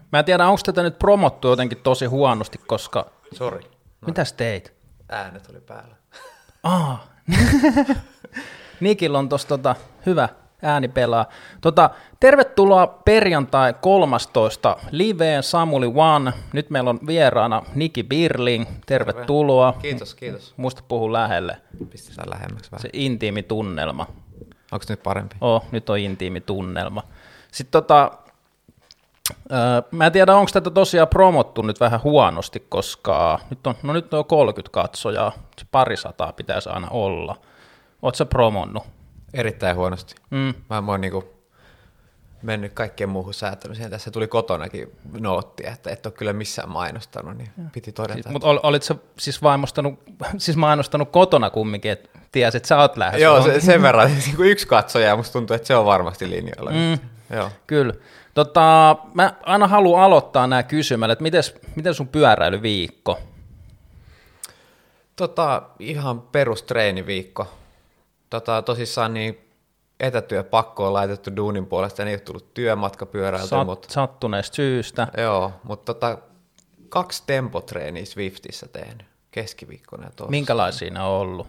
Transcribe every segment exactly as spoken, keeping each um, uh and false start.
Mä en tiedä, onko tätä nyt promottu jotenkin tosi huonosti, koska... Sori. No. Mitäs teit? Äänet oli päällä. Aa. Nikillä on tossa tota, hyvä ääni pelaa. Tota, tervetuloa perjantai kolmastoista liveen Samuli One. Nyt meillä on vieraana Niki Birling. Tervetuloa. Terve. Kiitos, kiitos. Muista puhu lähelle. Pistetään lähemmäksi vähän. Se intiimi tunnelma. Onko nyt parempi? Oh, nyt on intiimi tunnelma. Sitten tota, äh, mä en tiedä, onko tätä tosiaan promottu nyt vähän huonosti, koska nyt on, no nyt on kolmekymmentä katsojaa, se parisataa pitäisi aina olla. Ootko sä promonnut? Erittäin huonosti. Mm. Mä oon niinku mennyt kaikkeen muuhun säätämiseen. Tässä tuli kotonakin nootti, että et ole kyllä missään mainostanut, niin piti todeta. Siis, mutta ol, olit sä siis, siis mainostanut kotona kumminkin, että tiesit, että sä oot lähes. Joo, se, sen verran. Yksi katsoja, ja musta tuntuu, että se on varmasti linjoilla. Mm. Joo. Kyllä. Tota, mä aina haluan aloittaa nämä kysymällä, että mites, miten sun pyöräilyviikko? Tota, ihan perustreeniviikko. Tota, tosissaan niin etätyöpakko on laitettu duunin puolesta, ja ei ole tullut työmatkapyöräiltä. Sat, mutta, sattuneesta syystä. Joo, mutta tota, kaksi tempotreeniä Swiftissä tehnyt keskiviikkona ja torstaina. Minkälaisia ne on ollut?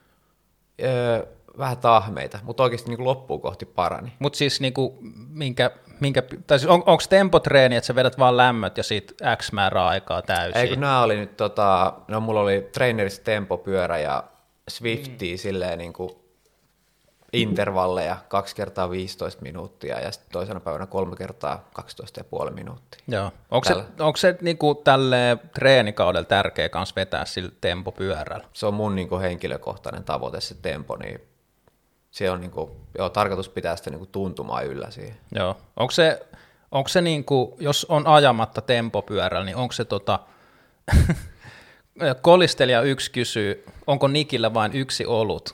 Öö, vähän tahmeita, mutta oikeasti niin kuin loppuun kohti parani. Mutta siis niinku, minkä, minkä, tai siis on, onko tempotreeni, että sä vedät vaan lämmöt ja siitä X määrää aikaa täysin? Ei kun nämä oli nyt, tota, no mulla oli trainerissa tempopyörä ja Swiftia mm. silleen niin kuin intervalleja kaksi kertaa viisitoista minuuttia ja sitten toisena päivänä kolme kertaa kaksitoista pilkku viisi minuuttia. Joo. Onko se, onko se niinku tälle treenikaudella tärkeä kanssa vetää sillä tempopyörällä? Se on mun niinku henkilökohtainen tavoite se tempo, niin se on niinku, joo, tarkoitus pitää sitä niinku tuntumaan yllä siihen. Joo. Onko se, onko se niinku, jos on ajamatta tempopyörällä, niin onko se tota, kolistelija yksi kysyy, onko Nikillä vain yksi olut?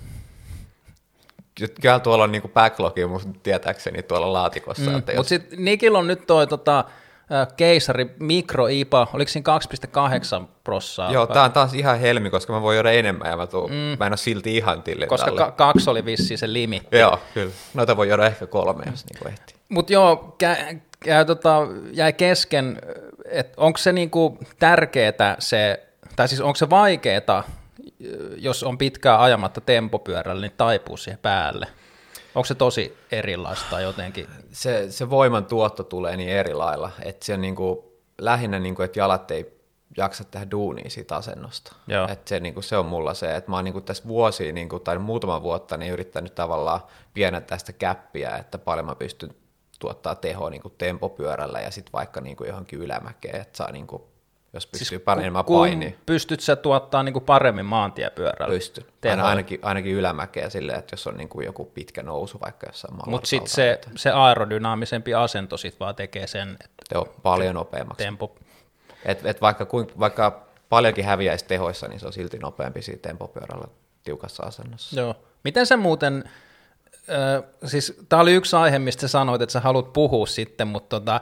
Kyllä tuolla on niinku backlogia musta tietääkseni tuolla laatikossa. Mm, mutta jos... sitten Nikillä on nyt toi tota, keisari Mikro I P A, oliko siinä kaksi pilkku kahdeksan prossaa? Joo, tää on taas ihan helmi, koska mä voin juoda enemmän ja mä, tuun, mm. mä en ole silti ihan tilin. Koska ka- kaksi oli vissiin se limitti. Joo, kyllä. Noita voi juoda ehkä kolme, jos niinku ehtii. Mutta joo, kä- kä- tota, jäi kesken, että onko se niinku tärkeetä se, tai siis onko se vaikeeta, jos on pitkään ajamatta tempopyörällä, niin taipuu siihen päälle? Onko se tosi erilaista jotenkin? Se, se voiman tuotto tulee niin eri lailla, että se on niinku, lähinnä, niinku, että jalat ei jaksa tehdä duunia siitä asennosta. Et se, niinku, se on mulla se, että mä oon niinku, tässä vuosia niinku, tai muutama vuotta niin yrittänyt tavallaan pienentää sitä käppiä, että paljon mä pystyn tuottaa tehoa niinku, tempopyörällä ja sitten vaikka niinku, johonkin ylämäkeen, että saa niinku, jos pystyy siis panemaan painia. Pystyt sä tuottaa niinku paremmin maantiepyörällä? Pystyn. Aina, ainakin, ainakin ylämäkeä silleen, että jos on niinku joku pitkä nousu vaikka jossain maalla. Mutta sitten se, se aerodynaamisempi asento sit vaan tekee sen, että joo, paljon nopeammaksi. Tempo. Et, et vaikka, vaikka paljonkin häviäisi tehoissa, niin se on silti nopeampi siitä tempopyörällä tiukassa asennossa. Joo. Miten sä muuten, äh, siis tää oli yksi aihe, mistä sä sanoit, että sä haluat puhua sitten, mutta tota,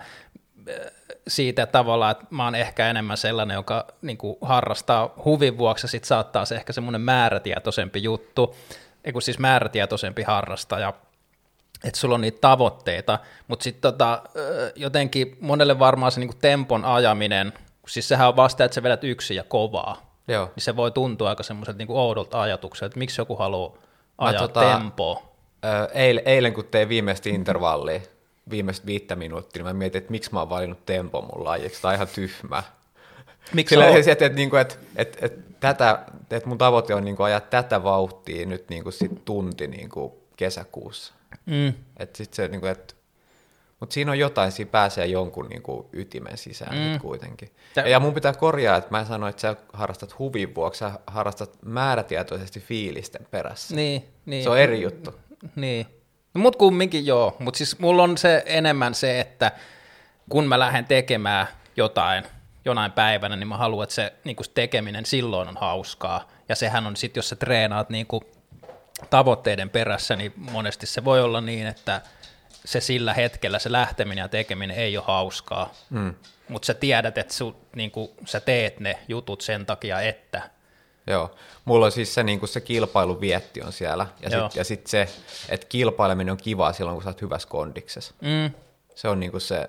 siitä tavallaan, että mä oon ehkä enemmän sellainen, joka niin kuin harrastaa huvin vuoksi, ja sit saattaa se ehkä semmoinen määrätietoisempi juttu, ei kun siis määrätietoisempi harrastaja, että sulla on niitä tavoitteita, mutta sitten tota, jotenkin monelle varmaan se niin kuin tempon ajaminen, siis sehän on vasta, että sä vedät yksin ja kovaa, joo. Niin se voi tuntua aika semmoiselta niin kuin oudolta ajatukselta, että miksi joku haluaa ajaa tota, tempoa. Eilen, eilen kun tein viimeistä intervallia, viimeistä viittä minuuttia, niin mä mietin, että miksi mä oon valinnut tempon mun lajiksi, tämä on ihan tyhmää. Miksi Sillä että, että, että, että, että, että, tätä, että mun tavoite on niin kuin ajaa tätä vauhtia nyt niin kuin sit tunti niin kuin kesäkuussa. Mm. Et sit se, niin kuin, että, mutta siinä on jotain, siinä pääsee jonkun niin kuin ytimen sisään mm. nyt kuitenkin. Ja, ja mun pitää korjaa, että mä en sano, että sä harrastat huvin vuoksi, sä harrastat määrätietoisesti fiilisten perässä. Niin, niin. Se on eri juttu. Niin. No, mut kumminkin joo, mutta siis mulla on se enemmän se, että kun mä lähden tekemään jotain jonain päivänä, niin mä haluan, että se niin tekeminen silloin on hauskaa. Ja sehän on sitten, jos sä treenaat niin kuin tavoitteiden perässä, niin monesti se voi olla niin, että se sillä hetkellä se lähteminen ja tekeminen ei ole hauskaa. Mm. Mutta sä tiedät, että su, niin kuin, sä teet ne jutut sen takia, että... Joo, mulla on siis se, niin kuin se kilpailuvietti on siellä, ja sitten sit se, että kilpaileminen on kivaa silloin, kun sä oot hyvässä kondiksessa. Mm. Se on niin kuin se,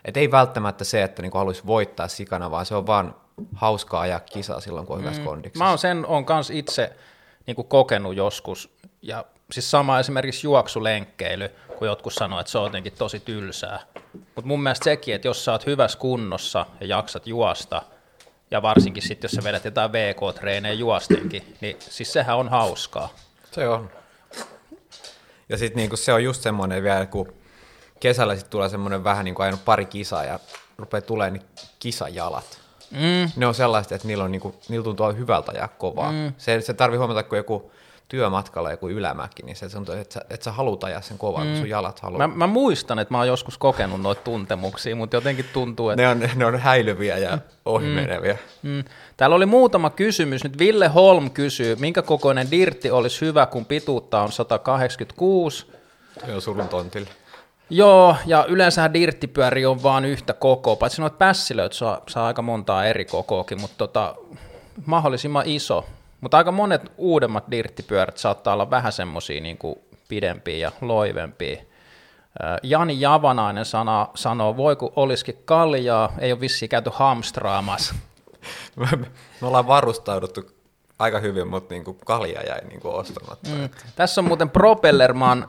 Et ei välttämättä se, että niinku haluaisi voittaa sikana, vaan se on vaan hauskaa ajaa kisaa silloin, kun on hyvässä mm. kondiksessa. Mä oon sen on kans itse niinku kokenut joskus, ja siis sama esimerkiksi juoksulenkkeily, kun jotkut sanoo, että se on jotenkin tosi tylsää. Mutta mun mielestä sekin, että jos sä oot hyvässä kunnossa ja jaksat juosta, ja varsinkin sitten, jos sä vedät jotain V K-treenejä juostenkin, niin siis sehän on hauskaa. Se on. Ja sitten niinku se on just semmoinen vielä, kun kesällä sitten tulee semmoinen vähän niin kuin ajanut pari kisaa ja rupeaa tulemaan niin kisajalat. Mm. Ne on sellaista, että niillä, on niinku, niillä tuntuu hyvältä ajaa kovaa. Mm. Se, se tarvii huomata, kun joku työmatkalla joku ylämäki, niin se tuntuu, että sä, että sä haluat ajaa sen kovaa, mm. kun sun jalat haluaa. Mä, mä muistan, että mä oon joskus kokenut noita tuntemuksia, mutta jotenkin tuntuu, että... Ne on, ne on häilyviä ja ohimeneviä. Mm. Mm. Täällä oli muutama kysymys. Nyt Ville Holm kysyy, minkä kokoinen dirtti olisi hyvä, kun pituutta on sata kahdeksankymmentäkuusi? Se on surun tontille. Joo, ja yleensähän dirttipyöri on vaan yhtä kokoa, paitsi noita pässilöitä saa, saa aika montaa eri kokoakin, mutta tota, mahdollisimman iso. Mutta aika monet uudemmat dirttipyörät saattaa olla vähän semmosia niin kuin pidempiä ja loivempia. Jani Javanainen sana, sanoo, voi kun olisikin kaljaa, ei ole vissiin käyty hamstraamassa. Me ollaan varustauduttu aika hyvin, mutta niinku kalja jäi niinku ostamatta. Mm. Tässä on muuten Propellerman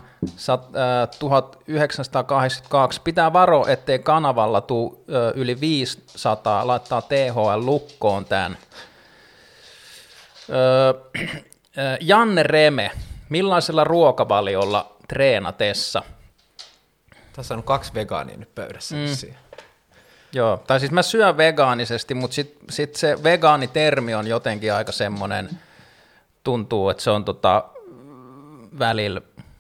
tuhatyhdeksänsataakahdeksankymmentäkaksi. Pitää varo, ettei kanavalla tule yli viisisataa, laittaa T H L lukkoon tämän. Janne Reme, millaisella ruokavaliolla treenatessa? Tässä on kaksi vegaania nyt pöydässä. Mm. Joo, tai siis mä syön vegaanisesti, mutta sitten sit se vegaanitermi on jotenkin aika semmoinen, tuntuu, että se on tota välillä,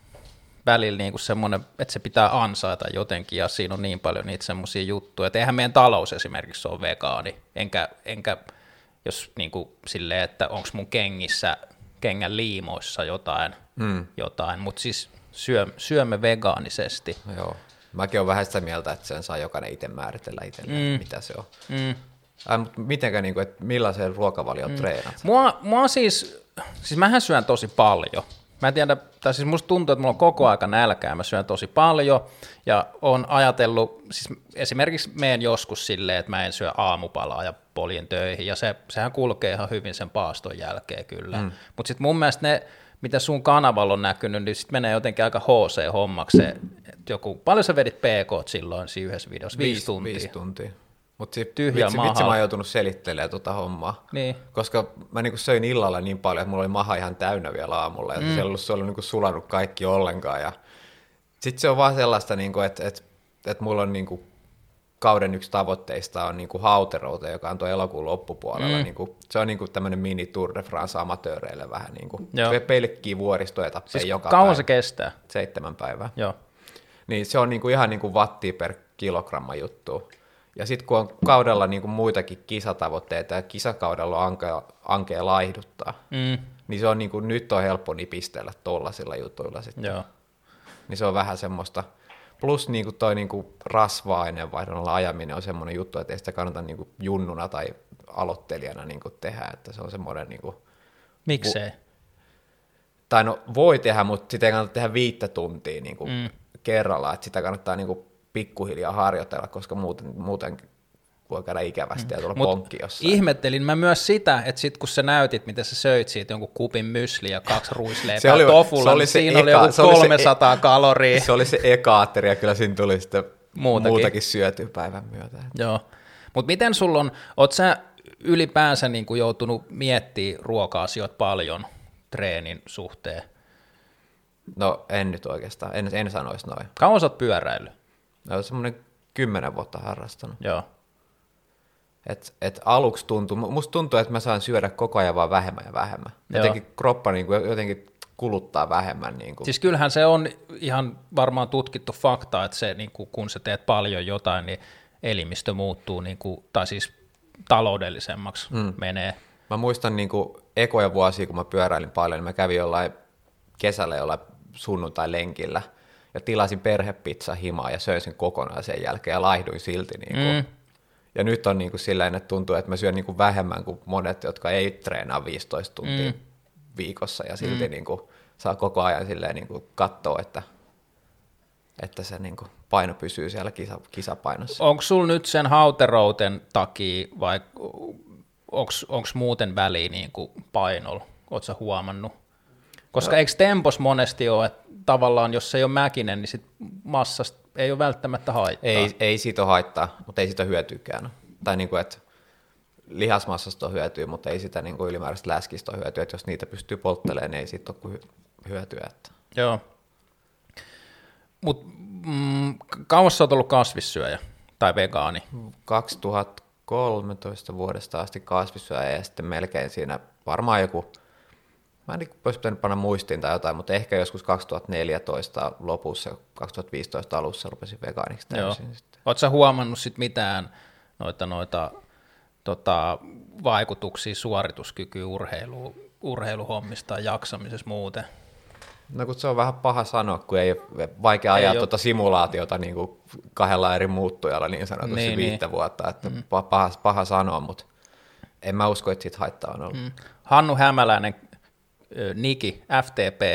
välillä niinku semmoinen, että se pitää ansaita jotenkin, ja siinä on niin paljon niitä semmoisia juttuja, että eihän meidän talous esimerkiksi ole vegaani, enkä, enkä jos niinku silleen, että onko mun kengissä, kengän liimoissa jotain, mm. jotain. Mutta siis syö, syömme vegaanisesti. Joo. Mäkin olen vähän sitä mieltä, että sen saa jokainen itse määritellä itselleen, mm. mitä se on. Mm. Äh, mutta mitenkä, niin kuin, että millaisen ruokavalion mm. treenat? Mua, mua siis, siis mähän syön tosi paljon. Mä en tiedä, tai siis musta tuntuu, että mulla on koko aika nälkää, mä syön tosi paljon, ja on ajatellut, siis esimerkiksi meen joskus silleen, että mä en syö aamupalaa ja poljen töihin, ja se, sehän kulkee ihan hyvin sen paaston jälkeen kyllä. Mm. Mutta sitten mun mielestä ne, mitä sun kanavalla on näkynyt, niin sitten menee jotenkin aika H C-hommaksi se, joku, paljon sä vedit P K silloin siinä yhdessä videossa? Viisi, Viisi tuntia. Viisi tuntia. Mutta vitsi, vitsi mä oon joutunut selittelemään tuota hommaa, niin. Koska mä niinku söin illalla niin paljon, että mulla oli maha ihan täynnä vielä aamulla, ja mm. se ei ollut, se ollut niinku sulanut kaikki ollenkaan. Ja sitten se on vaan sellaista, niinku, että et, et mulla on niinku, kauden yksi tavoitteista on niinku Hauterouta, joka on tuo elokuun loppupuolella. Mm. Niinku, se on niinku tämmöinen mini Tour de France amatööreille vähän, niinku, pelkkiä vuoristoetappeja siis joka kauan päivä. Se kestää? Seitsemän päivää. Joo. Niin se on niinku ihan niinku wattia per kilogramma juttu. Ja sitten kun on kaudella niinku muitakin kisatavoitteita ja kisakaudella on ankea, ankea laihduttaa, mm. niin se on niinku, nyt on helppo nipistellä tollasilla jutuilla sitten. Joo. Niin se on vähän semmoista. Plus niinku toi niinku rasva-aineenvaihdolla ajaminen on semmoinen juttu, että ei sitä kannata niinku junnuna tai aloittelijana niinku tehdä, että se on semmoinen... Niinku, miksei? Vu- tai no voi tehdä, mutta sitä ei kannata tehdä viittä tuntia niinku mm. kerralla, että sitä kannattaa niinku pikkuhiljaa harjoitella, koska muuten, muuten voi käydä ikävästi ja tulla ponkki jossain. Ihmettelin mä myös sitä, että sit kun sä näytit, miten sä söit siitä jonkun kupin mysli ja kaksi ruisleipää tofulla, niin siinä oli joku kolmesataa kaloria. Se oli se eka ateria, ja kyllä siinä tuli sitten muutakin, muutakin syötyä päivän myötä. Joo, mutta miten sulla on, oot sä ylipäänsä niin kuin joutunut miettimään ruoka-asioita paljon treenin suhteen? No en nyt oikeastaan, en, en sanoisi noin. Kauan sä oot pyöräillyt? No semmoinen kymmenen vuotta harrastanut. Joo. Et, et aluksi tuntuu, musta tuntuu, että mä saan syödä koko ajan vaan vähemmän ja vähemmän. Jotenkin Joo. kroppa niin kuin, jotenkin kuluttaa vähemmän. Niin kuin. Siis kyllähän se on ihan varmaan tutkittu fakta, että se, niin kuin, kun sä teet paljon jotain, niin elimistö muuttuu, niin kuin, tai siis taloudellisemmaksi mm. menee. Mä muistan niin kuin ekoja vuosia, kun mä pyöräilin paljon, niin mä kävin jollain kesällä jollain sunnuntai-lenkillä, ja tilasin perhepizza himaa ja söin sen kokonaan sen jälkeen ja laihduin silti. Niin kuin. Mm. Ja nyt on niin kuin silleen, että tuntuu, että mä syön niin kuin vähemmän kuin monet, jotka ei treenaa viisitoista tuntia mm. viikossa ja silti mm. niin kuin saa koko ajan silleen niin kuin katsoa, että, että se niin kuin paino pysyy siellä kisa, kisapainossa. Onko sulla nyt sen hauterouten takia vai onko muuten väliä niin kuin painolla? Oletko sä huomannut? Koska no. Eikö tempos monesti ole, että tavallaan jos se ei ole mäkinen, niin sit massasta ei ole välttämättä haittaa? Ei, ei siitä ole haittaa, mutta ei siitä hyötyykään. Tai niin kuin, että lihasmassasta on hyötyä, mutta ei sitä niin kuin ylimääräistä läskistä ole hyötyä. Että jos niitä pystyy polttelemaan, niin ei siitä ole kuin hyötyä. Että. Joo. Mutta mm, kauas sä oot ollut kasvissyöjä tai vegaani? kaksituhattakolmetoista vuodesta asti kasvissyöjä ja sitten melkein siinä varmaan joku, mä en niin olisi pitänyt panna muistiin tai jotain, mutta ehkä joskus kaksituhattaneljätoista lopussa, kaksituhattaviisitoista alussa rupesin vegaaniksi täysin. Oletko sä huomannut sit mitään noita, noita tota, vaikutuksia suorituskykyyn urheilu, urheiluhommista tai jaksamisessa muuten? No kun se on vähän paha sanoa, kun ei ole vaikea ajaa tuota simulaatiota niin kuin kahdella eri muuttujalla niin sanotusti niin, viittä niin. vuotta, että mm. paha, paha sanoa, mutta en mä usko, että siitä haittaa on ollut. Mm. Hannu Hämäläinen, Niki, F T P.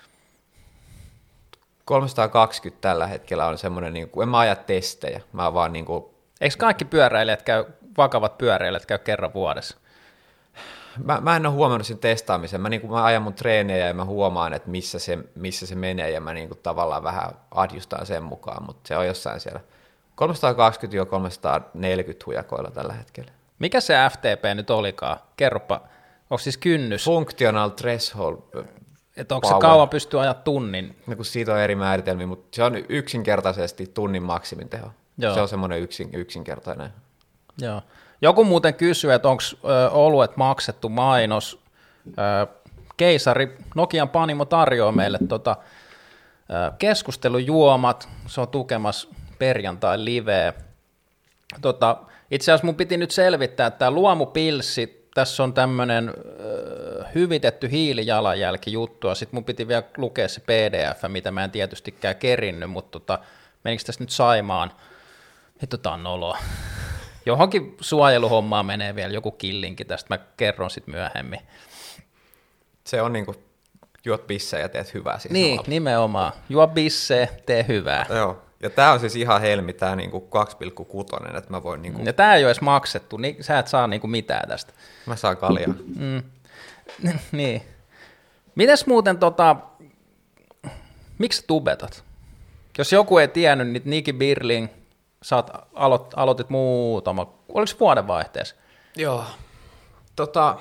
kolmesataakaksikymmentä tällä hetkellä on semmoinen, niin kuin, en mä aja testejä, mä vaan niin kuin... Eikö kaikki pyöräilijät käy, vakavat pyöräilijät käy kerran vuodessa? Mä, mä en ole huomannut sen testaamisen. Mä, niin kuin, mä ajan mun treenejä ja mä huomaan, että missä se, missä se menee ja mä niin kuin, tavallaan vähän adjustaan sen mukaan, mutta se on jossain siellä kolmesataakaksikymmentä kolmesataaneljäkymmentä hujakoilla tällä hetkellä. Mikä se F T P nyt olikaan? Kerropa, onko siis kynnys? Functional threshold. Että onko power. Se kauan pystyy ajaa tunnin? No kun siitä on eri määritelmiä, mutta se on yksinkertaisesti tunnin maksimin teho. Joo. Se on semmoinen yksin, yksinkertainen. Joo. Joku muuten kysyy, että onko oluet maksettu mainos. Ö, Keisari, Nokian Panimo tarjoaa meille tota, ö, keskustelujuomat, se on tukemassa perjantai liveä. Tota, itse asiassa mun piti nyt selvittää, että tämä luomupilssi, tässä on tämmöinen ö, hyvitetty hiilijalanjälki juttu, ja sitten mun piti vielä lukea se P D F, mitä mä en tietystikään kerinnyt, mutta tota, menikö tässä nyt Saimaan? Hitto, tää on noloa. Johonkin suojeluhommaan menee vielä joku killinki, tästä mä kerron sitten myöhemmin. Se on niin kuin juot bissejä ja teet hyvää. Siis niin, samalla. Nimenomaan. Juo bissejä, tee hyvää. Joo, ja tää on siis ihan helmi, tää niinku kaksi pilkku kuusi, että mä voin niinku... Ja tää ei ole edes maksettu, niin sä et saa niinku mitään tästä. Mä saan kaljaa. Mm. Niin. Mites muuten tota, miksi tubetat? Jos joku ei tiennyt, niin Niki Birling, sä aloit, aloitit muutama, oliko se vuodenvaihteessa? Joo, tota,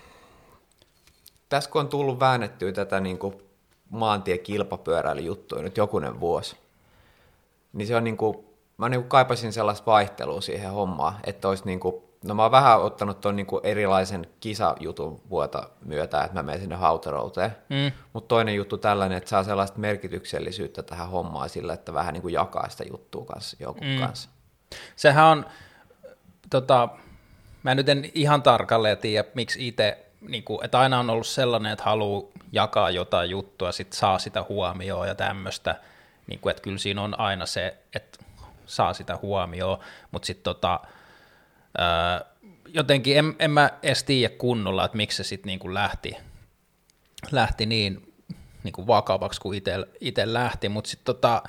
tässä kun on tullut väännettyä tätä niin kuin maantiekilpapyöräilyjuttua nyt jokunen vuosi, niin se on niin kuin, mä niin kuin kaipasin sellaista vaihtelua siihen hommaan, että olisi niin kuin, no mä oon vähän ottanut tuon niin kuin erilaisen kisajutun vuota myötä, että mä menen sinne Hautarouteen, mm. mutta toinen juttu tällainen, että saa sellaista merkityksellisyyttä tähän hommaan sillä, että vähän niin kuin jakaa sitä juttua kanssa jonkun mm. kanssa. Sehän on, tota, mä nyt en ihan tarkalleen tiedä, miksi itse, niin kuin, että aina on ollut sellainen, että haluaa jakaa jotain juttua, sit saa sitä huomioon ja tämmöistä, niin kuin, että kyllä siinä on aina se, että saa sitä huomioon, mutta sitten tota, Öö, jotenkin en, en mä edes tiedä kunnolla, että miksi se sitten niinku lähti, lähti niin niinku vakavaksi kuin itse lähti, mutta sitten tota,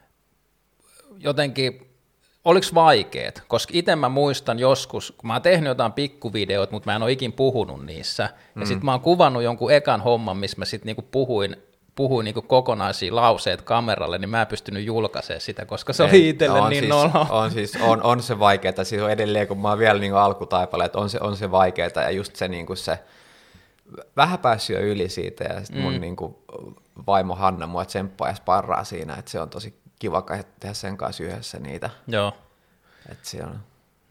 jotenkin, oliko vaikeet, koska itse mä muistan joskus, kun mä oon tehnyt jotain pikkuvideoita, mutta mä en ole ikin puhunut niissä, mm. ja sitten mä oon kuvannut jonkun ekan homman, missä mä sitten niinku puhuin, puhuin niinku kokonaisia lauseet kameralle, niin mä en pystynyt julkaisemaan sitä, koska se oli itselle niin siis, nolo. On, siis, on, on se vaikeaa, siis on edelleen, kun mä oon vielä niinku alkutaipale, että on se, on se vaikeaa, ja just se, niinku se vähän päässyt jo yli siitä, ja sitten mm. mun niinku vaimo Hanna mua tsemppaa ja sparraa siinä, että se on tosi kiva tehdä sen kanssa yhdessä niitä. Joo. Että se on...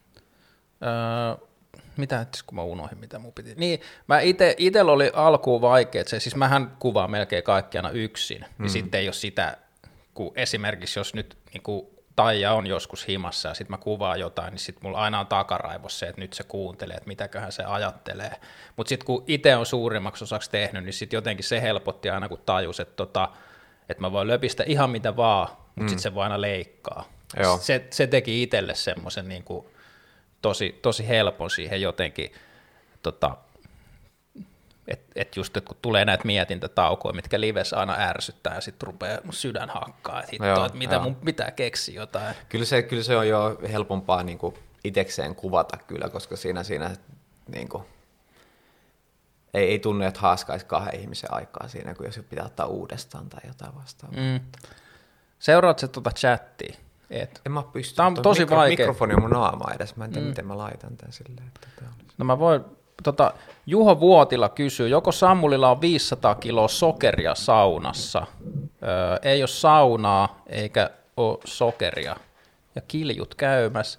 Öö, mitä, kun mä unohdin, mitä mun piti. Niin, mä ite, itellä oli alkuun vaikea, se, siis mähän kuvaan melkein kaikki aina yksin, mm. niin sitten ei ole sitä, kun esimerkiksi jos nyt niin kuin Taija on joskus himassa ja sitten mä kuvaan jotain, niin sitten mulla aina on takaraivossa se, että nyt se kuuntelee, että mitäköhän se ajattelee. Mutta sitten kun itse on suurimmaksi osaksi tehnyt, niin sitten jotenkin se helpotti aina, kun tajus, että, tota, että mä voin löpistä ihan mitä vaan, mutta mm. sitten se voi aina leikkaa. Se, se teki itselle semmoisen niin kuin tosi, tosi helpon siihen jotenkin tota, Että et just, että kun tulee näitä mietintätaukoja, mitkä livessä aina ärsyttää ja sitten rupeaa sydän hakkaa, että hittoa, että mitä joo. mun pitää keksiä jotain. Kyllä se, kyllä se on jo helpompaa niin kuin itsekseen kuvata kyllä, koska siinä, siinä niin kuin, ei, ei tunne, että haaskaisi kahden ihmisen aikaa siinä, kun jos pitää ottaa uudestaan tai jotain vastaavaa. Mm. Seuraatko sä tuota chattia? Et. En mä pysty. Tämä on tosi mikro, vaikea. Mikrofoni on mun naama edes, mä en tiedä, mm. miten mä laitan tämän silleen. Että tämä on... No mä voin, tota, Juho Vuotila kysyy, joko Sammulilla on viisisataa kiloa sokeria saunassa? Öö, ei ole saunaa eikä ole sokeria. Ja kiljut käymässä.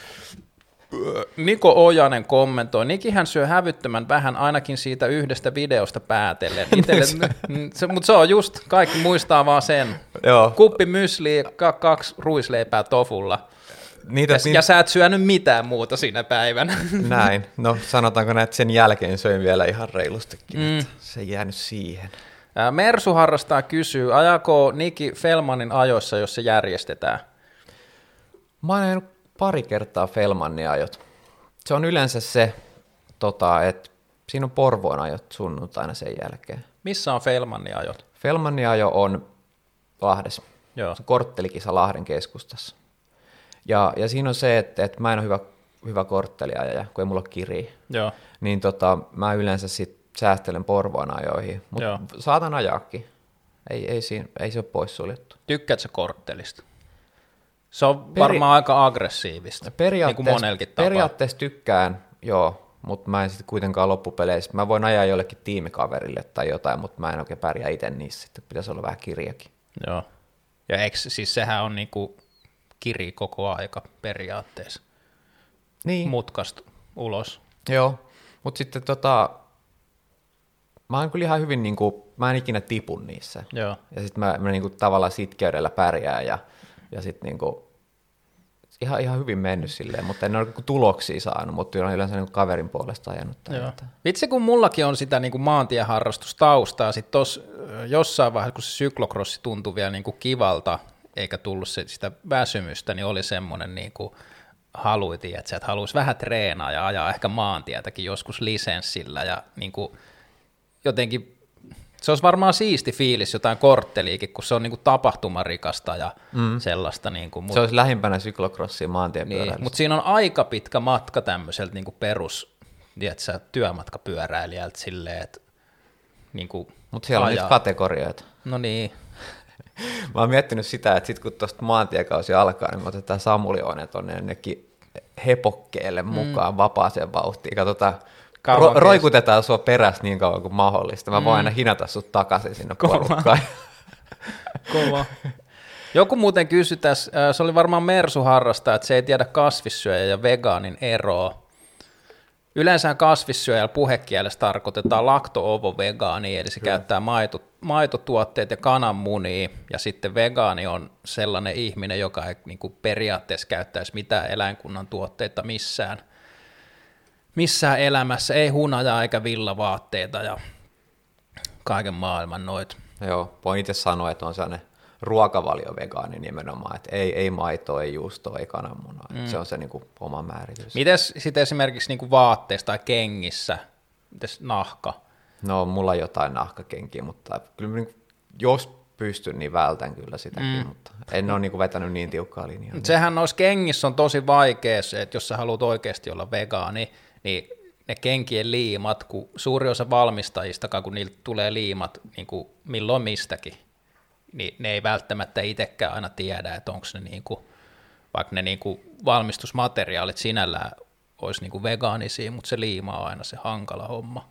Niko Ojanen kommentoi, Nikihän syö hävyttömän vähän ainakin siitä yhdestä videosta päätellen. se, mutta se on just, kaikki muistaa vaan sen. Joo. Kuppi mysliä, kaksi ruisleipää tofulla. Niitä, ja, niitä... ja sä et syönyt mitään muuta siinä päivänä. Näin. No sanotaanko näin, että sen jälkeen söin vielä ihan reilustikin. Mm. Se ei jäänyt siihen. Mersu harrastaa kysyy, ajako Niki Fellmanin ajoissa, jos se järjestetään? Mä oon ajanut pari kertaa Fellmanin ajot. Se on yleensä se, tota, että siinä on Porvoon ajot sunnuntaina sen jälkeen. Missä on Fellmanin ajot? Fellmanin ajo on Lahdessa. Joo. Se korttelikisa Lahden keskustassa. Ja, ja siinä on se, että, että mä en ole hyvä, hyvä kortteliajaja, kun ei mulla ole kiriä. Joo. Niin tota, mä yleensä sit säästelen Porvoon ajoihin, mutta saatan ajaakin. Ei, ei, siinä, ei se ole poissuljettu. Tykkäätkö korttelista? Se on Peri- varmaan aika aggressiivista, niin kuin monelkin tapaa. Periaatteessa tykkään, joo, mutta mä en sitten kuitenkaan loppupeleissä. Mä voin ajaa jollekin tiimikaverille tai jotain, mutta mä en oikein pärjää itse niissä. Sitten pitäisi olla vähän kirjakin. Joo, ja eikö, siis sehän on niinku kiri koko aika periaatteessa. Niin. Mutkasta ulos. Joo, mutta sitten tota, mä oon kyllä ihan hyvin, niinku, mä en ikinä tipun niissä. Joo. Ja sitten mä, mä niinku tavallaan sitkeydellä pärjään ja Ja sitten niinku, ihan, ihan hyvin mennyt silleen, mutta en ole tuloksia saanut, mutta olen yleensä niinku kaverin puolesta ajanut. Vitsi, kun mullakin on sitä niinku maantieharrastustaustaa, sitten tuossa jossain vaiheessa, kun se syklokrossi tuntui vielä niinku kivalta, eikä tullut se, sitä väsymystä, niin oli semmoinen niinku haluitin, että sä haluaisi vähän treenaa ja ajaa ehkä maantietäkin joskus lisenssillä ja niinku jotenkin se olisi varmaan siisti fiilis jotain kortteliikin, kun se on niinku tapahtumarikasta ja mm. sellaista. Niinku, mut, se olisi lähimpänä syklokrossia maantiepyöräilystä. Niin, mutta siinä on aika pitkä matka tämmöiseltä niinku perus tiedätkö, työmatkapyöräilijältä silleen, että niinku mutta siellä ajaa. On niitä kategorioita. No niin. Mä oon miettinyt sitä, että sit kun tuosta maantiekausi alkaa, niin me otetaan Samuli Oone tuonne jonnekin hepokkeelle mukaan mm. vapaaseen vauhtiin. Katsotaan. Ro- roikutetaan sua perässä niin kauan kuin mahdollista. Mä mm. voin aina hinata sut takaisin sinne porukkaan. Kova. Joku muuten kysyi tässä, se oli varmaan Mersu harrastaa, että se ei tiedä kasvissyöjä ja vegaanin eroa. Yleensä kasvissyöjällä puhekielessä tarkoitetaan lakto-ovo-vegaani, eli se Kyllä. käyttää maito, maitotuotteet ja kananmunia, ja sitten vegaani on sellainen ihminen, joka ei niin kuin periaatteessa käyttäisi mitään eläinkunnan tuotteita missään. Missään elämässä, ei hunajaa eikä villavaatteita ja kaiken maailman noit. Joo, voin itse sanoa, että on sellainen ruokavaliovegaani nimenomaan, että ei, ei maitoa, ei juustoa, ei kananmunaa. Mm. Se on se niin kuin oma määritys. Mites sitten esimerkiksi niin kuin vaatteissa tai kengissä, mites nahka? No, mulla on jotain nahkakenkiä, mutta kyllä niin, jos pystyn, niin vältän kyllä sitäkin, mm. mutta en ole niin kuin vetänyt niin tiukkaa linjaa. Sehän noissa kengissä on tosi vaikea se, että jos sä haluat oikeasti olla vegaani, niin ne kenkien liimat, kun suuri osa valmistajistakaan, kun niiltä tulee liimat niin kuin milloin mistäkin, niin ne ei välttämättä itsekään aina tiedä, että onko ne, niin kuin, vaikka ne niin kuin valmistusmateriaalit sinällään olisi niin kuin vegaanisia, mutta se liima on aina se hankala homma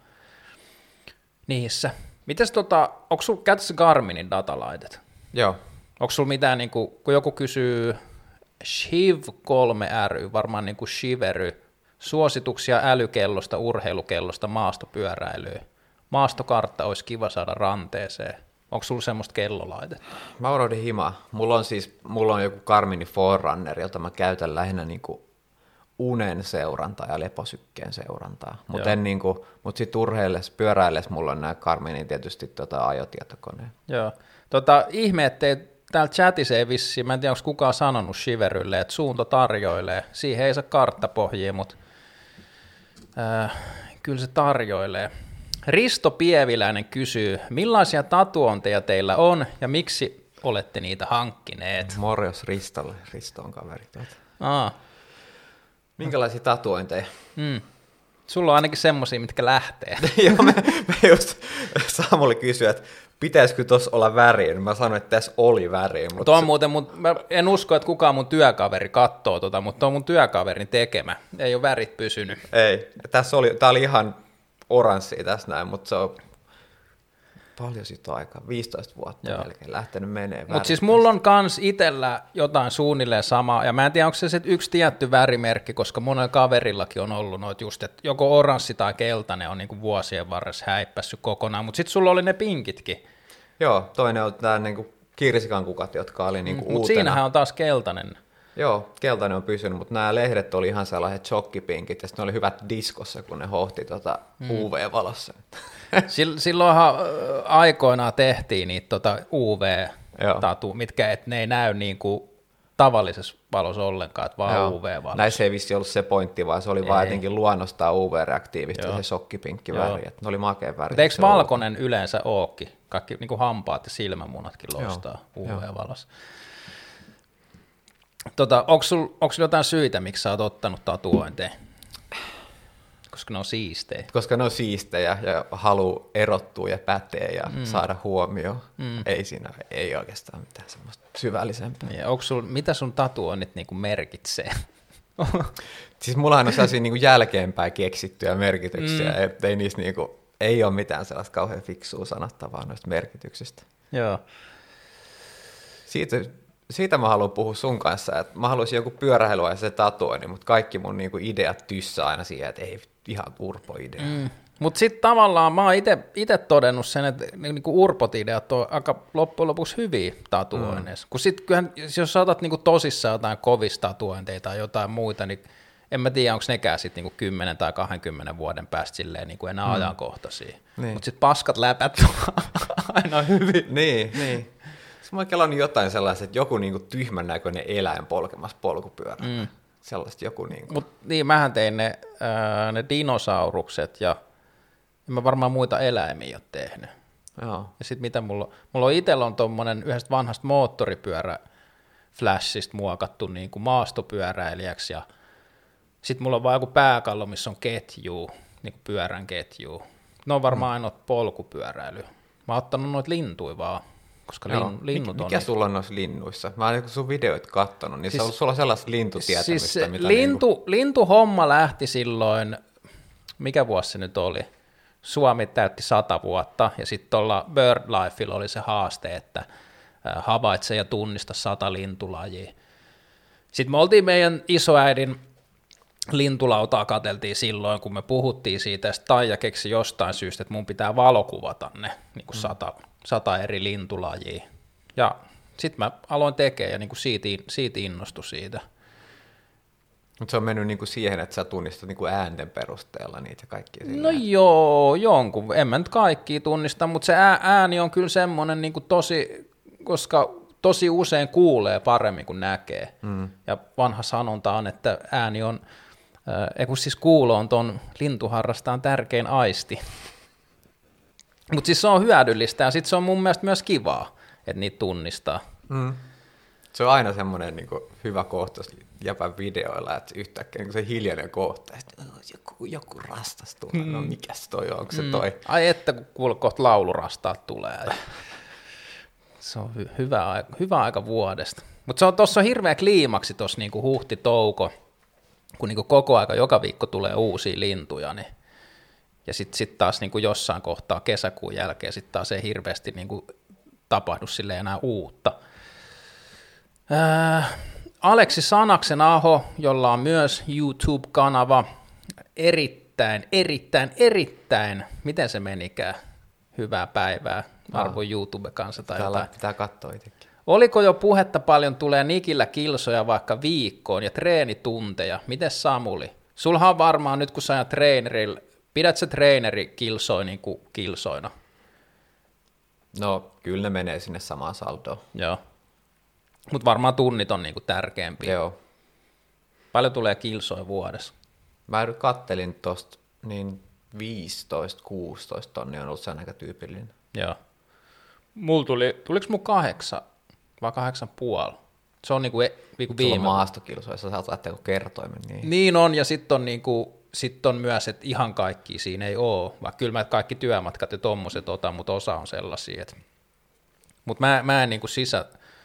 niissä. Mites tota, onko sulla käytössä Garminin datalaitet? Joo. Onko sulla mitään, niin kuin, kun joku kysyy Shiv kolme ry, varmaan niin kuin Shivery, suosituksia älykellosta, urheilukellosta, maastopyöräilyyn. Maastokartta olisi kiva saada ranteeseen. Onko sulla semmoista kellolaitetta? Mä unohdin himaa. Mulla on siis mulla on joku Garminin Forerunner, jota mä käytän lähinnä niinku unen seurantaa ja leposykkeen seurantaa. Mutta niinku, mut sitten urheilles, pyöräilles mulla on nämä Garminin tietysti tota ajotietokoneen. Joo. Tota, ihme, ettei täällä chatissa ei vissiin, mä en tiedä, onko kukaan sanonut Shiverylle, että suunto tarjoilee. Siihen ei saa karttapohjia, mutta äh, kyllä se tarjoilee. Risto Pieviläinen kysyy, millaisia tatuointeja teillä on ja miksi olette niitä hankkineet? Morjos Ristolle. Risto on kaveri tuolta. Aa. Minkälaisia tatuointeja? Mm. Sulla on ainakin semmosia, mitkä lähtee. Joo, me, me just Samuli kysyi, että pitäisikö tuossa olla väriä. Mä sanoin, että tässä oli väriä. Mutta tuo on muuten, mun, mä en usko, että kukaan mun työkaveri katsoo tota, mutta tuo on mun työkaverin tekemä. Ei ole värit pysynyt. Ei, tässä oli, tää oli ihan oranssia tässä näin, mutta se on paljon siitä aikaa, viisitoista vuotta Joo. melkein lähtenyt menee. Mutta siis mulla on kans itsellä jotain suunnilleen samaa, ja mä en tiedä, onko se sitten yksi tietty värimerkki, koska monella kaverillakin on ollut noita just, että joko oranssi tai keltainen on niinku vuosien varressa häippässyt kokonaan, mutta sitten sulla oli ne pinkitkin. Joo, toinen on tää niinku kirsikan kukat, jotka oli niinku mm, uutena. Mutta siinähän on taas keltainen. Joo, keltainen on pysynyt, mutta nämä lehdet oli ihan sellaiset shokkipinkit, ja sitten ne oli hyvät diskossa, kun ne hohti tota mm. U V-valossa. Silloinhan aikoinaan tehtiin niitä tota U V-tatu, mitkä et ne ei näy niin kuin tavallisessa valossa ollenkaan, että vaan Joo. U V-valossa. Näissä ei vissi ollut se pointti, vaan se oli ei. vaan jotenkin luonnostaan U V-reaktiivista Joo. se shokkipinkki väri, että ne oli makea väri. Mutta eikö valkoinen ollut? Yleensä ookin? Kaikki niin kuin hampaat ja silmämunatkin loistaa U V-valossa. Tota, onko sulla jotain syitä, miksi sä oot ottanut tatuointeja? Koska ne on siistejä. Koska ne on siistejä ja haluaa erottua ja päteä ja mm. saada huomioon. Mm. Ei siinä ei oikeastaan mitään semmoista syvällisempää. Ja onko sul, mitä sun tatuoinnit niinku merkitsee? Siis mullahan on sellaisia niinku jälkeenpäin keksittyjä merkityksiä, mm. ettei niissä niinku, ei ole mitään sellaista kauhean fiksua sanottavaa noista merkityksistä. Joo. Siitä... Siitä mä haluan puhua sun kanssa, että mä haluaisin joku pyöräilyä ja se tatuointi, mutta kaikki mun niinku ideat tyssää aina siihen, että ei ihan urpo idea. Mm. Mutta sitten tavallaan mä oon itse todennut sen, että niinku urpot ideat on aika loppujen lopuksi hyviä tatuoinneissa. Mm. Kun sit kyllähän, jos sä otat niinku tosissaan jotain kovista tatuointeja tai jotain muita, niin en mä tiedä, onko nekään sitten niinku kymmenen tai kahdenkymmenen vuoden päästä silleen niinku enää mm. ajankohtaisia. Niin. Mutta sitten paskat läpät on aina hyvin. Niin, niin. Mä oon kelannut jotain sellaista, että joku niinku tyhmän näköinen eläin polkemassa polkupyörää. Mm. Sellaista joku niinku. Mut niin, mähän tein ne, äh, ne dinosaurukset ja mä varmaan muita eläimiä ole tehnyt. Joo. Ja sit mitä mulla, mulla on itsellä on tommonen yhdestä vanhasta moottoripyörä-flashista muokattu niinku maastopyöräilijäksi ja sit mulla on vaan joku pääkallo, missä on ketju, niinku pyörän ketju. Ne on varmaan mm. ainoa polkupyöräily. Mä oon ottanut noita lintuja vaan. Koska lin, linnut Mikä on... sulla on noissa linnuissa? Mä oon sun videoit kattonut, niin siis, sulla on sellaista lintutietämystä, siis mitä... Lintu, niinku... lintuhomma lähti silloin, mikä vuosi se nyt oli? Suomi täytti sata vuotta, ja sitten tuolla BirdLifella oli se haaste, että havaitse ja tunnista sata lintulajia. Sitten me oltiin meidän isoäidin lintulautaa katseltiin silloin, kun me puhuttiin siitä, ja Taija keksi jostain syystä, että mun pitää valokuvata ne niin kuin mm. sata, sata eri lintulajia. Ja sitten mä aloin tekemään ja niin kuin siitä, siitä innostui siitä. Mutta se on mennyt niinku siihen, että sä tunnistat niinku äänten perusteella niitä kaikkia. No joo, jonkun. En mä nyt kaikkia tunnista, mutta se ääni on kyllä semmoinen niinku tosi, koska tosi usein kuulee paremmin kuin näkee. Mm. Ja vanha sanonta on, että ääni on, äh, kun siis kuulo on ton lintuharrastaan tärkein aisti. Mutta siis se on hyödyllistä ja sitten se on mun mielestä myös kivaa, että niitä tunnistaa. Mm. Se on aina semmoinen niin kuin hyvä kohta jäpän videoilla, että yhtäkkiä niin se hiljainen kohta, että joku, joku rastas tulee, mm. no mikäs toi on, onko se toi? Mm. Ai että kun kuule kohta laulurastaat tulee. Se on hy- hyvä, aika, hyvä aika vuodesta. Mutta tuossa on hirveä kliimaksi tuossa niinku huhti-touko, kun niinku koko aika joka viikko tulee uusia lintuja, niin ja sitten sit taas niinku jossain kohtaa kesäkuun jälkeen sitten taas ei hirveästi niinku tapahdu sille enää uutta. Ää, Aleksi Sanaksen-aho, jolla on myös YouTube-kanava, erittäin, erittäin, erittäin, miten se menikään, hyvää päivää, arvon no. YouTube-kanssa tai Täällä jotain. Pitää katsoa itsekin. Oliko jo puhetta paljon, tulee Nikillä kilsoja vaikka viikkoon ja treenitunteja, miten Samuli? Sulhan varmaan nyt kun sä ajat treenerillä, pidät sä treeneri kilsoja niin kuin kilsoina? No kyllä ne menee sinne samaan saldoon. Joo. Mutta varmaan tunnit on niinku tärkeämpiä. Joo. Paljon tulee kilsoja vuodessa? Mä kattelin tosta, niin viisitoista kuusitoista tonnia on ollut sen aika tyypillinen. Joo. Mulla tuli, tuliko mun kahdeksan vai kahdeksan puoli? Se on niinku, niinku viime... Sulla on maastokilsoissa, sä saat laittaa kertoimen. Niin. niin on, ja sitten on, niinku, sit on myös, että ihan kaikki siinä ei ole, vaikka kyllä mä kaikki työmatkat ja tommoset otan, mutta osa on sellaisia. Mutta mä, mä en niinku sisä...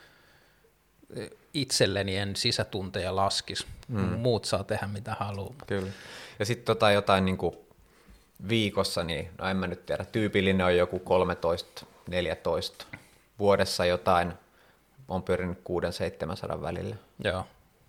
itselleni en sisätunteja laskisi. Mm. Muut saa tehdä mitä haluaa. Kyllä. Ja sitten tota jotain niinku viikossa, niin no en mä nyt tiedä, tyypillinen on joku kolmetoista neljätoista. Vuodessa jotain, on pyörinyt kuusi seitsemänsataa välillä. Joo.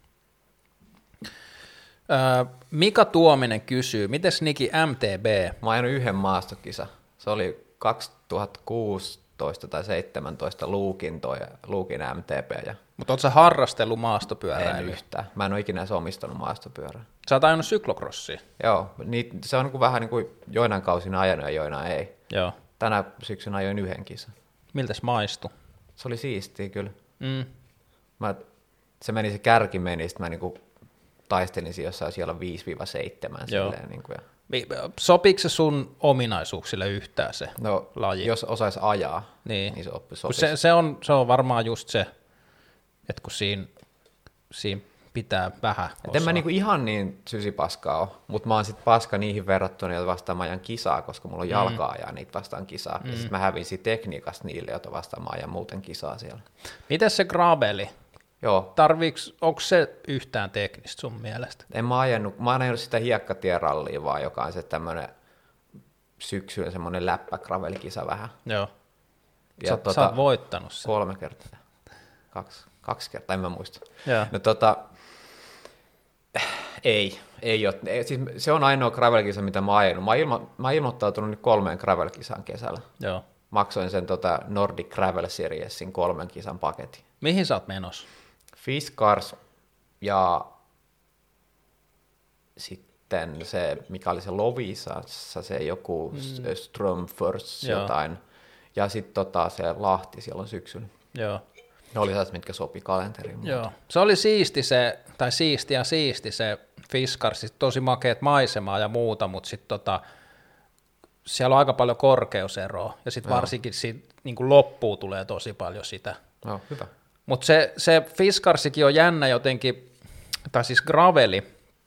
Öö, Mika Tuominen kysyy, mites Niki M T B? Mä oon ajanut yhden maastokisa. Se oli kaksituhattakuusitoista tai seitsemäntoista Luukin, toi, Luukin M T B. Ja mutta ootko sä harrastellut maastopyörää? En yhtään. Mä en ole ikinä edes omistanut maastopyörää. Sä oot ajanut syklokrossia? Joo, niin, se on niin kuin vähän niin kuin joinain kausina ajanut ja joinain ei. Joo. Tänä syksynä ajoin yhden kisan. Miltäs maistui? Se oli siistiä kyllä. Mm. Mä, se meni se kärki meni, sitten mä niin kuin taistelin jossain siellä viisi seitsemän. Niin kuin, ja... Sopiiko se sun ominaisuuksille yhtään se no, laji? Jos osaisi ajaa, niin, niin se sopisi. Se, se, on, se on varmaan just se, että kun siinä, siinä pitää vähän osaa. En mä niinku ihan niin sysipaskaa ole, mutta mä oon sit paska niihin verrattuna, joita vastaan mä ajan kisaa, koska mulla on jalkaa ajaa niitä vastaan kisaa. Mm. Ja sit mä hävin siitä tekniikasta niille, joita vastaan mä ajan muuten kisaa siellä. Mites se graveli? Joo. Tarviiks, onko se yhtään teknistä sun mielestä? En mä ajanut, mä oon ajanut sitä hiekkatierallia vaan, joka on se tämmönen syksyllä semmonen läppägravelikisa vähän. Joo. Ja sä, tota, sä oot voittanut sen. Kolme kertaa. Kaksi. Kaksi kertaa, en mä muista. Joo. No tota, ei, ei ole. Ei, siis se on ainoa gravelkisa, mitä mä oon ajanut. Mä oon, ilmo, mä oon ilmoittautunut nyt kolmeen gravelkisaan kesällä. Joo. Maksoin sen tota Nordic Gravel Seriesin kolmen kisan paketin. Mihin sä oot menossa? Fiskars ja sitten se, mikä oli se Lovisassa, se joku mm. Strömfors jotain. Ja sitten tota, se Lahti siellä on syksyllä. Joo. Ne oli sellaiset, mitkä sopi kalenteriin. Joo. Se oli siisti se, tai siisti ja siisti se Fiskars, tosi makeat maisemaa ja muuta, mutta sitten tota, siellä on aika paljon korkeuseroa, ja sitten varsinkin siitä niin kuin loppuun tulee tosi paljon sitä. Joo, hyvä. Mutta se, se Fiskarsikin on jännä jotenkin, tai siis graveli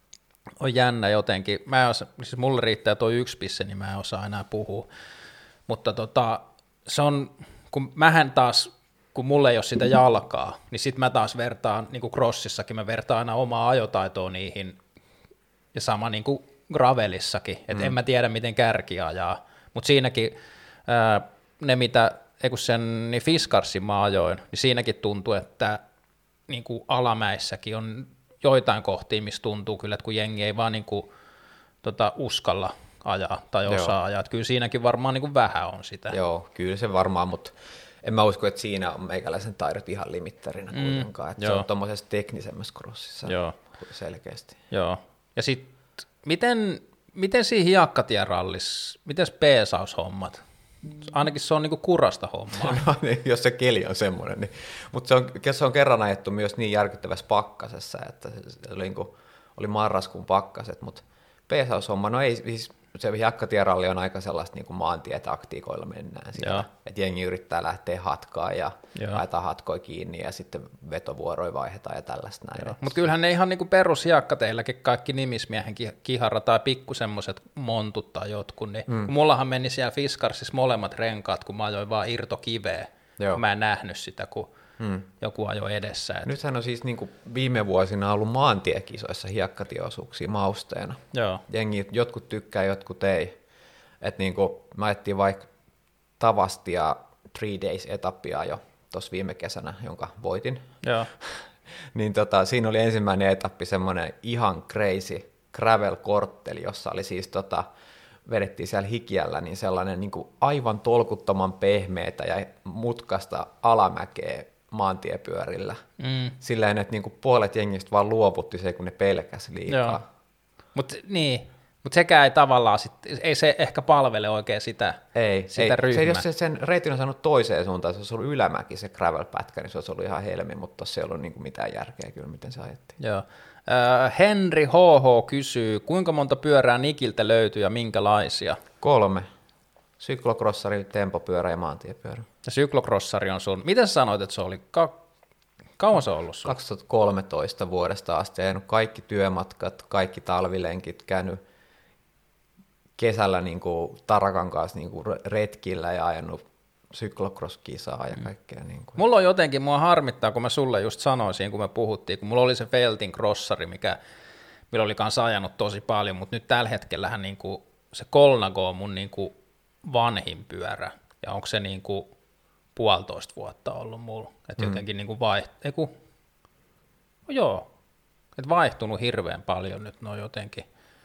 on jännä jotenkin. Mä en osa, siis mulle riittää tuo yksi pisse, niin mä en osaa enää puhua. Mutta tota, se on, kun mähän taas, kun mulla ei ole sitä jalkaa, niin sit mä taas vertaan, niin kuin crossissakin, mä vertaan aina omaa ajotaitoa niihin, ja sama niin kuin gravelissakin, että mm. en mä tiedä, miten kärki ajaa. Mutta siinäkin, ää, ne mitä, ei kun sen niin Fiskarsin mä ajoin, niin siinäkin tuntuu, että niin kuin alamäissäkin on joitain kohtia, missä tuntuu kyllä, että kun jengi ei vaan niin kuin, tota, uskalla ajaa tai osaa Joo. ajaa, että kyllä siinäkin varmaan niin kuin vähän on sitä. Joo, kyllä se varmaan, mutta en mä usko, että siinä on meikäläisen taidot ihan limittärinä mm. kuitenkaan, että Joo. se on tuommoisessa teknisemmässä crossissa Joo. selkeästi. Joo, ja sitten miten, miten siinä hiekkatierallissa, miten peesaushommat? Ainakin se on niinku kurasta hommaa. No, niin, jos se keli on semmoinen. Niin. Mutta se on, se on kerran ajettu myös niin järkyttävässä pakkasessa, että se, se oli, niin kuin, oli marraskuun pakkaset, mutta peesaushomma, no ei, siis se hiekkatieralli on aika sellaista niin kuin maantietaktiikoilla mennään siellä. Että jengi yrittää lähteä hatkaan ja haetaan hatkoja kiinni ja sitten vetovuoroja vaihdetaan ja tällaista näin. Mutta kyllähän ne ihan niinku perushiekkateilläkin kaikki nimismiehen kihara tai pikku semmoiset montut tai jotkut, niin mm. mullahan meni siellä Fiskarsissa molemmat renkaat, kun mä ajoin vaan irtokiveä, kun mä en nähnyt sitä, kun Hmm. joku ajo edessä. Et. Nythän on siis niin kuin viime vuosina ollut maantiekisoissa hiekkatieosuuksia mausteena. Joo. Jengi, jotkut tykkää, jotkut ei. Et niin kuin, mä ajettiin vaikka Tavastia Three Days-etappia jo tuossa viime kesänä, jonka voitin. Joo. niin tota, siinä oli ensimmäinen etappi semmoinen ihan crazy gravel-kortteli, jossa oli siis tota, vedettiin siellä Hikiällä, niin sellainen niin kuin aivan tolkuttoman pehmeätä ja mutkasta alamäkeä maantiepyörillä. Mm. Silleen, että niinku puolet jengistä vaan luovutti se, kun ne pelkäsi liikaa. Mutta niin, mut sekään ei tavallaan, sit, ei se ehkä palvele oikein sitä, ei, sitä ei. ryhmää. Se, jos se sen reitin on saanut toiseen suuntaan, se olisi ollut ylämäki se gravel-pätkä, niin se olisi ollut ihan helmi, mutta se ei ollut niinku mitään järkeä kyllä, miten se ajettiin. Joo. Henri H H kysyy, kuinka monta pyörää Nikiltä löytyy ja minkälaisia? Kolme. Syklokrossari, tempopyörä ja maantiepyörä. Ja syklokrossari on sun. Miten sä sanoit, että se oli? Ka- kauan se on ollut sun? kaksituhattakolmetoista vuodesta asti ajanut kaikki työmatkat, kaikki talvilenkit, käynyt kesällä niin kuin Tarakan kanssa niin kuin retkillä ja ajanut syklocross-kisaa ja kaikkea. Niin kuin. Mulla on jotenkin, mua harmittaa, kun mä sulle just sanoisin, kun me puhuttiin, kun mulla oli se Feltin crossari, mikä millä oli kanssa ajanut tosi paljon, mutta nyt tällä hetkellähän niin kuin se Colnago on mun niin kuin vanhin pyörä, ja onko se niin kuin puolitoista vuotta ollut mulla, että mm. jotenkin niin kuin vaiht... Eiku... No joo, että vaihtunut hirveän paljon nyt, no jotenkin,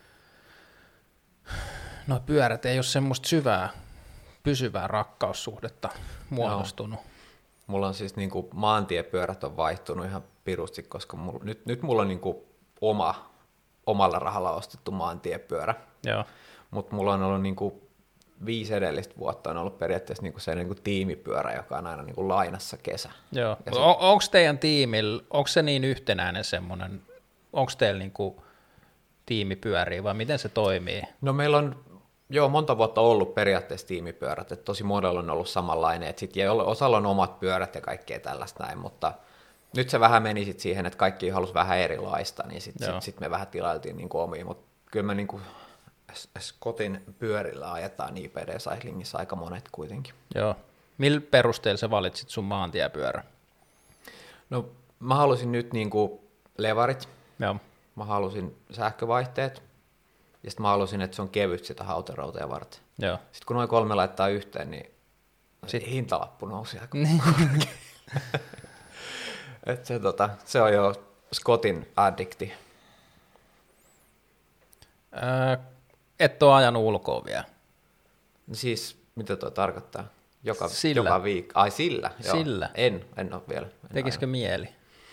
no pyörät ei ole semmoista syvää, pysyvää rakkaussuhdetta muodostunut. Joo. Mulla on siis niin kuin maantiepyörät on vaihtunut ihan pirusti, koska mulla, nyt, nyt mulla on niin kuin oma, omalla rahalla ostettu maantiepyörä, mutta mulla on ollut niin kuin viisi edellistä vuotta on ollut periaatteessa niin kuin se niin kuin tiimipyörä, joka on aina niin kuin lainassa kesä. Joo. Se... On, onko teidän tiimillä, onko se niin yhtenäinen semmoinen, onko teillä niin kuin tiimipyöriä vai miten se toimii? No meillä on joo, monta vuotta ollut periaatteessa tiimipyörät, että tosi monella on ollut samanlainen, että sitten osalla on omat pyörät ja kaikkea tällaista näin, mutta nyt se vähän meni sit siihen, että kaikki halusi vähän erilaista, niin sitten sit, sit me vähän tilailtiin niin omiin, mutta kyllä me niin kuin Scottin pyörillä ajetaan I P D-cyclingissa aika monet kuitenkin. Joo. Millä perusteella sä valitsit sun maantiepyörä? No mä halusin nyt niin kuin levarit, Joo. Mä halusin sähkövaihteet, ja sitten mä halusin, että se on kevyt sitä hautarouteja varten. Joo. Sitten kun noin kolme laittaa yhteen, niin sitten hintalappu nousi aika korkealle. Et se, tota, se on jo Scottin addikti. Öö, et ole ajanut ulkoa vielä. Siis, mitä tuo tarkoittaa? Joka, sillä. joka viikko. Ai sillä? Joo. Sillä? En, en ole vielä. En Tekisikö aina. mieli?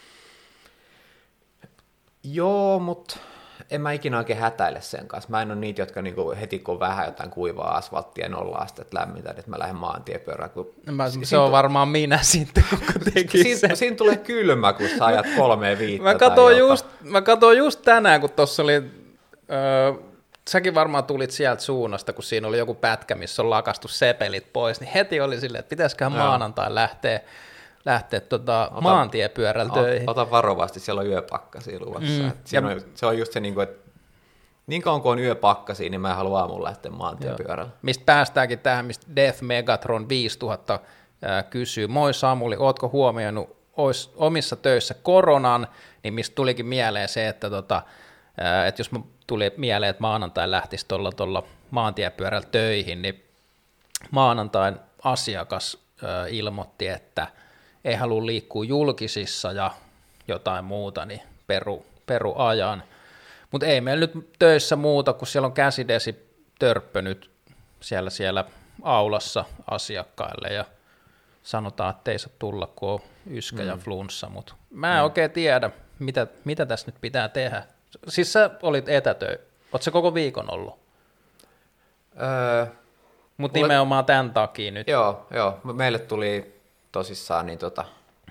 Joo, mutta en mä ikinä oikein hätäile sen kanssa. Mä en ole niitä, jotka niinku heti kun on vähän jotain kuivaa asfalttia nollaa sitä, että lämmitän, että mä lähden maantiepyörään. Kun... Mä, se siinä on tu- varmaan minä sitten, kun tekin siinä, siinä tulee kylmä, kun sä ajat kolmeen viittä. Mä katsoin just, mä katsoin just tänään, kun tuossa oli, öö, säkin varmaan tulit sieltä suunnasta, kun siinä oli joku pätkä, missä on lakastu sepelit pois, niin heti oli silleen, että pitäisiköhän maanantai lähteä, lähteä tota maantiepyörällä töihin. Ota varovasti, siellä on yöpakkasia luvassa. Mm. Ja... On, se on just se, niin kuin, että niin kauan kuin on yöpakkasia, niin mä en halua aamulla lähteä maantiepyörällä. Mistä päästäänkin tähän, mistä Death Megatron viisituhatta ää, kysyy. Moi Samuli, ootko huomioinut ois, omissa töissä koronan, niin mistä tulikin mieleen se, että, tota, ää, että jos tuli mieleen, että maanantai lähtisi tuolla, tuolla maantiepyörällä töihin, niin maanantain asiakas ää, ilmoitti, että ei halua liikkua julkisissa ja jotain muuta, niin peru, peru ajan. Mutta ei meillä nyt töissä muuta, kun siellä on käsidesi törppönyt siellä, siellä aulassa asiakkaille ja sanotaan, että ei saa tulla, kun on yskä mm. ja flunssa, mutta mä en mm. oikein tiedä, mitä, mitä tässä nyt pitää tehdä. Siis sä olit etätöi, oot sä koko viikon ollut? Öö, mutta mulle... nimenomaan tämän takia nyt. Joo, joo. Meille tuli tosissaan, niin tota,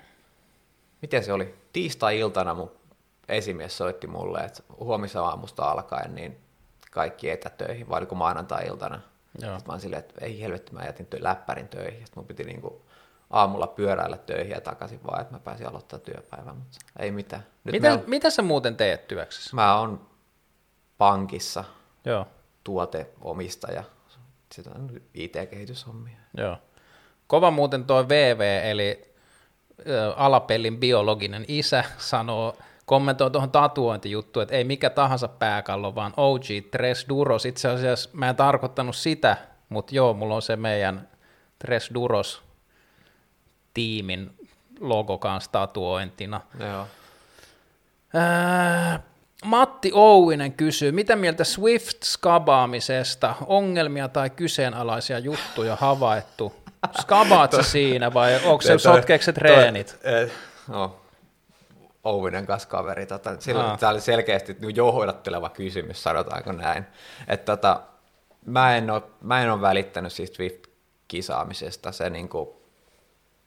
miten se oli? Tiistai-iltana mun esimies soitti mulle, että huomisen aamusta alkaen niin kaikki etätöihin, vai oliko maanantai-iltana. Joo. Sitten mä oon silleen, että ei helvetti, mä jätin läppärin töihin. Sitten mun piti niinku aamulla pyöräillä töihin ja takaisin vaan, että mä pääsin aloittaa työpäivän, mutta ei mitään. Nyt mitä, on... mitä sä muuten teet työksessä? Mä oon pankissa Joo. tuoteomistaja, sitä on I T-kehityshommia. Joo. Kova muuten toi V V, eli ä, alapellin biologinen isä, sanoo, kommentoi tuohon tatuointijuttuun, että ei mikä tahansa pääkallo, vaan O G Tres Duros. Itse asiassa mä en tarkoittanut sitä, mutta joo, mulla on se meidän Tres Duros tiimin logo kanssa tatuointina. Joo. Ää, Matti Ouvinen kysyy, mitä mieltä Swift-skabaamisesta? Ongelmia tai kyseenalaisia juttuja havaittu? Skabaat sä siinä vai onko se sotkeeko se treenit? No, Ouvinen kanssa kaveri. Tota, silloin tämä oli selkeästi johdatteleva kysymys, sanotaanko näin. Et, tota, mä, en ole, mä en ole välittänyt siitä Swift-kisaamisesta. Se, niinku,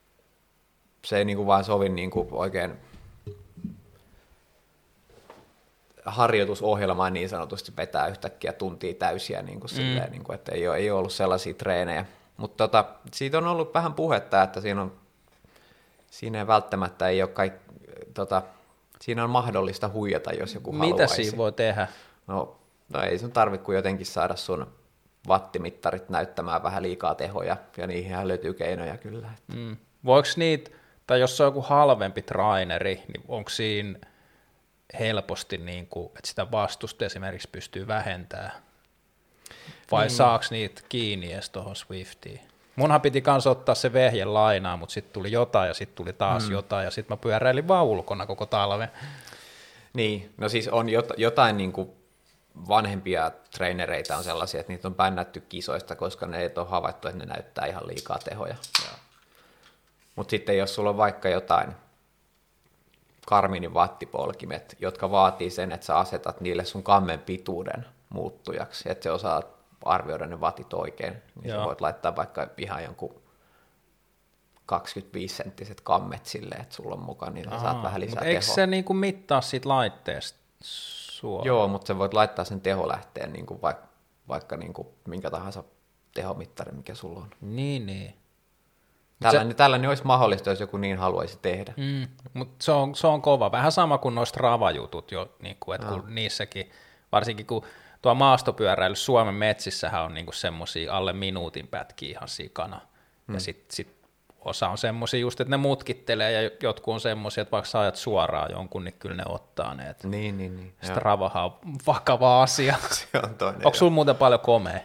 se ei niinku vaan sovi niinku oikein... harjoitusohjelmaa niin sanotusti vetää yhtäkkiä tuntia täysiä, niin kuin mm. silleen, niin kuin, että ei ole, ei ole ollut sellaisia treenejä. Mutta tota, siitä on ollut vähän puhetta, että siinä, on, siinä ei välttämättä ei ole kaik, tota, siinä on mahdollista huijata, jos joku Mitä haluaisi. siinä voi tehdä? No, no ei sun tarvitse kuin jotenkin saada sun wattimittarit näyttämään vähän liikaa tehoja, ja niihin löytyy keinoja kyllä. Mm. Voiko niitä, tai jos se on joku halvempi traineri, niin onko siinä helposti, niin kuin, että sitä vastusta esimerkiksi pystyy vähentämään? Vai mm. saako niitä kiinni edes tuohon Swiftiin? Munhan piti kanssa ottaa se vehje lainaa, mutta sitten tuli jotain ja sitten tuli taas mm. jotain, ja sitten mä pyöräilin vaan ulkona koko talven. Niin, no siis on jot, jotain niin kuin vanhempia trainereita on sellaisia, että niitä on bännätty kisoista, koska ne ei ole havaittu, että ne näyttää ihan liikaa tehoja. Mutta sitten jos sulla on vaikka jotain Garminin wattipolkimet, jotka vaatii sen, että sä asetat niille sun kammen pituuden muuttujaksi, että se osaa arvioida ne wattit oikein, niin Joo. sä voit laittaa vaikka ihan jonkun kaksikymmentäviisi senttiset kammet silleen, että sulla on mukaan, niin sä saat vähän lisää tehoa. Eikö se niinku mittaa siitä laitteesta sua? Joo, mutta sä voit laittaa sen teholähteen niinku vaikka, vaikka niinku minkä tahansa tehomittari, mikä sulla on. Niin, niin. Tällainen, se, tällainen olisi mahdollista, jos joku niin haluaisi tehdä. Mm, mutta se on, se on kova. Vähän sama kuin noista Strava-jutut jo, niin kuin, että no. kun niissäkin, varsinkin kun tuo maastopyöräily Suomen metsissähän on niin semmoisia alle minuutin pätkiä ihan sikana. Mm. Ja sitten sit osa on semmoisia just, että ne mutkittelee ja jotkut on semmoisia, että vaikka sä ajat suoraan jonkun, niin kyllä ne ottaa ne. Että niin, niin, niin. Stravahan on vakava asia. Se on toinen. Onko sulla muuten paljon komea?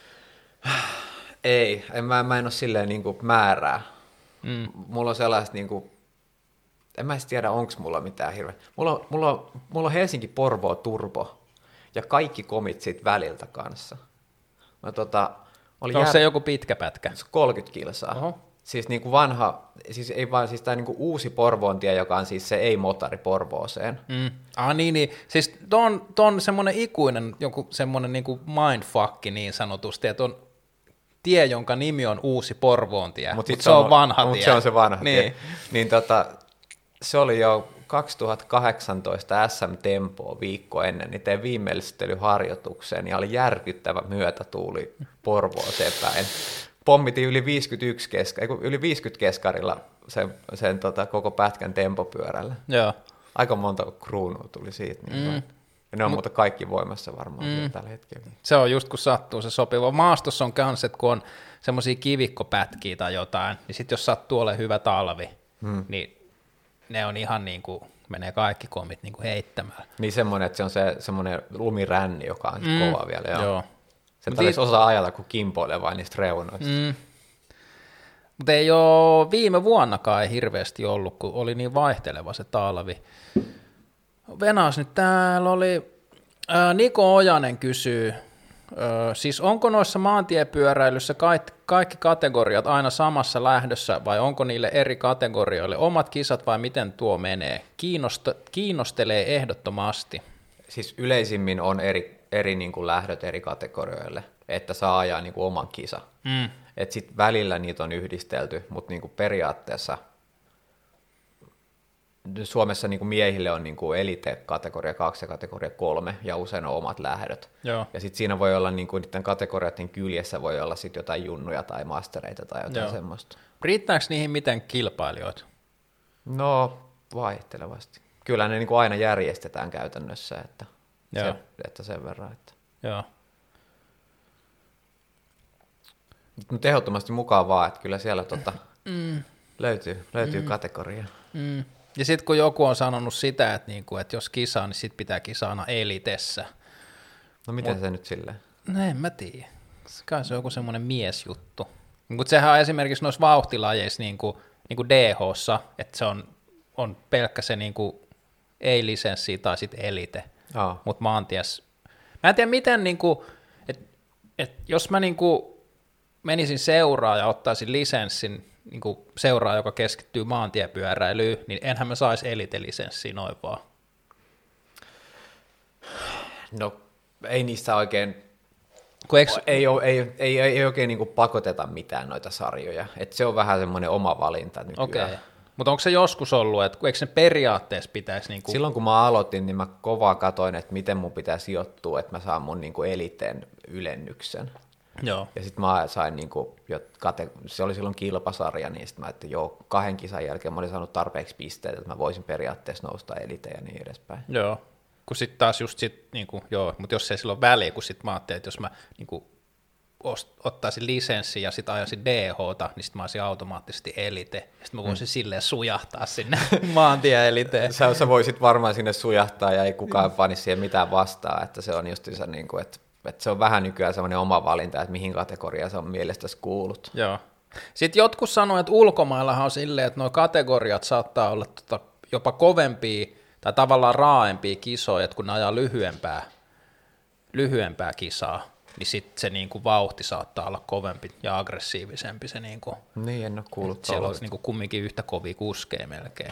Ei, en, mä, mä en ole silleen niin kuin määrää. Mm. Mulla on sellaista, niin kuin, en mä edes tiedä, onko mulla mitään hirveä. Mulla on, mulla on, mulla on Helsinki-Porvoo Turbo ja kaikki komit siitä väliltä kanssa. Mä, tota, oli onko jär... se joku pitkä pätkä? kolmekymmentä kilsaa. Oho. Siis niin kuin vanha, siis ei vaan siis tämä niin kuin uusi Porvoontie, joka on siis se ei-motari Porvooseen. Mm. Ah niin, niin. Siis ton, ton semmoinen ikuinen, joku semmoinen niin kuin mindfuck niin sanotusti, että on tie, jonka nimi on Uusi Porvoontie, mutta mut se on, on vanha tie. Mutta se on se vanha niin. tie. Niin tota, se oli jo kaksituhattakahdeksantoista S M-tempoa viikko ennen, niin tein viimeistelyharjoitukseen, ja oli järkyttävä myötätuuli Porvooseen päin. Pommitin yli viisikymmentäyksi keska, yli viisikymmentä keskarilla sen, sen tota, koko pätkän tempopyörällä. Joo. Aika monta kruunua tuli siitä. Niin mm. Ja ne on muuta kaikki voimassa varmaan mm. tällä hetkellä. Se on just kun sattuu se sopiva. Maastossa on kans, että kun on semmoisia kivikkopätkiä tai jotain, niin sitten jos sattuu olemaan hyvä talvi, mm. niin ne on ihan niin kuin, menee kaikki komit niin kuin heittämällä. Niin semmoinen, että se on se semmoinen lumiränni, joka on mm. kova vielä. Joo. joo. Se tarvitsisi Mut osaa ajalla, kun kimpoilee vain niistä reunoista. Mm. Mutta ei ole viime vuonnakaan ei hirveästi ollut, kun oli niin vaihteleva se talvi. Venas nyt täällä oli, ää, Niko Ojanen kysyy, ää, siis onko noissa maantiepyöräilyssä kaikki, kaikki kategoriat aina samassa lähdössä vai onko niille eri kategorioille omat kisat vai miten tuo menee? Kiinnosta, kiinnostelee ehdottomasti. Siis yleisimmin on eri, eri niin kuin lähdöt eri kategorioille, että saa ajaa niin kuin oman kisa. Mm. Että sitten välillä niitä on yhdistelty, mutta niin kuin periaatteessa Suomessa niin kuin miehille on niin kuin elite kategoria kaksi ja kategoria kolme, ja usein on omat lähdöt. Joo. Ja sitten siinä voi olla niin kuin niiden kategorioiden kyljessä voi olla sitten jotain junnuja tai mastereita tai jotain Joo. semmoista. Riittääkö niihin miten kilpailijoita? No, vaihtelevasti. Kyllä ne niin kuin aina järjestetään käytännössä, että, se, että sen verran. Että. Joo. Mutta ehdottomasti mukaan vaan, että kyllä siellä tota, mm. löytyy, löytyy mm. kategoria. Mm. Ja sitten kun joku on sanonut sitä, että, niinku, että jos kisaa, niin sitten pitää kisaana elitessä. No miten Mut, se nyt silleen? No en mä tiedä. Kai se on joku semmoinen miesjuttu. Mutta sehän on esimerkiksi noissa vauhtilajeissa niin kuin, niin kuin D H:ssa, että se on, on pelkkä se niin kuin ei-lisenssi tai sitten elite. Oh. Mutta maanties. Mä en tiedä miten, niin kuin, että et jos mä niin kuin menisin seuraan ja ottaisin lisenssin, niin kuin seuraa, joka keskittyy maantiepyöräilyyn, niin enhän mä saisi elite-lisenssiä noin vaan. No ei niistä oikein, eikö... ei, ole, ei, ei, ei oikein niin kuin pakoteta mitään noita sarjoja, että se on vähän semmoinen oma valinta nykyään. Okay. Mutta onko se joskus ollut, että eikö se periaatteessa pitäisi... Niin kuin... Silloin kun mä aloitin, niin mä kovaa katoin, että miten mun pitäisi sijoittua, että mä saan mun niin kuin eliteen ylennyksen. Joo. Ja sitten mä sain, niin kuin, kate- se oli silloin kilpasarja, niin sitten mä ajattelin, joo, kahden kisan jälkeen mä olin saanut tarpeeksi pisteitä, että mä voisin periaatteessa nousta eliteen ja niin edespäin. Joo, kun sitten taas just sit, niin kuin, joo, mutta jos ei silloin väliä, kun sitten mä ajattelin, että jos mä niin kuin, ottaisin lisenssin ja sitten ajaisin D H:ta, niin sitten mä olisin automaattisesti elite, ja sitten mä voisin mm. silleen sujahtaa sinne maantie-eliteen. Sä, sä voisit varmaan sinne sujahtaa, ja ei kukaan panisi siihen mitään vastaan, että se on justiinsa niin kuin, että, että se on vähän nykyään semmoinen oma valinta, että mihin kategoriaan se on mielestäsi kuulut. Joo. Sitten jotkut sanoo, että ulkomaillahan on silleen, että nuo kategoriat saattaa olla tota jopa kovempia tai tavallaan raaempia kisoja, että kun ne ajaa lyhyempää, lyhyempää kisaa, niin sitten se niinku vauhti saattaa olla kovempi ja aggressiivisempi. Se niinku, niin, en ole kuullut. Siellä olisi niinku kumminkin yhtä kovia kuskeja melkein.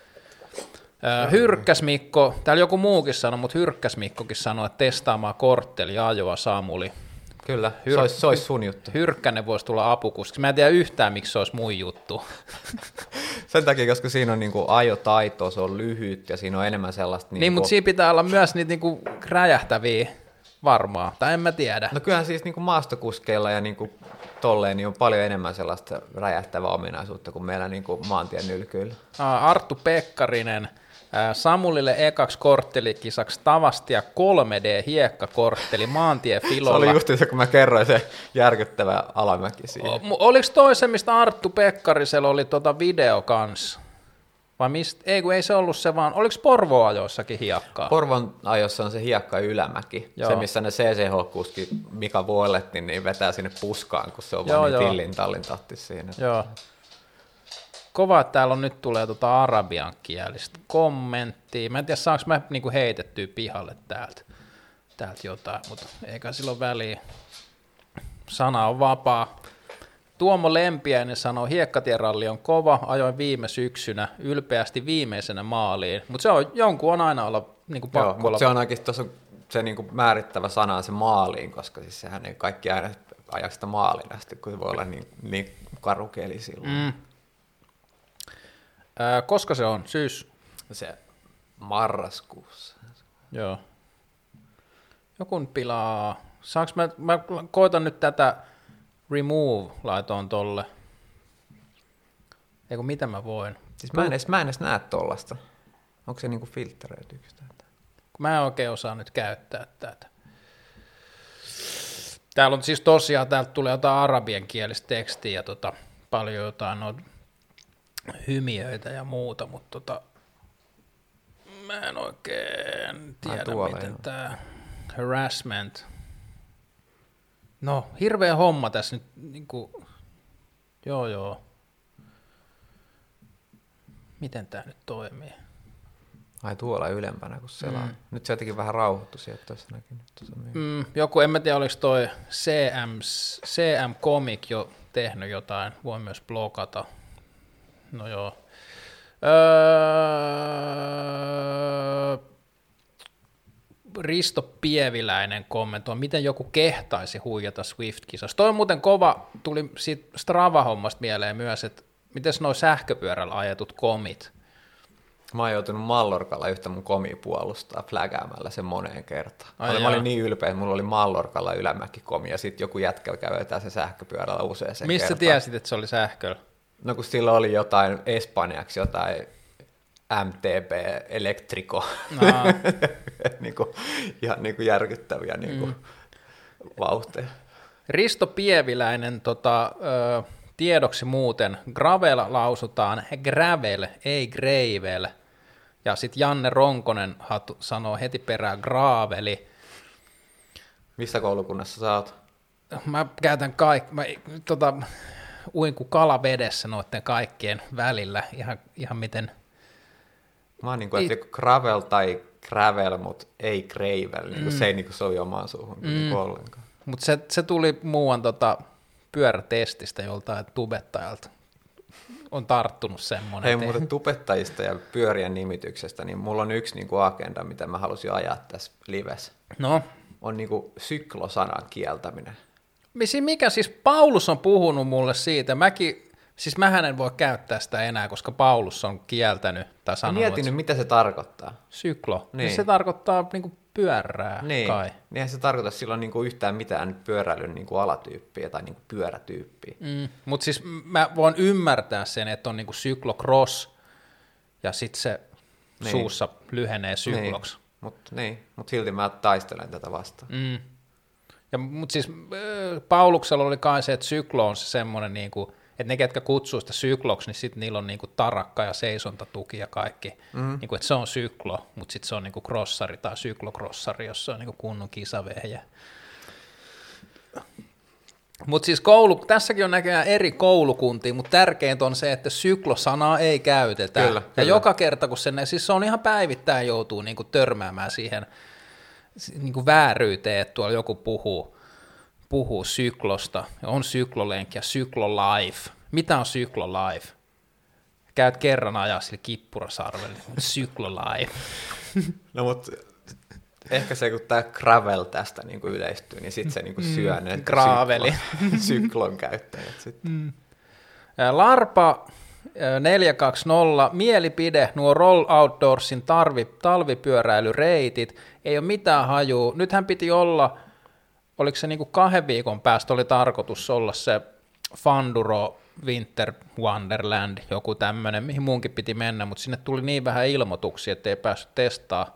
Öö, Hyrkkäs Mikko, täällä joku muukin sanoi, mutta Hyrkkäs Mikkokin sanoi, että testaamaan kortteli ajoa Samuli. Kyllä, Hyr- se, olisi, se olisi sun juttu. Hyrkkänen voisi tulla apukuskiksi. Mä en tiedä yhtään, miksi se olisi mun juttu. Sen takia, koska siinä on niinku ajotaito, se on lyhyt ja siinä on enemmän sellaista... Niinku... Niin, mutta siinä pitää olla myös niitä niinku räjähtäviä varmaan, tai en mä tiedä. No kyllähän siis niinku maastokuskeilla ja niinku tolleen niin on paljon enemmän sellaista räjähtävää ominaisuutta kuin meillä niinku maantien nylkyillä. Arttu Pekkarinen, Samulille ekaksi korttelikisaksi Tavastia kolme D-hiekkakortteli maantie Filolla. Se oli just se, kun mä kerroin se järkyttävä alamäki siinä. O, oliko toi se, mistä Arttu Pekkarisella oli tota video kanssa? Vai mistä? Ei, kun ei se ollut se vaan. Oliko Porvoon ajoissakin hiekkaa? Porvon ajossa on se hiekka ylämäki. Joo. Se, missä ne C C H-kuski Mika Vuoletti, niin vetää sinne puskaan, kun se on joo, vaan niin joo. tillin tallin tatti siinä. Joo. Kova, että täällä on nyt tulee tota arabian kielistä kommenttia. Mä en tiedä, saanko mä niinku heitettyä pihalle täältä, täältä jotain, mutta eikä silloin väliä. Sana on vapaa. Tuomo Lempiäinen sanoo, hiekkatieralli on kova, ajoin viime syksynä ylpeästi viimeisenä maaliin, mutta se on, jonkun on aina olla niinku pakko. Joo, mutta se on oikeasti tuossa se niinku määrittävä sana on se maaliin, koska siis sehän ei kaikki aina aja sitä maaliin asti, kun se voi olla niin, niin karu keli silloin. Mm. Ää, koska se on? Syys? Se marraskuussa. Joo. Joku pilaa. Saanko mä, mä koitan nyt tätä remove laitoon tolle. Eiku mitä mä voin? Siis mä en edes, mä en edes näe tollasta. Onko se niinku filtteröityykö tätä? Mä en oikein osaa nyt käyttää tätä. Täällä on siis tosiaan, täältä tulee jotain arabian kielistä tekstiä ja tota, paljon jotain noita hymiöitä ja muuta, mutta tota, mä en oikein tiedä, tuolla, miten tämä harassment. No, hirveä homma tässä nyt, niinku, joo joo. Miten tämä nyt toimii? Ai tuolla ylempänä, kun selaa. Mm. Nyt se jotenkin vähän rauhoittu sieltä, tuossa näkynyt. Mm, joku, en mä tiedä, oliko toi C M, C M Comic jo tehnyt jotain, voi myös blokata. No joo. Öö, Risto Pieviläinen kommentoi, miten joku kehtaisi huijata Swift-kisassa. Toi on muuten kova, tuli siitä Strava-hommasta mieleen myös, että miten nuo sähköpyörällä ajetut komit. Mä oon joutunut Mallorkalla yhtä mun komia puolustaa flägäämällä sen moneen kertaan. Ai mä olin niin ylpeä, että mulla oli Mallorkalla ylämäki komi ja sitten joku jätkä käy vetää sen sähköpyörällä useaseen Mistä kertaan. sä tiesit, että se oli sähköllä? No kun sillä oli jotain espanjaksi, jotain M T B Electrico, niin kuin, ihan niin kuin järkyttäviä niin kuin mm. vauhteja. Risto Pieviläinen, tota, ö, tiedoksi muuten, gravel lausutaan gravel, ei gravel, ja sitten Janne Ronkonen hatu, sanoo heti perään graaveli. Missä koulukunnassa sä oot? Mä käytän kaikki, mä tota, uin kuin kala vedessä noiden kaikkien välillä, ihan, ihan miten... Mä oon niin kuin, että gravel tai gravel, mutta ei gravel, niin kuin mm. se ei niin kuin sovi omaan suuhun mm. niin ollenkaan. Mutta se, se tuli muuan tota pyörätestistä joltain tubettajalta. On tarttunut semmoinen. Hei muuten tubettajista ja pyörien nimityksestä, niin mulla on yksi niin kuin agenda, mitä mä halusin ajaa tässä livessä. No? On niin kuin syklosanan kieltäminen. Mikä siis Paulus on puhunut mulle siitä, mäkin Siis mähän en voi käyttää sitä enää, koska Paulus on kieltänyt tai sanonut. Mietin nyt, mitä se tarkoittaa. Syklo. Niin. Se tarkoittaa niinku pyörää niin. kai. Niinhän se tarkoita silloin niinku yhtään mitään pyöräilyn niinku alatyyppiä tai niinku pyörätyyppiä. Mm. Mutta siis mä voin ymmärtää sen, että on niinku cyclocross ja sitten se niin. suussa lyhenee sykloksi. Niin. Mutta niin. Mut silti mä taistelen tätä vastaan. Mm. Mutta siis Pauluksella oli kai se, että syklo on se semmoinen, niinku, että ne, ketkä kutsuu sitä sykloksi, niin sitten niillä on niinku tarakka ja seisontatuki ja kaikki. Mm. Niinku, että se on syklo, mutta sitten se on niinku crossari tai syklokrossari, jossa on niinku kunnon kisavehjä. Mutta siis koulu, tässäkin on näköjään eri koulukuntia, mutta tärkeintä on se, että syklosanaa ei käytetä. Kyllä, ja kyllä. joka kerta, kun sen, siis se on ihan päivittäin joutuu niinku törmäämään siihen niinku vääryyteen, että tuolla joku puhuu, puhuu syklosta, on syklolenki ja syklolife. Mitä on syklolife? Käyt kerran ajaa sille kippurasarvelle, syklolife. No mutta ehkä se, kun tämä gravel tästä niinku yleistyy, niin sitten se niinku syö ne mm, graveli. Syklon, syklon käyttäjät sitten. Mm. Larpa neljä kaksi nolla, mielipide, nuo Roll Outdoorsin tarvi, talvipyöräilyreitit, ei ole mitään hajua. Nythän piti olla, oliko se niinku kahden viikon päästä, oli tarkoitus olla se Fanduro Winter Wonderland, joku tämmöinen, mihin muunkin piti mennä, mutta sinne tuli niin vähän ilmoituksia, että ei päässyt testaamaan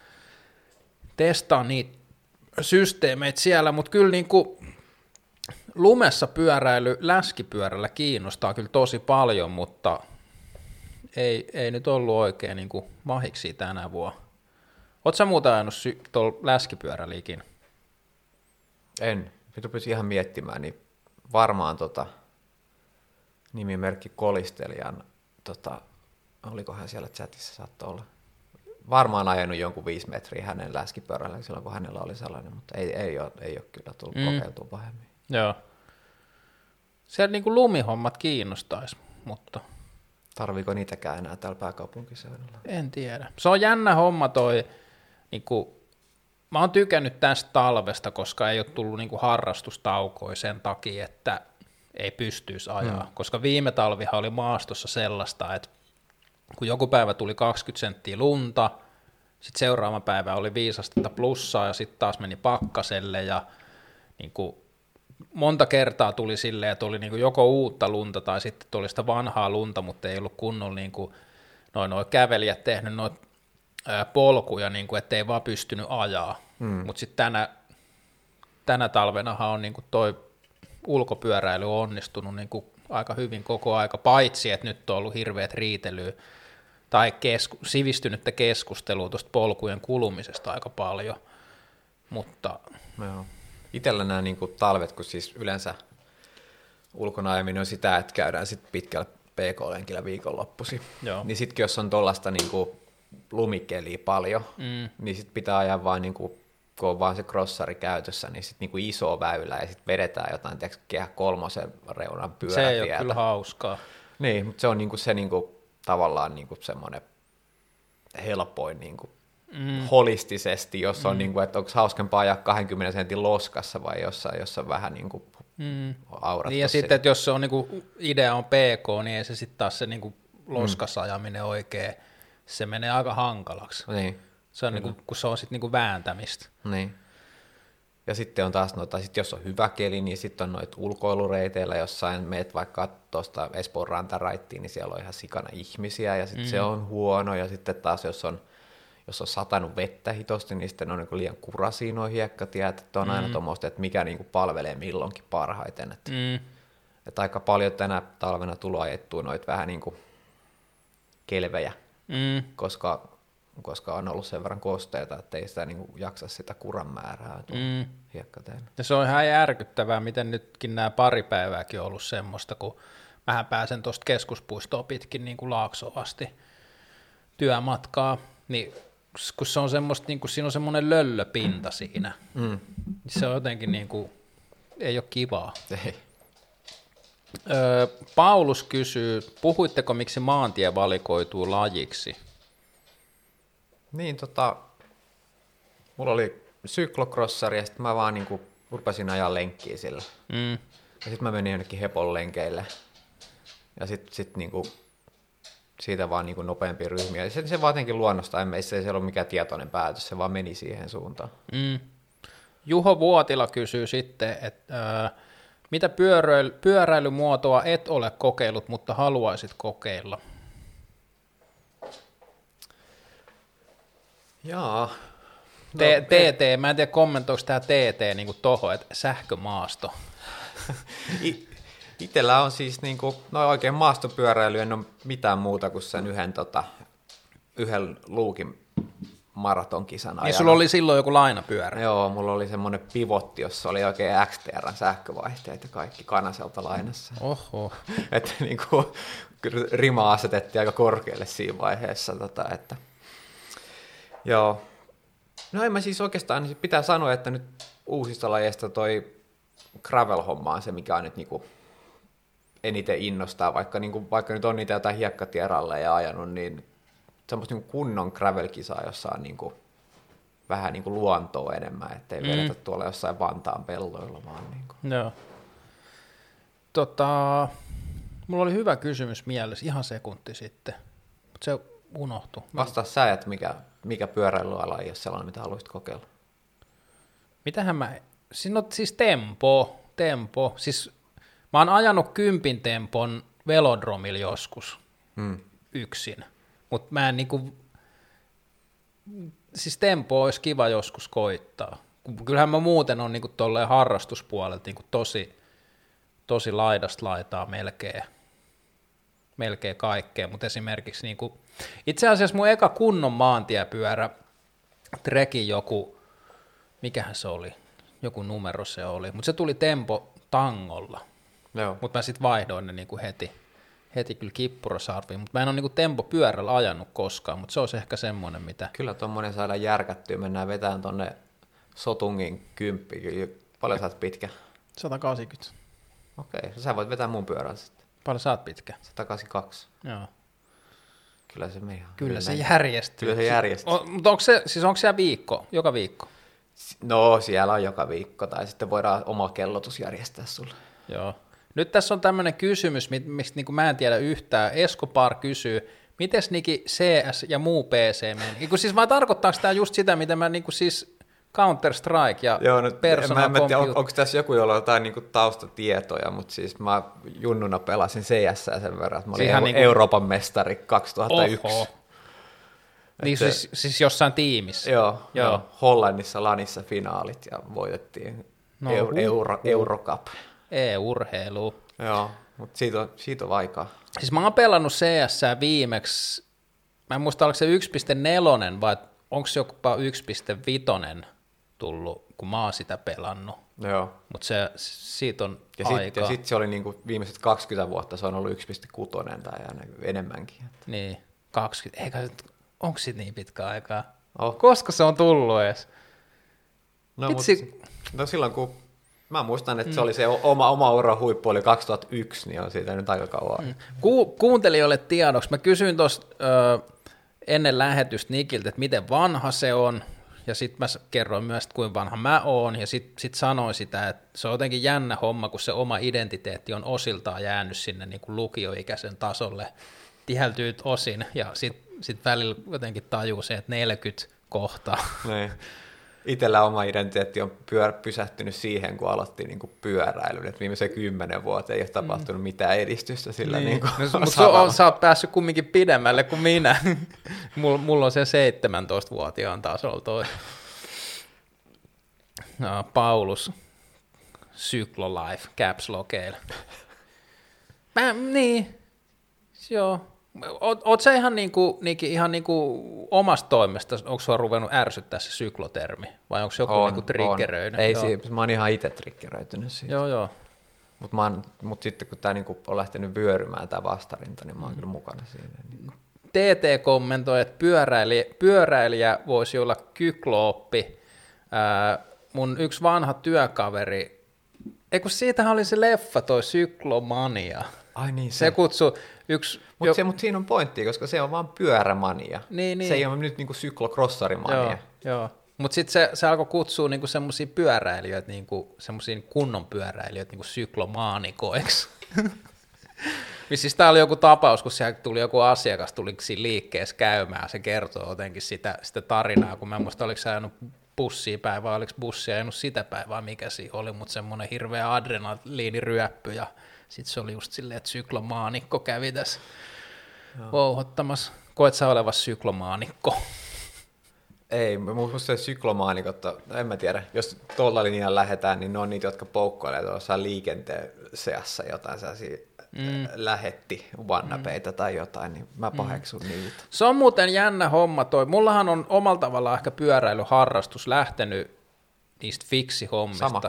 testaa niitä systeemeitä siellä, mutta kyllä niinku lumessa pyöräily läskipyörällä kiinnostaa kyllä tosi paljon, mutta ei, ei nyt ollut oikein niinku mahiksi tänä vuonna. Oletko sä muuta ajanut sy- tuolla läskipyörällä ikinä? En. Nyt rupesin ihan miettimään, niin varmaan tota, nimimerkki Kolistelijan, tota, olikohan siellä chatissa saattoi olla, varmaan ajanut jonkun viisi metriä hänen läskipyörällä silloin, kun hänellä oli sellainen, mutta ei, ei, ole, ei ole kyllä tullut mm. kokeiltua pahemmin. Joo. Siellä niinku lumihommat kiinnostaisi, mutta tarviiko niitäkään enää täällä pääkaupunkiseudulla? En tiedä. Se on jännä homma toi, niinku, mä oon tykännyt tästä talvesta, koska ei ole tullut niinku harrastustaukoja sen takia, että ei pystyisi ajaa, mm. koska viime talvihan oli maastossa sellaista, että kun joku päivä tuli kaksikymmentä senttiä lunta, sitten seuraava päivä oli viisi astetta plussaa ja sitten taas meni pakkaselle ja niin kuin monta kertaa tuli silleen, että oli niin kuin joko uutta lunta tai sitten tuli sitä vanhaa lunta, mutta ei ollut kunnolla niin kuin noin noi kävelijät tehnyt noita polkuja, niin kuin, ettei vaan pystynyt ajaa. Mm. Mutta sitten tänä, tänä talvenahan on niin kuin toi ulkopyöräily onnistunut niin kuin aika hyvin koko aika, paitsi että nyt on ollut hirveät riitelyä tai kesku, sivistynyttä keskustelua tuosta polkujen kulumisesta aika paljon, mutta joo. Itsellä nämä niin kuin talvet, kun siis yleensä ulkona ajaminen on sitä, että käydään sitten pitkällä P K-lenkillä viikonloppuisin, joo. Niin sittenkin jos on tuollaista niin kuin lumikeliä paljon, mm. niin sitten pitää ajaa vaan, niin kuin, kun on vaan se crossari käytössä, niin sitten niin iso väylä ja sitten vedetään jotain, tiedätkö, kehä kolmosen reunan pyörätietä. Se ei ole kyllä hauskaa. Niin, mutta se on niin kuin se niin kuin, tavallaan niin kuin semmoinen helpoin niin kuin mm. holistisesti, jos on, mm. niin kuin, että onko hauskempaa ajaa kaksikymmentä sentin loskassa vai jossain, jossa vähän niin kuin mm. aurattu. Niin ja sitten, sit, että jos se on niin kuin, idea on P K, niin ei se sitten taas se niin kuin loskassa ajaminen oikein, se menee aika hankalaksi. Niin. Se on, mm. niin kuin, kun se on sitten niin kuin vääntämistä. Niin. Ja sitten on taas noita, sit jos on hyvä keli, niin sitten on noita ulkoilureiteillä jossain, meet vaikka tuosta Espoon rantaraittiin, niin siellä on ihan sikana ihmisiä, ja sitten mm. se on huono, ja sitten taas jos on, jos on satanut vettä hitosti, niin sitten on niin liian kurasia nuo hiekkatiet, että on mm. aina tuommoista, että mikä niin palvelee milloinkin parhaiten. Että, mm. että aika paljon tänä talvena tullut ajettua noita vähän niin kuin kelvejä, mm. koska koska on ollut sen verran kosteita, että ei sitä niinku jaksa sitä kuran määrää mm. hiekkateillä. Ja se on ihan järkyttävää, miten nytkin nämä pari päivääkin on ollut semmoista, kun mähän pääsen tuosta keskuspuistoa pitkin niin kuin Laaksoon asti työmatkaa, niin kun se on semmoista, niin kuin siinä on semmoinen löllöpinta siinä, mm. niin se on jotenkin niin kuin, ei ole kivaa. Ei. Öö, Paulus kysyy, puhuitteko miksi maantie valikoituu lajiksi? Niin, tota, mulla oli syklokrossari ja sitten mä vaan niinku rupesin ajaa lenkkiä sillä. Mm. Ja sitten mä menin jonnekin hepon lenkeille. ja sitten sit niinku, siitä vaan niinku nopeampia ryhmiä. Se, se vaan jotenkin luonnosta, ei se, se ole mikään tietoinen päätös, se vaan meni siihen suuntaan. Mm. Juho Vuotila kysyy sitten, että äh, mitä pyöräily, pyöräilymuotoa et ole kokeillut, mutta haluaisit kokeilla? Jaa. No, T T, mä en tiedä kommentoiko tämä T T niin tuohon, että sähkömaasto. Itellä on siis, niin kuin, no oikein maastopyöräily, en ole mitään muuta kuin sen yhden, tota, yhden luukin maratonkisan ajan. Niin sulla oli silloin joku lainapyörä? Joo, mulla oli semmoinen pivotti, jossa oli oikein X T R:n sähkövaihteet ja kaikki Kanaselta lainassa. Oho. Että niin kuin, rima asetettiin aika korkealle siinä vaiheessa. Tota, että. Joo. No en mä siis oikeastaan, niin pitää sanoa, että nyt uusista lajeista toi gravel-homma on se, mikä on nyt niinku eniten innostaa, vaikka, niinku, vaikka nyt on niitä jotain hiekkatieralleja ajanut, niin semmoista niinku kunnon gravel-kisaa, jossa on niinku vähän niinku luontoa enemmän, ettei mm. vedetä tuolla jossain Vantaan pelloilla vaan. Niinku. Joo. Tota, mulla oli hyvä kysymys mielessä ihan sekunti sitten, mutta se unohtui. Vastaa sä, että mikä, mikä pyöräilyala ei ole sellainen, mitä haluaisit kokeilla? Mitähän mä, siis, no, siis tempo, tempo, siis mä oon ajanut kympin tempon velodromilla joskus hmm. yksin, mutta mä en niinku, siis tempo olisi kiva joskus koittaa. Kyllähän mä muuten on niinku tolleen harrastuspuolelta niinku tosi, tosi laidasta laitaa melkein, melkein kaikkea, mutta esimerkiksi niinku, itse asiassa mun eka kunnon maantiepyörä, Trekin joku, mikähän se oli, joku numero se oli, mutta se tuli Tempo Tangolla, mutta mä sitten vaihdoin ne niinku heti, heti kyllä kippurasarviin, mutta mä en ole niinku Tempo pyörällä ajanut koskaan, mutta se olisi ehkä semmoinen, mitä... Kyllä tuommoinen saadaan järkättyä, mennään vetämään tuonne Sotungin kymppi, paljon sä oot pitkä? sata kahdeksankymmentä. Okei, sä voit vetää mun pyörän sitten. Paljon sä oot pitkä? sata kahdeksankymmentäkaksi. Joo. Kyllä se me ihan... Kyllä se järjestyy. Kyllä se järjestyy. O, mutta onko se, siis onko siellä viikko, joka viikko? No siellä on joka viikko, tai sitten voidaan oma kellotus järjestää sulle. Joo. Nyt tässä on tämmöinen kysymys, mistä niin mä en tiedä yhtään. Escobar kysyy, miten Niki C S ja muu P C meni? Niin siis vaan tarkoittaako tämä just sitä, mitä mä niin siis Counter-Strike ja Joo, no, Personal mä en tiedä, on, onko tässä joku, jolla on jotain niin taustatietoja, mutta siis mä junnuna pelasin C S sen verran, että mä olin Siihen niin Euroopan mestari kaksituhattayksi. Oho. Niin se, siis, siis jossain tiimissä? Joo, joo. joo, Hollannissa Lanissa finaalit ja voitettiin no, Euro, Euro, Eurocup. E-urheilu. Joo, mutta siitä on, siitä on aikaa. Siis mä oon pelannut C S viimeksi, mä en muista oliko se yksi pilkku neljä vai onko se jopa yksi pilkku viisi tullut, kun mä oon sitä pelannut. Joo. Mutta se, siitä on ja aikaa. Sit, ja sitten se oli niinku viimeiset kaksikymmentä vuotta, se on ollut yksi pilkku kuusi tai enemmänkin. Niin, kaksikymmentä, eikä onko siitä niin pitkä aikaa? Oh. Koska se on tullut edes? No, Vitsi... mut, no silloin kun, mä muistan, että mm. se oli se oma, oma uran huippu oli kaksituhattayksi, niin on siitä nyt aika kauan. Mm. Ku, kuuntelijoille tiedoksi, mä kysyin tuossa ennen lähetystä Nikiltä, että miten vanha se on, ja sitten mä kerroin myös, että kuinka vanha mä oon, ja sitten sit sanoin sitä, että se on jotenkin jännä homma, kun se oma identiteetti on osiltaan jäänyt sinne niin kuin lukioikäisen tasolle tiheltyy osin, ja sitten sit välillä jotenkin tajuu se, että neljäkymmentä kohtaa. Niin. Itsellä oma identiteetti on pyör- pysähtynyt siihen, kun aloitti niin kuin pyöräilyn, että viimeisen kymmenen vuoteen ei ole tapahtunut mm. mitään edistystä sillä niin. Niin kuin no, mutta sä oot päässyt kumminkin pidemmälle kuin minä. mulla, mulla on se seitsemäntoistavuotiaan tasolla toi no, Paulus Cyclolife Caps Lockeilla. Mä, niin, joo. Oot, oot sä ihan, niinku, ihan niinku omasta toimesta, onko sua ruvennut ärsyttää se syklotermi, vai onko joku niinku triggeröinyt? Ei, siis, mä oon ihan itse triggeröitynyt siitä. Joo, joo. Mutta mut sitten kun tää niinku on lähtenyt vyörymään tää vastarinta, niin mä oon mm. kyllä mukana siinä. Niinku. T T kommentoi, että pyöräilijä, pyöräilijä voisi olla kyklooppi. Ää, mun yksi vanha työkaveri, eikö siitähän oli se leffa toi Syklomania. Ai niin, se. Se kutsui yksi... Mutta jo... mut siinä on pointti, koska se on vaan pyörämania. Niin, niin. Se ei ole nyt niinku syklokrossarimmania. Joo, joo. Mutta sitten se, se alkoi kutsua niinku semmoisia pyöräilijöitä, niinku, semmoisia kunnon pyöräilijöitä niinku syklomaanikoiksi. Siis tää oli joku tapaus, kun siellä tuli joku asiakas, tuli siinä liikkeessä käymään, se kertoo jotenkin sitä, sitä tarinaa, kun mä en muista, oliko se ajanut bussia päin vai oliko bussia ajanut sitä päin vai mikä siinä oli, mutta semmoinen hirveä adrenaliiniryöppy ja sitten se oli just silleen, että syklomaanikko kävi tässä vouhottamassa. Koet sä olevas syklomaanikko? Ei, musta se syklomaanikot, en mä tiedä, jos tuolla linjalla lähdetään, niin ne on niitä, jotka poukkoilee tuossa liikenteen seassa jotain sellaisia mm. lähetti wannabeita mm. tai jotain, niin mä paheksun mm. niitä. Se on muuten jännä homma toi. Mullahan on omalla tavallaan ehkä pyöräilyharrastus lähtenyt niistä fiksihommista. Sama.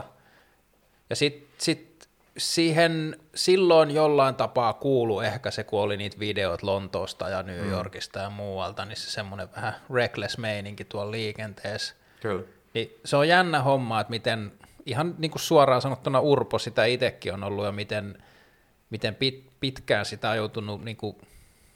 Ja sit, sit siihen silloin jollain tapaa kuulu ehkä se, kun oli niitä videot Lontoosta ja New Yorkista mm. ja muualta, niin se semmoinen vähän reckless meininki tuolla liikenteessä. Kyllä. Niin se on jännä homma, että miten, ihan niin kuin suoraan sanottuna Urpo sitä itsekin on ollut ja miten, miten pit, pitkään sitä on joutunut niin kuin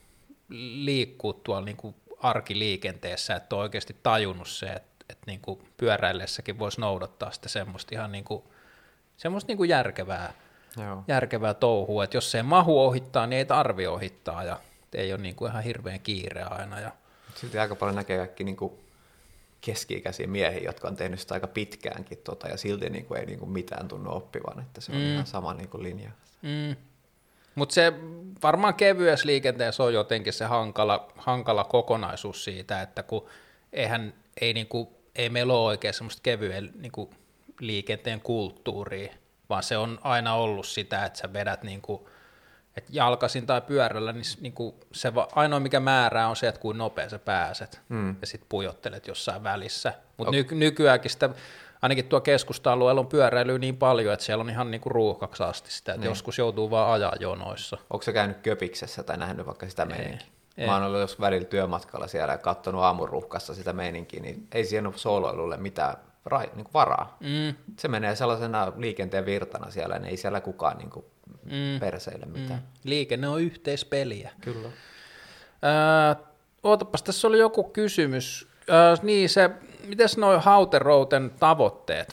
liikkua tuolla niin kuin arkiliikenteessä, että on oikeasti tajunnut se, että, että niin kuin pyöräillessäkin voisi noudattaa sitä semmoista ihan niin kuin, semmoista niin kuin järkevää, Joo. järkevää touhua, että jos se ei mahu ohittaa, niin ei tarvi ohittaa ja ei ole niin kuin ihan hirveän kiire aina. Ja silti aika paljon näkee kaikki niin kuin keski-ikäisiä miehiä, jotka on tehnyt sitä aika pitkäänkin tota, ja silti niin kuin ei niin kuin mitään tunnu oppivan, että se on mm. ihan sama niin kuin linja. Mm. Mutta se varmaan kevyessä liikenteessä on jotenkin se hankala, hankala kokonaisuus siitä, että kun eihän, ei, niin kuin, ei meillä ole oikein semmoista kevyen niin kuin liikenteen kulttuuria, vaan se on aina ollut sitä, että sä vedät niin kuin, että jalkaisin tai pyörällä, niin, niin kuin se va, ainoa mikä määrää on se, että kuinka nopea sä pääset mm. ja sit pujottelet jossain välissä. Mutta ny, nykyäänkin sitä, ainakin tuo keskusta-alueella on pyöräilyä niin paljon, että siellä on ihan niin kuin ruuhkaksi asti sitä, että niin. joskus joutuu vaan ajaa jonoissa. Onko sä käynyt Köpiksessä tai nähnyt vaikka sitä meininkiä? Mä oon ollut jos välillä työmatkalla siellä ja katsonut aamuruuhkassa sitä meininkiä, niin ei siinä ole sooloilulle mitään Rai, niin kuin varaa. Mm. Se menee sellaisena liikenteen virtana siellä, niin ei siellä kukaan niin kuin mm. perseille mitään. Mm. Liikenne on yhteispeliä. Kyllä. Öö, ootapas, tässä oli joku kysymys. Öö, niin se, mites noi Hauterouten tavoitteet?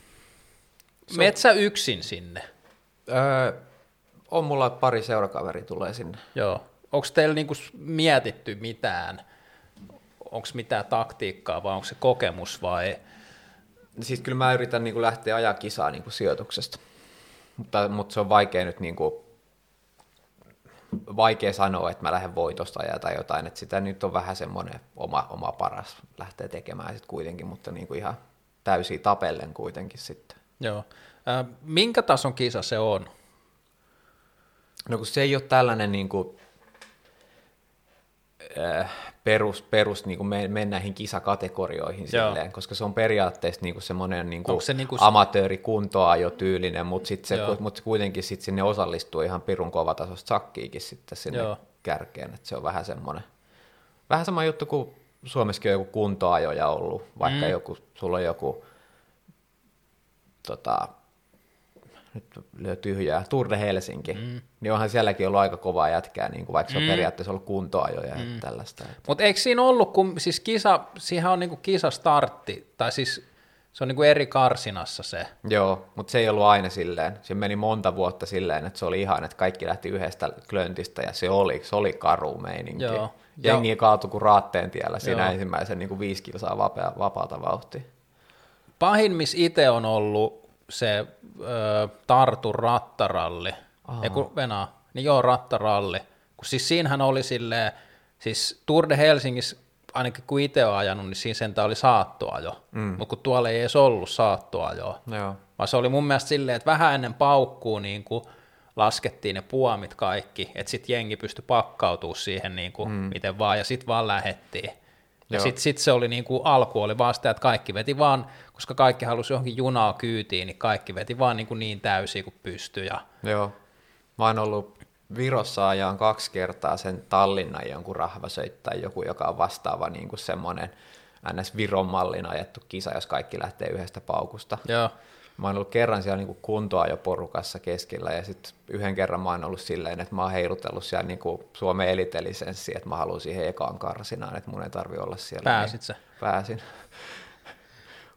So, Metsä yksin sinne? Öö, on mulla pari seurakaveri tulee sinne. Joo. Onko teillä niinku mietitty mitään? Onko mitään taktiikkaa vai onko se kokemus vai? Siis kyllä mä yritän niin kuin lähteä ajaa kisaa niin kuin sijoituksesta, mutta, mutta se on vaikea nyt niin kuin, vaikea sanoa, että mä lähden voitosta ajaa tai jotain, että sitä nyt on vähän semmoinen oma, oma paras lähteä tekemään sitten kuitenkin, mutta niin kuin ihan täysiä tapellen kuitenkin sitten. Joo. Äh, minkä tason kisa se on? No kun se ei ole tällainen niin kuin, äh, perus, perus niin kuin mennä näihin kisakategorioihin silleen, koska se on periaatteessa niin kuin semmoinen niin kuin se niin kuin amatöörikuntoajotyylinen, mutta sit se, mut kuitenkin sit sinne osallistuu ihan pirun kovatasosta sakkiikin sitten sinne Joo. kärkeen, että se on vähän semmoinen, vähän sama juttu kuin Suomessakin on joku kuntoajoja ollut, vaikka mm. joku, sulla on joku tota, nyt lyö tyhjää, Tour de Helsinki, mm. niin onhan sielläkin ollut aika kovaa jätkää, niin kuin vaikka se on mm. periaatteessa ollut kuntoajoja mm. ja tällaista. Mutta eikö siinä ollut, kun siis kisa, siihen on niin kuin kisastartti, tai siis se on niin kuin eri karsinassa se. Joo, mutta se ei ollut aina silleen, se meni monta vuotta silleen, että se oli ihan, että kaikki lähti yhdestä klöntistä ja se oli, se oli karu meininki. Joo. Jengi kaatui kuin raatteen tiellä siinä Joo. ensimmäisen niin kuin viisi kilsaa vapaa, vapaata vauhtia. Pahin, missä itse on ollut se ö, Tartu rattaralli, ei kun venaa, niin joo rattaralli, kun siis siinähän oli silleen, siis Tour de Helsingissä, ainakin kun itse on ajanut, niin siinä sentään oli saattoajo, mm. mutta kun tuolla ei edes ollut saattoajoa, joo. vaan se oli mun mielestä silleen, että vähän ennen paukkuu niin kuin laskettiin ne puomit kaikki, että sitten jengi pystyi pakkautumaan siihen niin kuin mm. miten vaan, ja sitten vaan lähettiin. Ja sitten sit se oli niin kuin, alku oli vaan sitä, että kaikki veti vaan, koska kaikki halusi johonkin junaa kyytiin, niin kaikki veti vaan niin, kuin niin täysiä kuin pystyi. Ja Joo, mä oon ollut Virossa ajan kaksi kertaa sen Tallinnan jonkun rahvasöit tai joku, joka on vastaava niin kuin semmoinen N S-Viron mallin ajettu kisa, jos kaikki lähtee yhdestä paukusta. Joo. Mä oon ollut kerran siellä niin kuin kuntoajoporukassa keskellä ja sitten yhden kerran mä oon ollut silleen, että mä oon heilutellut siellä niin kuin Suomen elitelisenssi, että mä haluan siihen ekaan karsinaan, että mun ei tarvi olla siellä. Pääsit sä? Niin pääsin.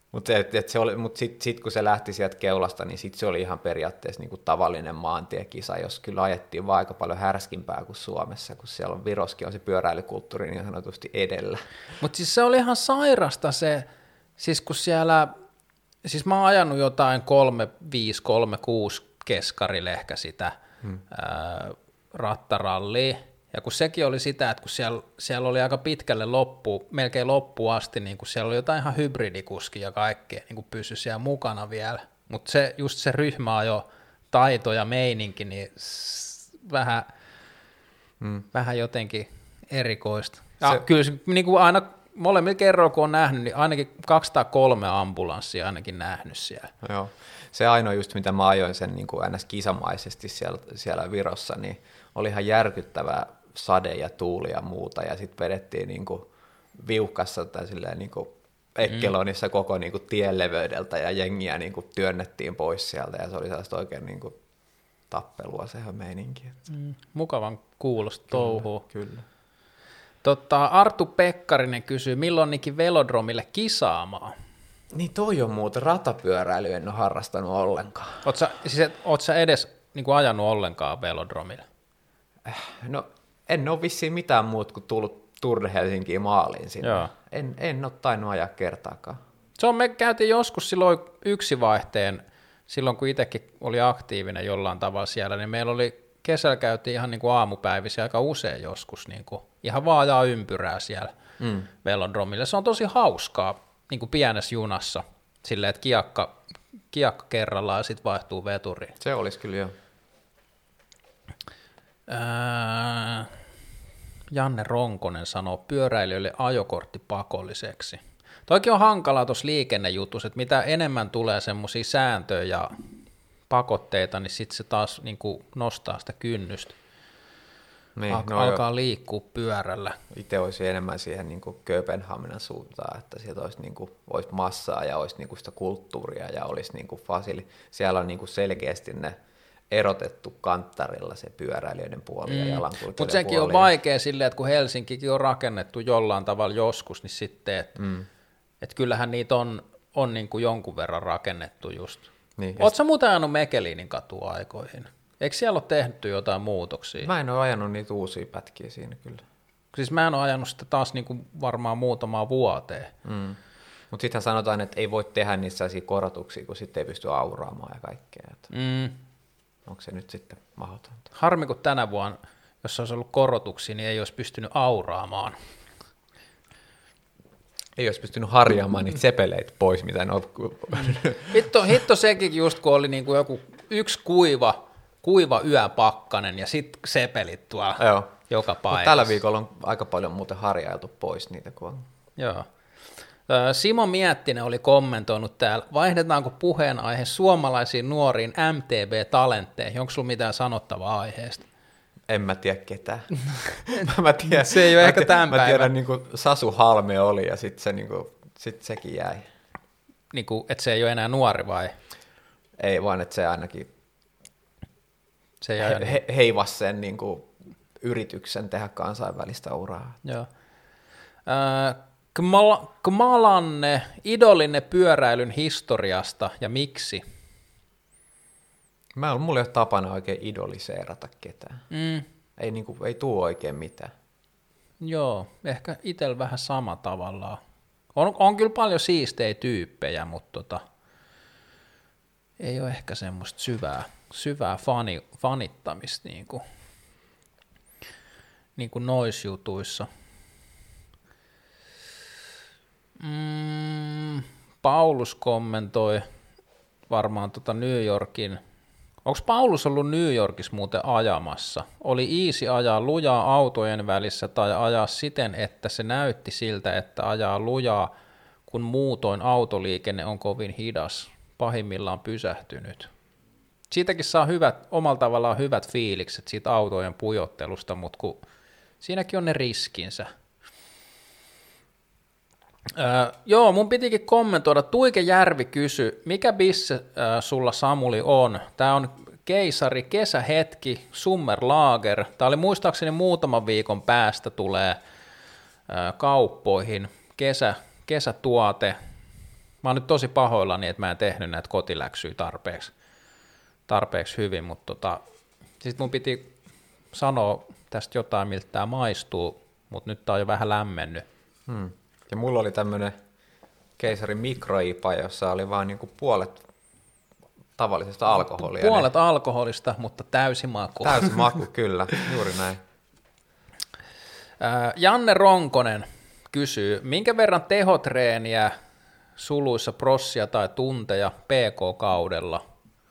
Mutta mut sitten sit, kun se lähti sieltä keulasta, niin sitten se oli ihan periaatteessa niinku tavallinen maantiekisa, jos kyllä ajettiin vaan aika paljon härskimpää kuin Suomessa, kun siellä on Viroskin on se pyöräilykulttuuri niin sanotusti edellä. Mutta siis se oli ihan sairasta se, siis kun siellä, siis mä oon ajanut jotain kolme viisi kolme kuusi keskarille ehkä sitä hmm. ää, rattarallia, ja kun sekin oli sitä, että kun siellä, siellä oli aika pitkälle loppu, melkein loppuun asti, niin kun siellä oli jotain ihan hybridikuskia ja kaikkea, niin pysyi siellä mukana vielä, mutta se, just se ryhmä ajo taito ja meininki, niin s- vähän, hmm. vähän jotenkin erikoista. Ja se, kyllä se, niin kuin aina molemmilla kerroilla, kun on nähnyt, niin ainakin kaksisataakolme ambulanssia ainakin nähnyt siellä. Joo. Se ainoa just, mitä mä ajoin sen niin kuin ns. Kisamaisesti siellä, siellä Virossa, niin oli ihan järkyttävää sade ja tuuli ja muuta, ja sitten vedettiin niin kuin viuhkassa tai silleen niin kuin Ekkelonissa mm. koko niin kuin tien leveydeltä, ja jengiä niin kuin työnnettiin pois sieltä, ja se oli sellaista oikein niin kuin tappelua sehän meininki. Mm. Mukavan kuulosta touhua. Kyllä. Totta, Arttu Pekkarinen kysyy, milloin Niki velodromille kisaamaan? Niin toi on muuten, ratapyöräily en ole harrastanut ollenkaan. Oot sä, siis oot sä edes niin kuin ajanut ollenkaan velodromille? No en ole vissiin mitään muuta kuin tullut Tour de Helsinkiin maaliin sinne. Joo. En, en ole tainnut ajaa kertaakaan. Se on, me käytiin joskus silloin yksi vaihteen, silloin kun itsekin oli aktiivinen jollain tavalla siellä, niin meillä oli, kesällä käytiin ihan niin kuin aamupäivissä aika usein joskus, niin kuin, ihan vaan ajaa ympyrää siellä mm. velodromille. Se on tosi hauskaa, niin kuin pienessä junassa, silleen, että kiakka, kiakka kerrallaan ja sitten vaihtuu veturiin. Se olisi kyllä jo. Ää, Janne Ronkonen sanoo pyöräilijöille ajokortti pakolliseksi. Toikin on hankalaa tuossa liikennejutussa, että mitä enemmän tulee semmoisia sääntöjä ja pakotteita, niin sitten se taas niin kuin nostaa sitä kynnystä. Niin, Al- no alkaa jo. liikkua pyörällä. Itse olisi enemmän siihen niin kuin Kööpenhaminan suuntaan, että sieltä olisi, niin kuin, olisi massaa ja olisi niin kuin sitä kulttuuria ja olisi niin kuin fasili. Siellä on niin kuin selkeästi ne erotettu kanttarilla se pyöräilijöiden puoli mm. ja jalankulkijoiden Mutta sekin puoli. on vaikea silleen, että kun Helsinkikin on rakennettu jollain tavalla joskus, niin sitten, että mm. et kyllähän niitä on, on niin kuin jonkun verran rakennettu just. Niin, Oletko sä muuten ajanut Mekeliinin katua aikoihin? Eikö siellä ole tehty jotain muutoksia? Mä en ole ajanut niitä uusia pätkiä siinä kyllä. Siis mä en ole ajanut sitä taas niin kuin varmaan muutamaa vuoteen. Mm. Mutta sittenhän sanotaan, että ei voi tehdä niissä sellaisia korotuksia, kun sitten ei pysty auraamaan ja kaikkea. Mm. Onko se nyt sitten mahdotonta? Harmi, kun tänä vuonna, jos olisi ollut korotuksia, niin ei olisi pystynyt auraamaan. Ei olisi pystynyt harjaamaan niitä sepeleitä pois, mitä ne on. Hitto, hitto sekin just, kun oli niin kuin joku yksi kuiva, kuiva yöpakkanen ja sitten sepelit tuolla Joo. joka paikassa. Mut tällä viikolla on aika paljon muuten harjailtu pois niitä. Kun on. Joo. Simo Miettinen oli kommentoinut täällä, vaihdetaanko puheenaihe suomalaisiin nuoriin M T B-talentteihin? Onko sulla mitään sanottavaa aiheesta? En mä tiedä ketään. mä tiedän, se ei ole ehkä tämän Mä tiedän, niin kuin Sasu Halme oli ja sitten se, niin kuin, sit sekin jäi. Niin kuin, että se ei ole enää nuori vai? Ei, vaan että se ainakin se jäi he, he, heivasi sen niin kuin, yrityksen tehdä kansainvälistä uraa. Joo. Äh, Kmalanne, idolinne pyöräilyn historiasta ja miksi? Mä, mulla ei ole tapana oikein idoliseerata ketään. Mm. Ei, niin kuin, ei tuu oikein mitään. Joo, ehkä itsellä vähän sama tavallaan. On, on kyllä paljon siistejä tyyppejä, mutta tota, ei ole ehkä semmoista syvää, syvää fani, fanittamista niin kuin, niin kuin noissa jutuissa. Mm, Paulus kommentoi varmaan tota New Yorkin. Onko Paulus ollut New Yorkissa muuten ajamassa? Oli easy ajaa lujaa autojen välissä tai ajaa siten, että se näytti siltä, että ajaa lujaa, kun muutoin autoliikenne on kovin hidas, pahimmillaan pysähtynyt. Siitäkin saa hyvät, omalla tavallaan hyvät fiilikset siitä autojen pujottelusta, mutta kun siinäkin on ne riskinsä. Öö, joo, mun pitikin kommentoida. Tuike Järvi kysyi, mikä bisse äh, sulla Samuli on? Tää on keisari, kesähetki, Summerlager. Tää oli muistaakseni muutaman viikon päästä tulee äh, kauppoihin. Kesä, kesätuote. mä oon nyt tosi pahoillani, että mä en tehnyt näitä kotiläksyjä tarpeeksi, tarpeeksi hyvin, mutta tota, sitten mun piti sanoa tästä jotain, miltä tämä maistuu, mutta nyt tää on jo vähän lämmennyt. Hmm. Ja mulla oli tämmönen keisarin mikroipa, jossa oli vaan niinku puolet tavallisesta alkoholia. Puolet niin alkoholista, mutta täysi maku. Täysi maku, kyllä, juuri näin. Janne Ronkonen kysyy, minkä verran tehotreeniä suluissa prossia tai tunteja P K-kaudella?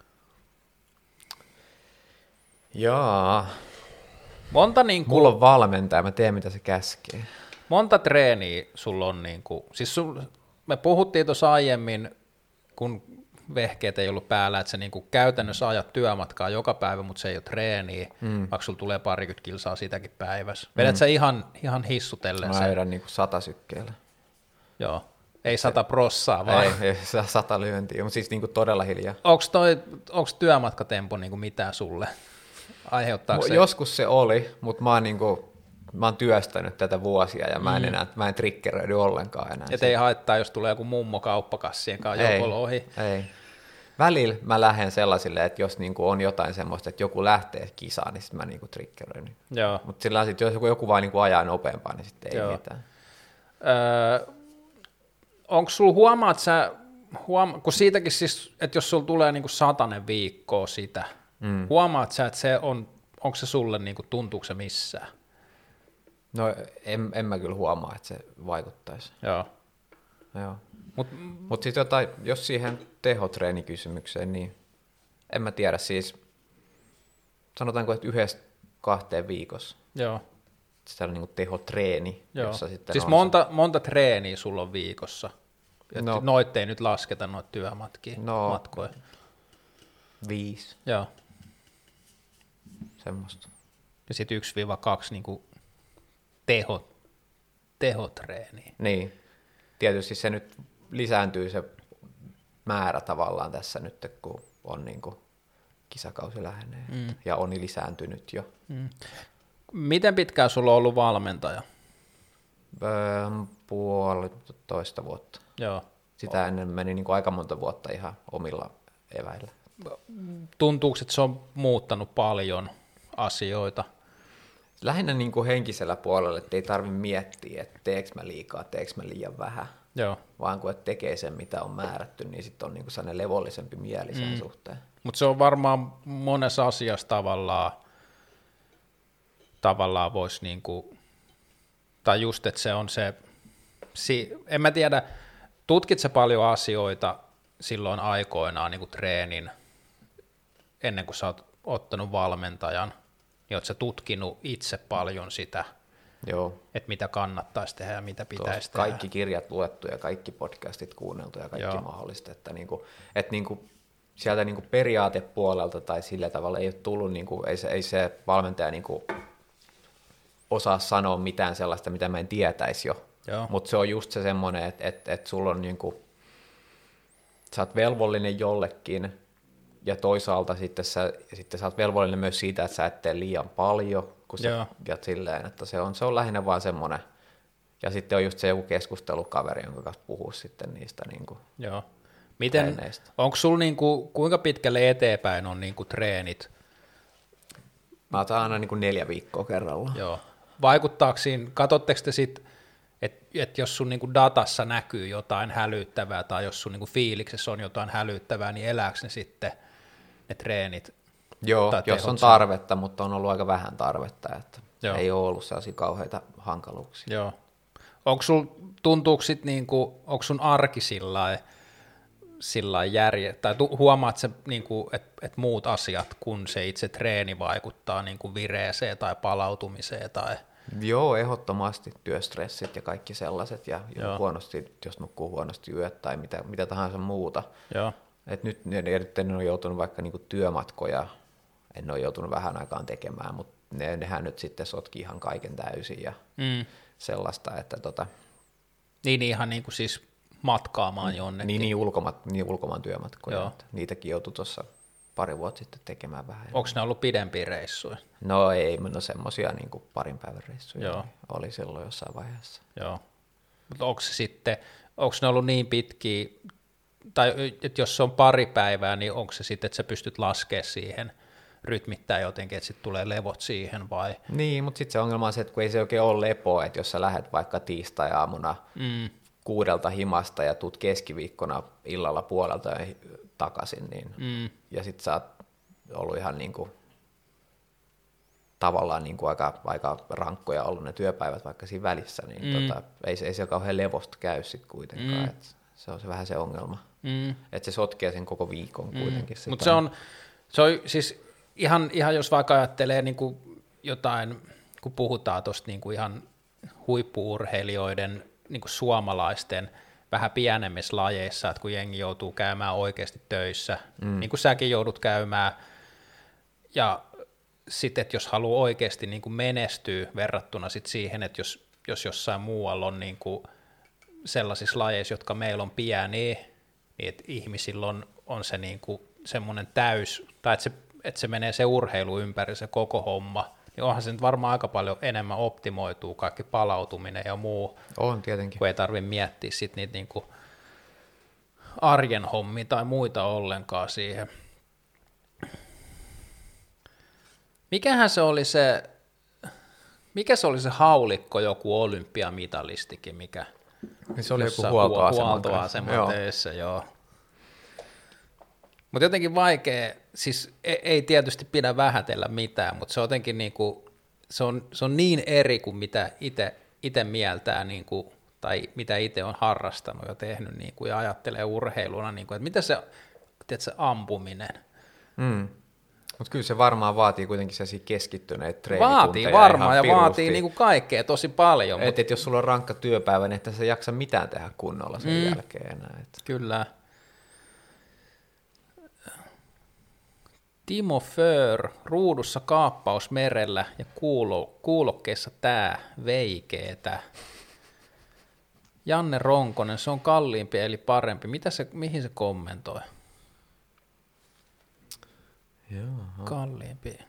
Jaa. Monta niin kuin, mulla on valmentaja, mä teen mitä se käskee. Monta treeniä sulla on, niin kuin, siis sul, me puhuttiin tuossa aiemmin, kun vehkeet ei ollut päällä, että sä niin kuin käytännössä ajat työmatkaa joka päivä, mutta se ei ole treeniä, mm. vaikka sulla tulee parikymmentä kilsaa sitäkin päivässä. Vedät mm. sä ihan, ihan hissutellen sen? Mä vedän niin kuin sata sykkeellä. Joo, ei sata prossaa vaan. Ei, ei sata lyöntiä, mutta siis niin kuin todella hiljaa. Onko työmatkatempo niin kuin mitään sulle? Aiheuttaako se? Joskus se oli, mutta mä oon, niin kuin, mä oon työstänyt tätä vuosia ja mä en, mm. enää, mä en triggeröidy ollenkaan enää. Et ei haittaa, jos tulee joku mummo kauppakassien kanssa joku ohi. Ei. Välillä mä lähden sellaisille, että jos niinku on jotain semmoista, että joku lähtee kisaan, niin sitten mä niinku triggeröin. Mutta sillä sitten, jos joku, joku vaan niinku ajaa nopeampaa, niin sitten ei Joo. mitään. Öö, onko sulla, huomaat sä, huoma- kun siitäkin siis, että jos sulla tulee niinku satanen viikkoa sitä, mm. huomaat sä, että se on, onko se sulle, niinku, tuntuuko se missään? No en, en mä kyllä huomaa, että se vaikuttaisi. Joo. Joo. Mutta Mut sitten jotain, jos siihen tehotreenikysymykseen, niin en mä tiedä, siis sanotaanko, että yhdestä kahteen viikossa. Joo. Sitä on niin kuin tehotreeni, Joo. jossa sitten siis on monta, se... monta treeniä sulla on viikossa? No, noit ei nyt lasketa noita työmatkia, no, matkoja. Viisi. Joo. Semmoista. Ja sitten yksi kaksi niin kuin teho, tehotreeniä. Niin. Tietysti se nyt lisääntyy se määrä tavallaan tässä nyt, kun on niin kuin kisakausi lähenee mm. ja on lisääntynyt jo. Mm. Miten pitkään sulla on ollut valmentaja? Öö, puolitoista vuotta. Joo. Sitä ennen meni niin kuin aika monta vuotta ihan omilla eväillä. Tuntuuko, että se on muuttanut paljon asioita? Lähinnä niin kuin henkisellä puolella, että ei tarvitse miettiä, että teekö mä liikaa, teekö mä liian vähän. Joo. Vaan kun tekee sen, mitä on määrätty, niin sitten on niin kuin sellainen levollisempi mieli sen mm. suhteen. Mutta se on varmaan monessa asiassa tavallaan, tavallaan voisi niin kuin, tai just, että se on se, si, en mä tiedä, tutkit sä paljon asioita silloin aikoinaan niin kuin treenin, ennen kuin sä oot ottanut valmentajan, niin oot sä tutkinut itse paljon sitä, Joo. että mitä kannattaisi tehdä ja mitä pitäisi tehdä. Kaikki kirjat luettu ja kaikki podcastit kuunneltu ja kaikki Joo. mahdollista, että, niinku, että niinku, sieltä niinku periaatepuolelta tai sillä tavalla ei ole tullut, niinku, ei, se, ei se valmentaja niinku osaa sanoa mitään sellaista, mitä mä en tietäisi jo, mutta se on just se semmoinen, että et, et sulla on niinku, sä oot velvollinen jollekin ja toisaalta sitten sä, sitten sä oot velvollinen myös siitä, että sä et tee liian paljon, kun sä, ja silleen, että se on, se on lähinnä vaan semmoinen, ja sitten on just se joku keskustelukaveri, jonka kanssa puhuu sitten niistä niinku Joo. Miten, onko sulla niinku, kuinka pitkälle eteenpäin on niinku treenit? Mä otan aina niinku neljä viikkoa kerralla. Joo. Vaikuttaako siinä, katsotteko te sitten, että et jos sun niinku datassa näkyy jotain hälyttävää, tai jos sun niinku fiiliksessä on jotain hälyttävää, niin elääkö ne sitten ne treenit? Joo, jos on tarvetta, mutta on ollut aika vähän tarvetta, että Joo. ei ole ollut sellaisia kauheita hankaluuksia. Joo. Onko sul, tuntuuko sit niinku, onko sun arki sillai, sillai järje, tai tu, huomaat se, niinku, että et muut asiat, kun se itse treeni vaikuttaa niinku vireeseen tai palautumiseen? Tai... Joo, ehdottomasti työstressit ja kaikki sellaiset, ja huonosti, jos nukkuu huonosti yöt tai mitä, mitä tahansa muuta. Joo. Et nyt, nyt en ole joutunut vaikka niinku työmatkoja, en ole joutunut vähän aikaan tekemään, mutta ne, nehän nyt sitten sotki ihan kaiken täysin ja mm. sellaista, että tota... Niin ihan niin kuin siis matkaamaan jonnekin. Niin, niin, ulkoma, niin ulkomaan työmatkoja, että niitäkin joutui tuossa pari vuotta sitten tekemään vähän. Onko ne ollut pidempiä reissuja? No ei, no semmoisia niin kuin parin päivän reissuja Joo. oli silloin jossain vaiheessa. Joo, mutta onko se sitten, onko ne ollut niin pitkiä tai että jos se on pari päivää, niin onko se sitten, että sä pystyt laskemaan siihen rytmittää jotenkin, että sitten tulee levot siihen vai? Niin, mutta sitten se ongelma on se, että kun ei se oikein ole lepoa, että jos sä lähdet vaikka tiistai-aamuna mm. kuudelta himasta ja tuut keskiviikkona illalla puolelta ja takaisin, niin, mm. ja sitten sä oot ollut ihan niin kuin, tavallaan niin kuin aika, aika rankkoja ollut ne työpäivät vaikka siinä välissä, niin mm. tota, ei, ei se kauhean levosta käy sitten kuitenkaan, mm. et se on se vähän se ongelma, mm. että se sotkee sen koko viikon mm. kuitenkin. Mutta se on, se on siis ihan, ihan jos vaikka ajattelee niin kuin jotain, kun puhutaan tuosta niin kuin ihan huippu-urheilijoiden, niin kuin suomalaisten, vähän pienemmissä lajeissa, että kun jengi joutuu käymään oikeasti töissä, mm. niin kuin säkin joudut käymään, ja sitten, että jos haluaa oikeasti niin kuin menestyä verrattuna sit siihen, että jos, jos jossain muualla on niin kuin sellaisissa lajeissa, jotka meillä on pieniä, niin että ihmisillä on, on se niin kuin semmoinen täys, tai että se, että se menee se urheilu ympäri, se koko homma, niin onhan se nyt varmaan aika paljon enemmän optimoituu, kaikki palautuminen ja muu. On tietenkin. Kun ei tarvitse miettiä sit niitä niin kuin arjen hommia tai muita ollenkaan siihen. Mikähän se oli se, mikä se oli se haulikko, joku olympiamitalistikin, mikä niin se oli joku huoltoaseman huoltoaseman töissä, joo. Mutta jotenkin vaikea, siis ei, ei tietysti pidä vähätellä mitään, mutta se on jotenkin niinku, se on, se on niin eri kuin mitä itse mieltää, niinku, tai mitä itse on harrastanut ja tehnyt niinku, ja ajattelee urheiluna, niinku, että mitä se, tiedätkö, ampuminen. Mm. Mutta kyllä se varmaan vaatii kuitenkin sellaisia keskittyneitä treenitunteja. Vaatii varmaan ja pirusti. Vaatii niinku kaikkea tosi paljon. Et, mutta... et jos sulla on rankka työpäivä, niin että sä jaksa mitään tehdä kunnolla sen mm. jälkeen enää. Et. Kyllä. Timo Föör, ruudussa kaappaus merellä ja kuulo, kuulokkeessa tää veikeetä. Janne Ronkonen, se on kalliimpi eli parempi. Mitä se, mihin se kommentoi? Jaha. Kalliimpi.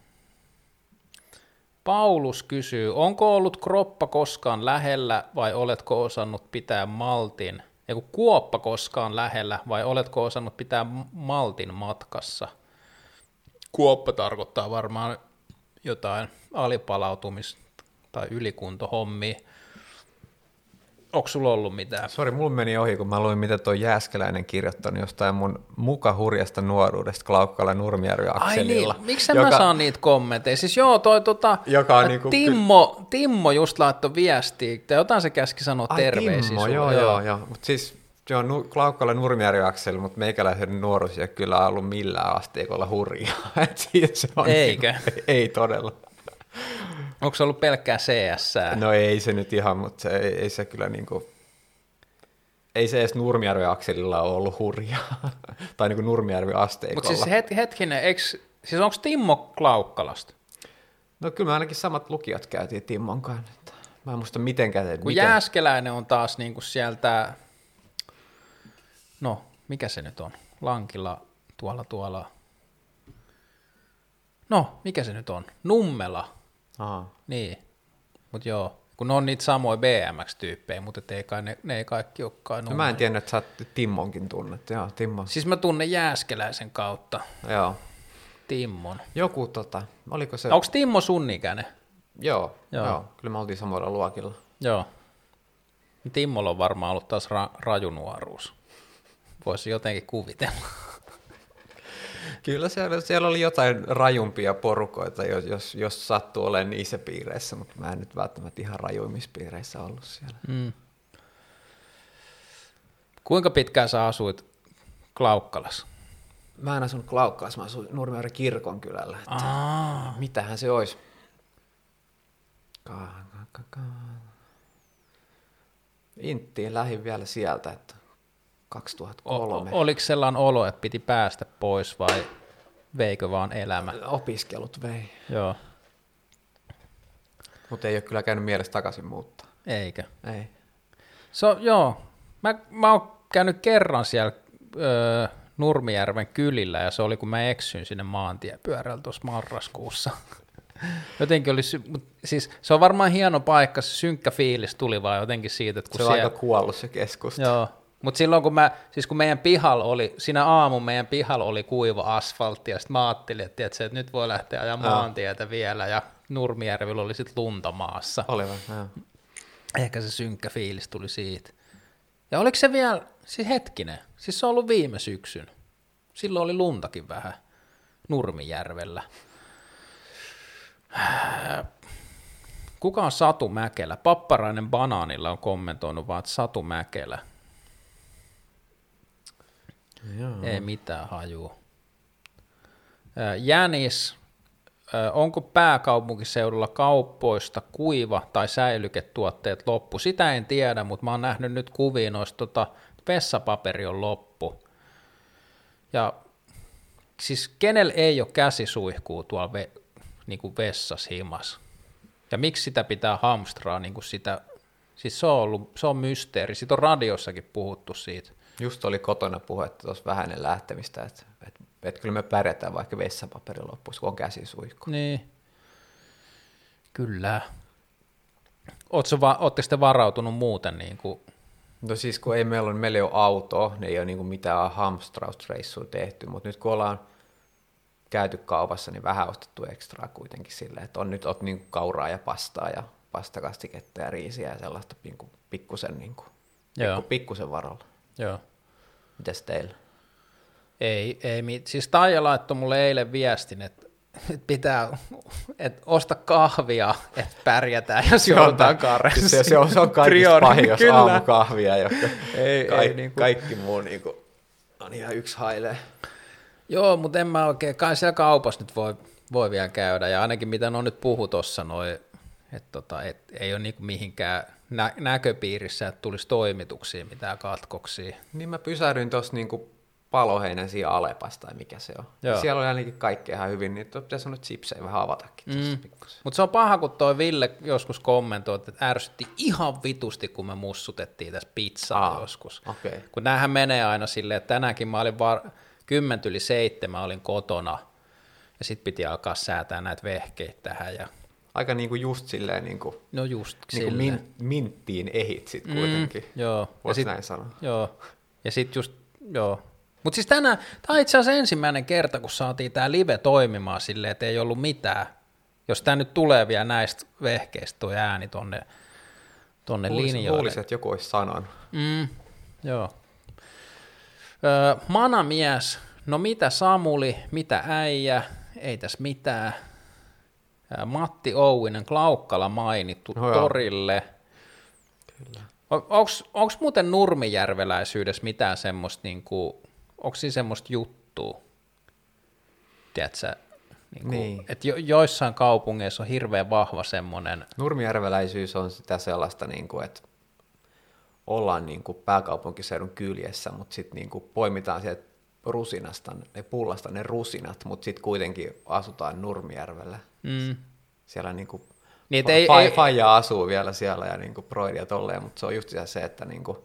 Paulus kysyy, onko ollut kroppa koskaan lähellä vai oletko osannut pitää maltin? Eiku kuoppa koskaan lähellä vai oletko osannut pitää maltin matkassa? Kuoppa tarkoittaa varmaan jotain alipalautumis- tai ylikuntohommia. Onko sulla ollut mitään? Sori, mulla meni ohi, kun mä luin, mitä tuo Jääskeläinen kirjoittanut jostain mun muka hurjasta nuoruudesta Klaukkala Nurmijärvi-akselilla. Ai niin, miksi joka... mä saan niitä kommentteja? Siis joo, toi tota, niinku... Timmo, Timmo just laittoi viestiä, tai jotain se käski sanoa Ai, terveisiä. Timmo, joo, joo, joo, joo. Mutta siis joo, Klaukkala Nurmijärvi-akseli, mutta meikäläisen nuoruus ei kyllä ollut millään asteikolla hurjaa. se on Eikö? Niin, ei todella. Onko se ollut pelkkää C S? No ei se nyt ihan, mutta se, ei, ei se kyllä niinku, ei se edes Nurmijärvi-akselilla ole ollut hurjaa, tai niinku Nurmijärvi-asteikolla. Mutta siis het, hetkinen, eikö, siis onko Timmo Klaukkalasta? No kyllä me ainakin samat lukijat käytiin Timmon kanssa. Mä en muista mitenkään. Kun miten... Jääskeläinen on taas niinku sieltä, no mikä se nyt on, Lankilla tuolla tuolla, no mikä se nyt on, Nummela. Aha. Niin, mutta joo, kun ne on niitä samoja B M X-tyyppejä, mutta ei kai ne, ne ei kaikki ole kai no, mä en tiedä, että sä Timmonkin tunnet, joo, Timmo. Siis mä tunnen Jääskeläisen kautta. Joo. Timmon. Joku tota, oliko se... Onko Timmo sun ikäinen? Joo, joo, joo, kyllä me oltiin samoilla luokilla. Joo. Timmolla on varmaan ollut taas ra- rajunuoruus. Voisi jotenkin kuvitella. Kyllä siellä, siellä oli jotain rajumpia porukoita, jos, jos, jos sattuu olemaan niissä piireissä, mutta mä en nyt välttämättä ihan rajuimmissa piireissä ollut siellä. Mm. Kuinka pitkään sä asuit Klaukkalassa? Mä en asunut Klaukkalassa, mä asuin Nurmijärven kirkonkylällä. Aa. Mitähän se olisi? Inttiin lähdin vielä sieltä, että kaksituhattakolme. O- oliko sellainen olo, että piti päästä pois vai veikö vaan elämä? Opiskelut vei. Joo. Mutta ei ole kyllä käynyt mielessä takaisin muuttaa. Eikö? Ei. So, joo. Mä, mä oon käynyt kerran siellä öö, Nurmijärven kylillä ja se oli kun mä eksyin sinne maantiepyörällä tuossa marraskuussa. Jotenkin oli, siis se on varmaan hieno paikka, se synkkä fiilis tuli vaan jotenkin siitä, että kun se on siellä... aika kuollut se keskusta. Joo. Mutta silloin kun, mä, siis kun meidän pihalla oli, siinä aamun meidän pihalla oli kuiva asfaltti, ja sitten mä ajattelin, että, tiedätkö, että nyt voi lähteä ajaa maantietä vielä, ja Nurmijärvellä oli sitten lunta maassa. Olivan, joo. Ehkä se synkkä fiilis tuli siitä. Ja oliko se vielä, siis hetkinen, siis se on ollut viime syksyn. Silloin oli luntakin vähän Nurmijärvellä. Kuka on Satu Mäkelä? Papparainen Banaanilla on kommentoinut vaan, että Satu Mäkelä. Joo. Ei mitään hajua. Jänis, onko pääkaupunkiseudulla kauppoista kuiva- tai säilyketuotteet loppu? Sitä en tiedä, mutta mä oon nähnyt nyt kuvia noista, tota, vessapaperi on loppu. Ja siis kenellä ei ole käsisuihkua tuolla ve, niin kuin vessassa himas? Ja miksi sitä pitää hamstraa niin kuin sitä, siis se on, ollut, se on mysteeri, siitä on radiossakin puhuttu siitä. Just oli kotona puhetta tuossa vähäinen lähtemistä, että, että, että kyllä me pärjätään vaikka vessapaperi loppuisi, kun on käsisuihku. Niin, kyllä. Oletteko te varautunut muuten? Niin kuin? No siis kun ei meillä ole, meillä ei ole autoa, niin ei ole niin kuin mitään hamstrausreissua tehty, mutta nyt kun ollaan käyty kaupassa, niin vähän ostettu ekstraa kuitenkin silleen, että on nyt on niin kuin kauraa ja pastaa ja pastakastiketta ja riisiä ja sellaista niin kuin pikkusen, niin kuin, pikku, pikkusen varolla. Joo. Mitäs teillä? Ei, ei mit. Siis Taija laittoi mulle eilen viestin, että pitää, että osta kahvia, että pärjätään, jos joudutaan karressa. Se, se on, se on kaikista pahin, jos aamukahvia, joka ei, ka- ei, niin kuin... kaikki muu niin kuin, on ihan yksi hailee. Joo, mutta en mä oikein, kai siellä kaupassa nyt voi, voi vielä käydä, ja ainakin mitä on nyt puhu tuossa, että tota, et, ei ole niinku mihinkään nä- näköpiirissä, että tulisi toimituksia, mitään katkoksia. Niin mä pysähdyin tuossa niinku Paloheinän siinä Alepassa, tai mikä se on. Siellä oli ainakin kaikkea ihan hyvin, niin pitäisi nyt chipsejä vähän avatakin. Mm. Mutta se on paha, kun toi Ville joskus kommentoi, että ärsytti ihan vitusti, kun me mussutettiin tässä pizzaa ah, joskus. Okay. Kun näähän menee aina silleen, että tänäänkin mä olin var... kymmentä yli seitsemän olin kotona, ja sitten piti alkaa säätää näitä vehkeitä tähän. Ja... Aika niinku just silleen, niinku, no just niinku min, minttiin ehit sitten kuitenkin, mm, joo. voisi näin sanoa. Joo, ja sitten just, joo. Mutta siis tänään, tämä on itse asiassa ensimmäinen kerta, kun saatiin tämä live toimimaan silleen, että ei ollut mitään. Jos tämä nyt tulee vielä näistä vehkeistä tuo ääni tonne, tonne Luulis, linjoille. Luulisin, että joku olisi sanonut. Mm, joo. Öö, Manamies, no mitä Samuli, mitä äijä, ei tässä mitään. Öö, Matti Ouvinen, Klaukkala mainittu no torille. Kyllä. Onko muuten nurmijärveläisyydessä mitään semmoista, niinku, onko siinä semmoista juttua, tiedätkö, niinku, niin. Että jo, joissain kaupungeissa on hirveän vahva semmoinen. Nurmijärveläisyys on sitä sellaista, niinku, että ollaan niin kuin pääkaupunkiseudun kyljessä, mutta sitten niin kuin poimitaan sieltä rusinasta, ne pullasta ne rusinat, mutta sitten kuitenkin asutaan Nurmijärvellä. Mm. Siellä niin kuin niin, fa- ei, fa- ei, faija asuu vielä siellä ja niin kuin broidia tolleen, mutta se on just se, että niin kuin...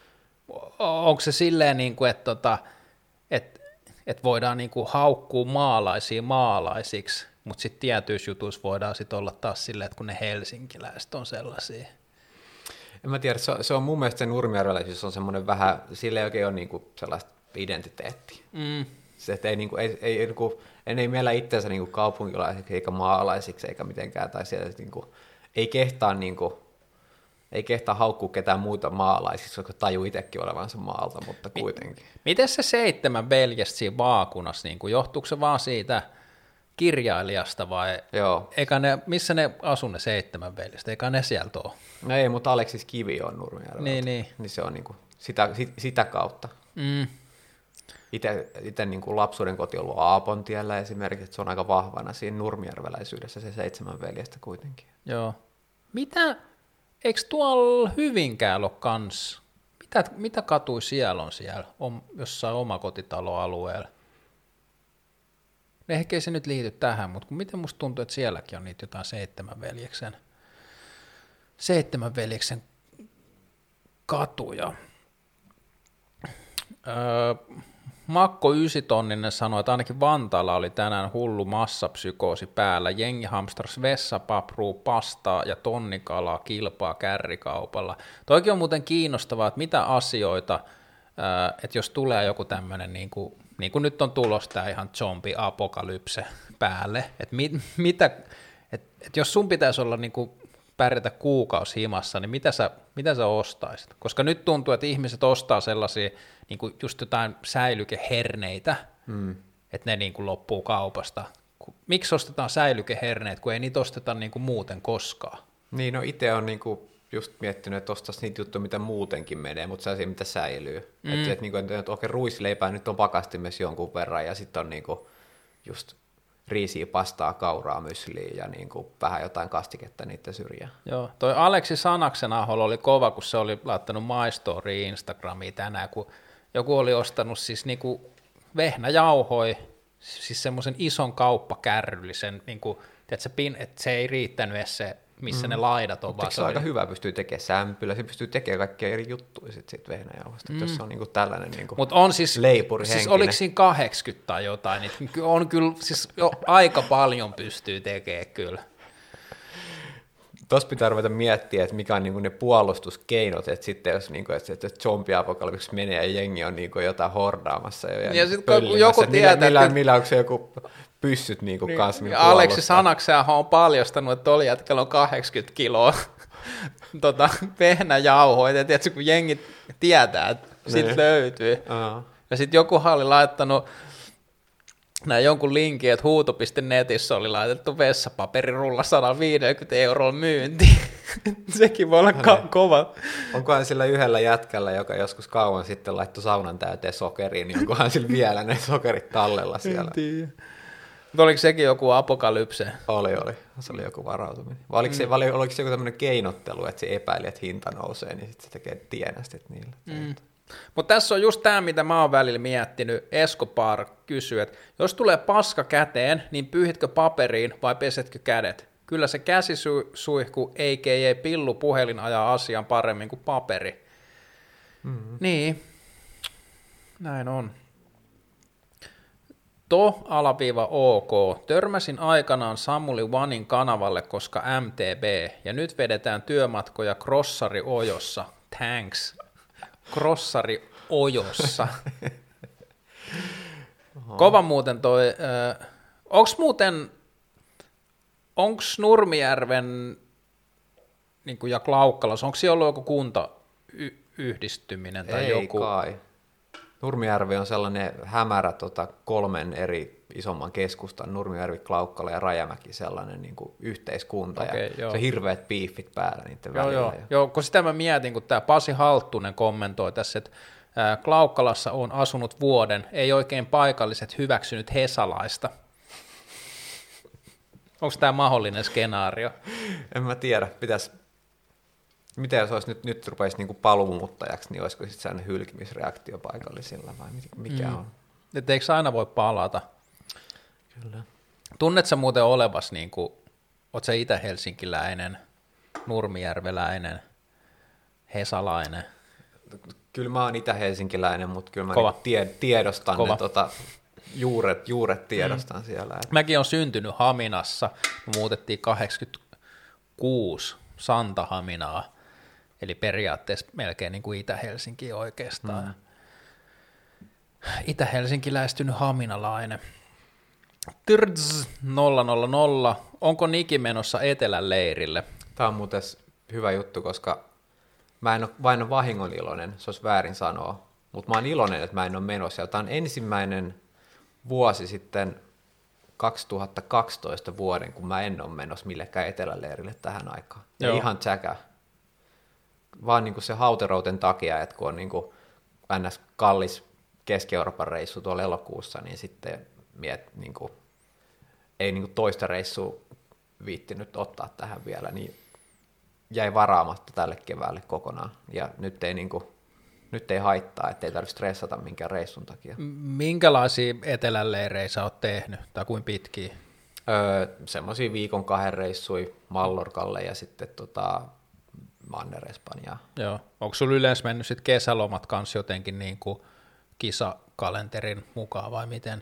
Onko se silleen, niin kuin, että, tota, että, että voidaan niin kuin haukkua maalaisia maalaisiksi, mutta sitten tietyissä jutuissa voidaan sitten olla taas silleen, että kun ne helsinkiläiset on sellaisia. En mä tiedä, se on, se on mun mielestä se nurmijärveläisyys on semmoinen vähän, sillä ei oikein ole niinku sellaista identiteettiä. Mm. Se, että ei, niinku, ei, ei, niinku, ei meillä itsensä niinku kaupunkilaisiksi eikä maalaisiksi eikä mitenkään, tai siellä niinku, ei kehtaa, niinku, ei kehtaa haukkua ketään muuta maalaisiksi, koska tajuu itsekin olevansa maalta, mutta kuitenkin. Miten se seitsemän veljestä siinä vaakunassa, niinku, johtuuko se vaan siitä kirjailijasta vai Joo. Eikä ne, missä ne asu ne seitsemän veljestä, eikä ne sieltä ole? No ei, mutta Aleksis Kivi on Nurmijärveltä. Niin, niin. Niin se on niinku sitä, sitä kautta. Mm. Itse niinku lapsuuden koti on ollut Aapontiellä esimerkiksi, että se on aika vahvana siinä nurmijärveläisyydessä se seitsemän veljestä kuitenkin. Joo. Mitä, eikö tuolla Hyvinkäällä ole kans, mitä, mitä katui siellä on siellä, on, jossain omakotitaloalueella? Ehkä ei se nyt liity tähän, mutta miten musta tuntuu, että sielläkin on niitä jotain seitsemän veljeksen, seitsemän veljeksen katuja. Öö, Makko Ysitonninen sanoi, että ainakin Vantaalla oli tänään hullu massapsykoosi päällä. Jengi hamstras vessapapruu, pastaa ja tonnikalaa kilpaa kärrikaupalla. Toikin on muuten kiinnostavaa, että mitä asioita että jos tulee joku tämmöinen, niin kuin, niin kuin nyt on tulossa tämä ihan zombi-apokalypse päälle, että mit, mitä, että, että jos sun pitäisi olla niin kuin pärjätä kuukausi himassa, niin mitä sä, mitä sä ostaisit? Koska nyt tuntuu, että ihmiset ostaa sellaisia niin kuin just jotain säilykeherneitä, mm. että ne niin kuin loppuu kaupasta. Miksi ostetaan säilykeherneet, kun ei niitä osteta niin kuin muuten koskaan? Niin, no itse on niin kuin just miettinyt, että ostaisi niitä juttuja, mitä muutenkin menee, mutta sellaisia, mitä säilyy. Mm. Että et, niin kuin, että oikein ruisleipää nyt on pakastimessa jonkun verran, ja sitten on niin kuin just riisiä, pastaa, kauraa, mysliä ja niin kuin vähän jotain kastiketta niiden syrjään. Joo, toi Aleksi Sanaksen-aholla oli kova, kun se oli laittanut My Storyin Instagramiin tänään, kun joku oli ostanut siis niin kuin vehnäjauhoi, siis semmoisen ison kauppakärryllisen, niin kuin, tiedätkö, pin, että se ei riittänyt edes se, missä mm. ne laidat on. Mutta se on aika hyvä, pystyy tekemään sämpylä, se pystyy tekemään kaikkia eri juttuja sit siitä vehnäjauhosta, mm. jos se on niin kuin tällainen niin kuin Mut on siis, leipurihenkinen. Siis oliko siinä kahdeksankymmentä tai jotain, niin on kyllä, siis jo aika paljon pystyy tekemään kyllä. Tuossa pitää ruveta miettiä, että mikä on niinku ne puolustuskeinot, että sitten jos niinku, että, että zombiapokalypsiksi menee ja jengi on niinku jotain hordaamassa ja, ja sitten kun joku tietää, millä, millä, millä onko se joku pyssyt niinku niin, kanssa niin Aleksi Sanakseahan on paljastanut, että oli jätkällä on kahdeksankymmentä kiloa tota, vehnäjauhoa, ja tiedätkö, kun jengi tietää, että siitä löytyy. Uh-huh. Ja sitten joku oli laittanut näin jonkun linkin, että huuto piste netissä oli laitettu vessapaperirulla sata viisikymmentä euroa myyntiin. Sekin voi olla ka- kova. Onkohan sillä yhdellä jätkällä, joka joskus kauan sitten laittoi saunan täyteen sokeriin, niin onkohan sillä vielä ne sokerit tallella siellä? En tiedä. Mutta oliko sekin joku apokalypse? Oli, oli. Se oli joku varautuminen. Vai oliko, mm. se, vai oliko se joku tämmöinen keinottelu, että se epäili, että hinta nousee, niin sitten se tekee tienästit niillä. Mm. Mutta tässä on just tämä, mitä mä oon välillä miettinyt. Escobar kysyy, että jos tulee paska käteen, niin pyyhitkö paperiin vai pesetkö kädet? Kyllä se käsisuihku, a k a pillupuhelin ajaa asian paremmin kuin paperi. Mm-hmm. Niin, näin on. To-ok. Törmäsin aikanaan Samuli Onein kanavalle, koska M T B, ja nyt vedetään työmatkoja Krossari Ojossa. Thanks. Krossari Ojossa. Kova muuten toi, äh, onks muuten, onks Nurmijärven niin kuin ja Klaukkalas, onko siellä ollut joku kuntayhdistyminen tai Ei joku? Kai. Nurmijärvi on sellainen hämärä tota, kolmen eri isomman keskustan, Nurmijärvi, Klaukkala ja Rajamäki, sellainen niin kuin yhteiskunta, okay, ja joo. Se hirveät piifit päällä niiden joo, välillä. Joo, ja... joo, kun sitä mä mietin, kun tämä Pasi Halttunen kommentoi tässä, että ää, Klaukkalassa on asunut vuoden, ei oikein paikalliset hyväksynyt hesalaista. Onko tämä mahdollinen skenaario? En mä tiedä, pitäisi... Mitä jos olisi nyt, nyt rupeisi niinku paluumuuttajaksi, niin olisiko sitten sellainen hylkimisreaktio paikallisilla vai mikä mm. on? Että eikö aina voi palata? Kyllä. Tunnetko muuten olevas, niin kuin, oot sä itä-helsinkiläinen, nurmijärveläinen, hesalainen? Kyllä mä oon itä-helsinkiläinen, mutta kyllä mä niin tie, tiedostan Kova. ne tota, juuret, juuret tiedostan mm. siellä. Että... Mäkin on syntynyt Haminassa, me muutettiin kahdeksankymmentäkuusi Santahaminaa, eli periaatteessa melkein niin kuin Itä-Helsinki oikeastaan. Mm. Itä-helsinkiläistynyt haminalainen. Tyrds nolla nolla nolla. Onko Niki menossa etelän leirille? Tämä on muuten hyvä juttu, koska mä en ole vain vahingon iloinen, se olisi väärin sanoa, mutta mä oon iloinen, että mä en ole menossa. Tämä on ensimmäinen vuosi sitten kaksituhattakaksitoista vuoden, kun mä en ole menossa millekään etelän leirille tähän aikaan. Ja Joo. ihan tsäkä. Vaan niin kuin se Hauterouten takia, että kun on niin kuin ns. Kallis Keski-Euroopan reissu tuolla elokuussa, niin sitten miet, niin kuin, ei niin kuin toista reissua viittinyt ottaa tähän vielä, niin jäi varaamatta tälle keväälle kokonaan. Ja nyt ei, niin kuin, nyt ei haittaa, ettei tarvitse stressata minkään reissun takia. Minkälaisia etelän leirejä sä oot tehnyt, tai kuin pitkiä? Öö, semmoisia viikon kahden reissui Mallorcalle ja sitten tota, Manner-Espanjaa. Joo. Onko sulla yleensä mennyt sit kesälomat kanssa jotenkin niin kuin kisakalenterin mukaan vai miten?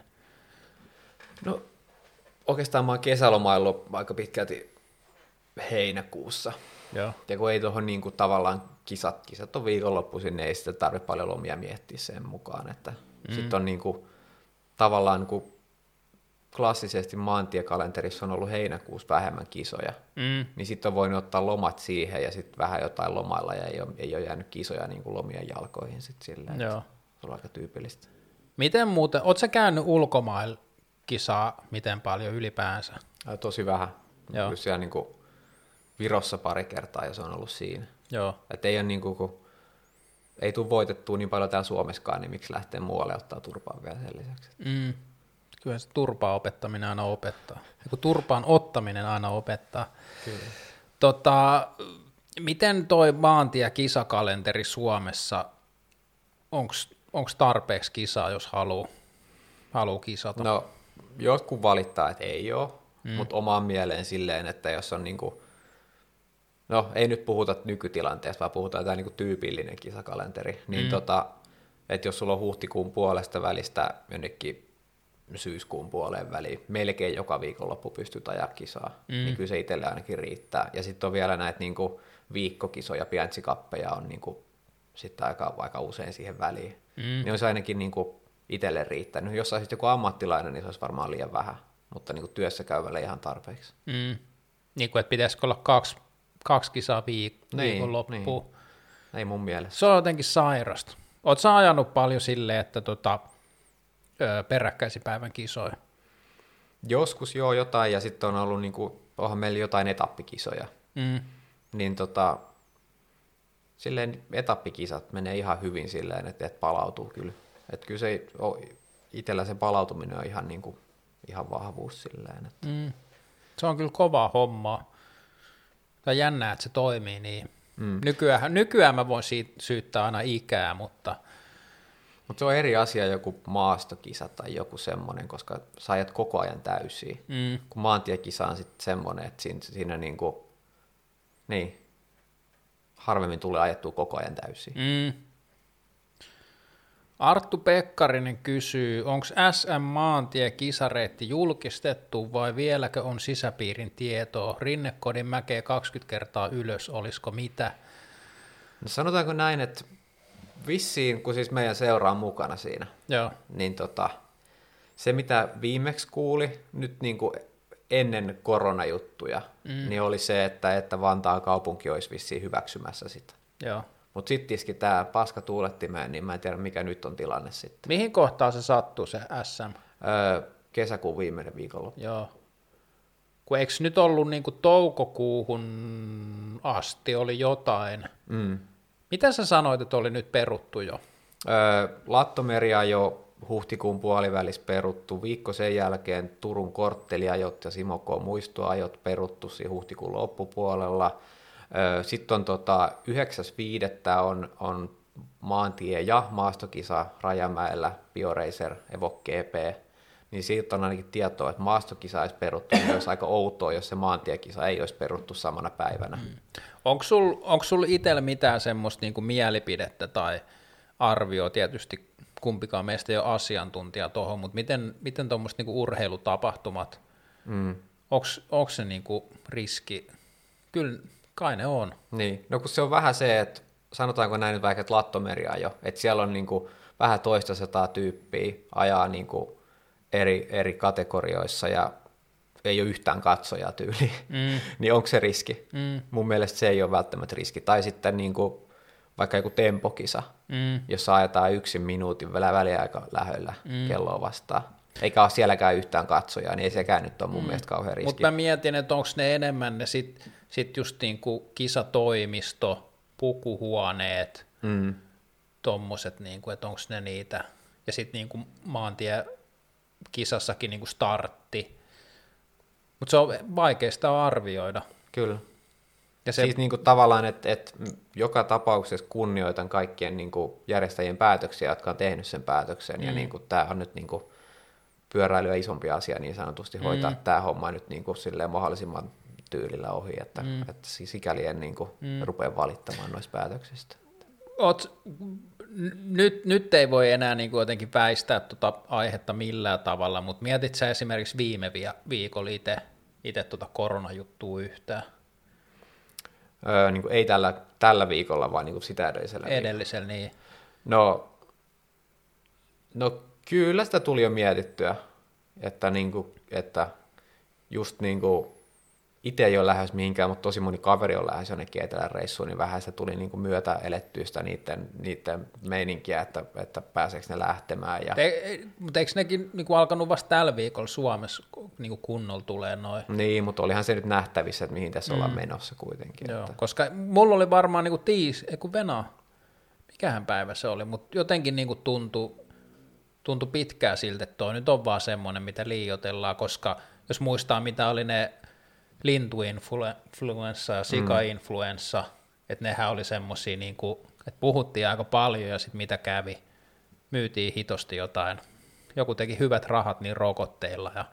No oikeastaan mä oon kesälomaillut aika pitkälti heinäkuussa. Joo. Ja kun ei tuohon niin kuin tavallaan kisat, kisat on viikonloppuisin, niin ei sitten tarvitse paljon lomia miettiä sen mukaan, että mm. sitten on niin kuin, tavallaan niin kuin klassisesti maantiekalenterissa on ollut heinäkuussa vähemmän kisoja, mm. niin sitten on voinut ottaa lomat siihen ja sitten vähän jotain lomailla ja ei ole, ei ole jäänyt kisoja niin kuin lomien jalkoihin sitten silleen, Joo. Se on aika tyypillistä. Miten muuten, ootko sä käynyt ulkomailla kisaa miten paljon ylipäänsä? Ja tosi vähän. Joo. Kyllä siellä niin kuin Virossa pari kertaa ja se on ollut siinä. Joo. Et ei, ole niin kuin, kun ei tule voitettua niin paljon täällä Suomessakaan, niin miksi lähtee muualle ottaa turpaa vielä sen lisäksi? Mm. Kyllä se turpaa opettaminen aina opettaa. Ja kun turpaan ottaminen aina opettaa. Kyllä. Tota, miten toi maantie-kisakalenteri Suomessa, onko tarpeeksi kisaa, jos haluaa haluu kisata? No, jotkut valittaa, että ei ole, mm. mutta omaan mieleen silleen, että jos on niinku, no ei nyt puhuta nykytilanteesta, vaan puhutaan tämä niinku tyypillinen kisakalenteri, niin mm. tota, että jos sulla on huhtikuun puolesta välistä jonnekin syyskuun puoleen väliin, melkein joka viikonloppu pystyt ajaa kisaa, mm. niin kyllä se itselle ainakin riittää. Ja sitten on vielä näitä niinku viikkokisoja, pientsikappeja on niinku sitten aika, aika usein siihen väliin. Mm. Niin olisi ainakin niinku itselle riittänyt. Jos olisit joku ammattilainen, niin se olisi varmaan liian vähän, mutta niinku työssä käyvälle ihan tarpeeksi. Mm. Niin kuin, että pitäisikö olla kaksi, kaksi kisaa viik- niin, viikonloppuun. Niin. Ei mun mielestä. Se on jotenkin sairasta. Oletko sä ajanut paljon silleen, että tota, peräkkäisipäivän kisoja? Joskus joo jotain, ja sitten on ollut, niinku, onhan meillä jotain etappikisoja. Mm. Niin tota, silleen etappikisat menee ihan hyvin silleen, että et palautuu kyllä. Että kyllä se itsellä se palautuminen on ihan, niinku, ihan vahvuus silleen. Että. Mm. Se on kyllä kovaa hommaa. Tämä on jännää, että se toimii niin. Mm. Nykyään, nykyään mä voin siitä syyttää aina ikää, mutta Mutta se on eri asia joku maastokisa tai joku semmoinen, koska sä ajat koko ajan täysiä. Mm. Kun maantiekisa on sitten semmoinen, että siinä, siinä niinku, niin, harvemmin tulee ajettua koko ajan täysiä. Mm. Arttu Pekkarinen kysyy, onko S M-maantie-kisareitti julkistettu vai vieläkö on sisäpiirin tietoa? Rinnekodin mäkeä kaksikymmentä kertaa ylös, olisiko mitä? No sanotaanko näin, että vissiin, kun siis meidän seura on mukana siinä, Joo. niin tota, se mitä viimeksi kuuli nyt niin kuin ennen koronajuttuja, mm. niin oli se, että, että Vantaan kaupunki olisi vissiin hyväksymässä sitä. Mutta sitten iski tämä paska tuulettimeen, niin mä en tiedä mikä nyt on tilanne sitten. Mihin kohtaan se sattuu se S M? Öö, kesäkuun viimeinen viikonloppu. Joo. Kun eikö nyt ollut niin kuin toukokuuhun asti oli jotain? Mm. Mitä sä sanoit, että oli nyt peruttu jo? Öö, Lattomeria jo huhtikuun puolivälissä peruttu. Viikko sen jälkeen Turun kortteliajot ja Simo K. muistoajot peruttu siinä huhtikuun loppupuolella. Öö, Sitten on tota, yhdeksäs viidettä on, on maantie- ja maastokisa Rajamäellä, BioRacer, Evo G P. Niin siitä on ainakin tietoa, että maastokisa olisi peruttu, niin olisi aika outoa, jos se maantiekisa ei olisi peruttu samana päivänä. Mm. Onko sulla sul itsellä mitään semmoista niinku mielipidettä tai arvioa, tietysti kumpikaan meistä ei ole asiantuntija tuohon, mutta miten, miten tuommoiset niinku urheilutapahtumat, mm. onko se niinku riski? Kyllä kai ne on. Niin, no kun se on vähän se, että sanotaanko näin nyt vaikka, että Lattomeria jo, että siellä on niinku vähän toista sataa tyyppiä, ajaa niinku eri, eri kategorioissa ja ei ole yhtään katsojaa tyyliin, mm. niin onko se riski? Mm. Mun mielestä se ei ole välttämättä riski. Tai sitten niin kuin, vaikka joku tempokisa, mm. jossa ajetaan yksin minuutin väliaika lähellä mm. kelloa vastaan. Eikä ole sielläkään yhtään katsojaa, niin ei sekään nyt ole mun mm. mielestä kauhean riski. Mutta mä mietin, että onko ne enemmän ne sit, sit just niin kuin kisatoimisto, pukuhuoneet, mm. tommoset, niin kuin, että onko ne niitä, ja sitten niin kuin maantie kisassakin niin kuin startti, mutta se on vaikeasta arvioida. Kyllä. Ja se, siis niin kuin tavallaan, että, että joka tapauksessa kunnioitan kaikkien niin kuin järjestäjien päätöksiä, jotka on tehnyt sen päätöksen, mm. ja niin kuin, tämä on nyt niin kuin pyöräilyä isompi asia niin sanotusti hoitaa mm. tämä homma nyt niin kuin silleen mahdollisimman tyylillä ohi, että, mm. että sikäli en niin kuin mm. rupea valittamaan noista päätöksistä. Oot, nyt, nyt ei voi enää niin kuin jotenkin väistää tuota aihetta millään tavalla, mutta mietit sä esimerkiksi viime viikolla itse tuota koronajuttua yhtään? Öö, niin kuin ei tällä, tällä viikolla, vaan niin kuin sitä edellisellä Edellisellä, viikolla. niin. No, no kyllä sitä tuli jo mietittyä, että, niin kuin, että just niin kuin itse ei ole lähes mihinkään, mutta tosi moni kaveri on lähes jonnekin etelän reissuun, niin vähän se tuli niin kuin myötä elettyä sitä niiden, niiden meininkiä, että, että pääseekö ne lähtemään. Ja... Te, mutta eikö nekin niin kuin alkanut vasta tällä viikolla Suomessa niin kuin kunnolla tulee noin? Niin, mutta olihan se nyt nähtävissä, että mihin tässä mm. ollaan menossa kuitenkin. Joo, että... koska mulla oli varmaan niin kuin tiis, ei kun Venä, mikähän päivä se oli, mutta jotenkin niin kuin tuntui, tuntui pitkään siltä, että toi nyt on vaan semmoinen, mitä liioitellaan, koska jos muistaa, mitä oli ne lintuinfluenssa ja sika-influenssa, mm. että nehän oli semmosia, niin kuin, että puhuttiin aika paljon ja sitten mitä kävi, myytiin hitosti jotain, joku teki hyvät rahat niin rokotteilla ja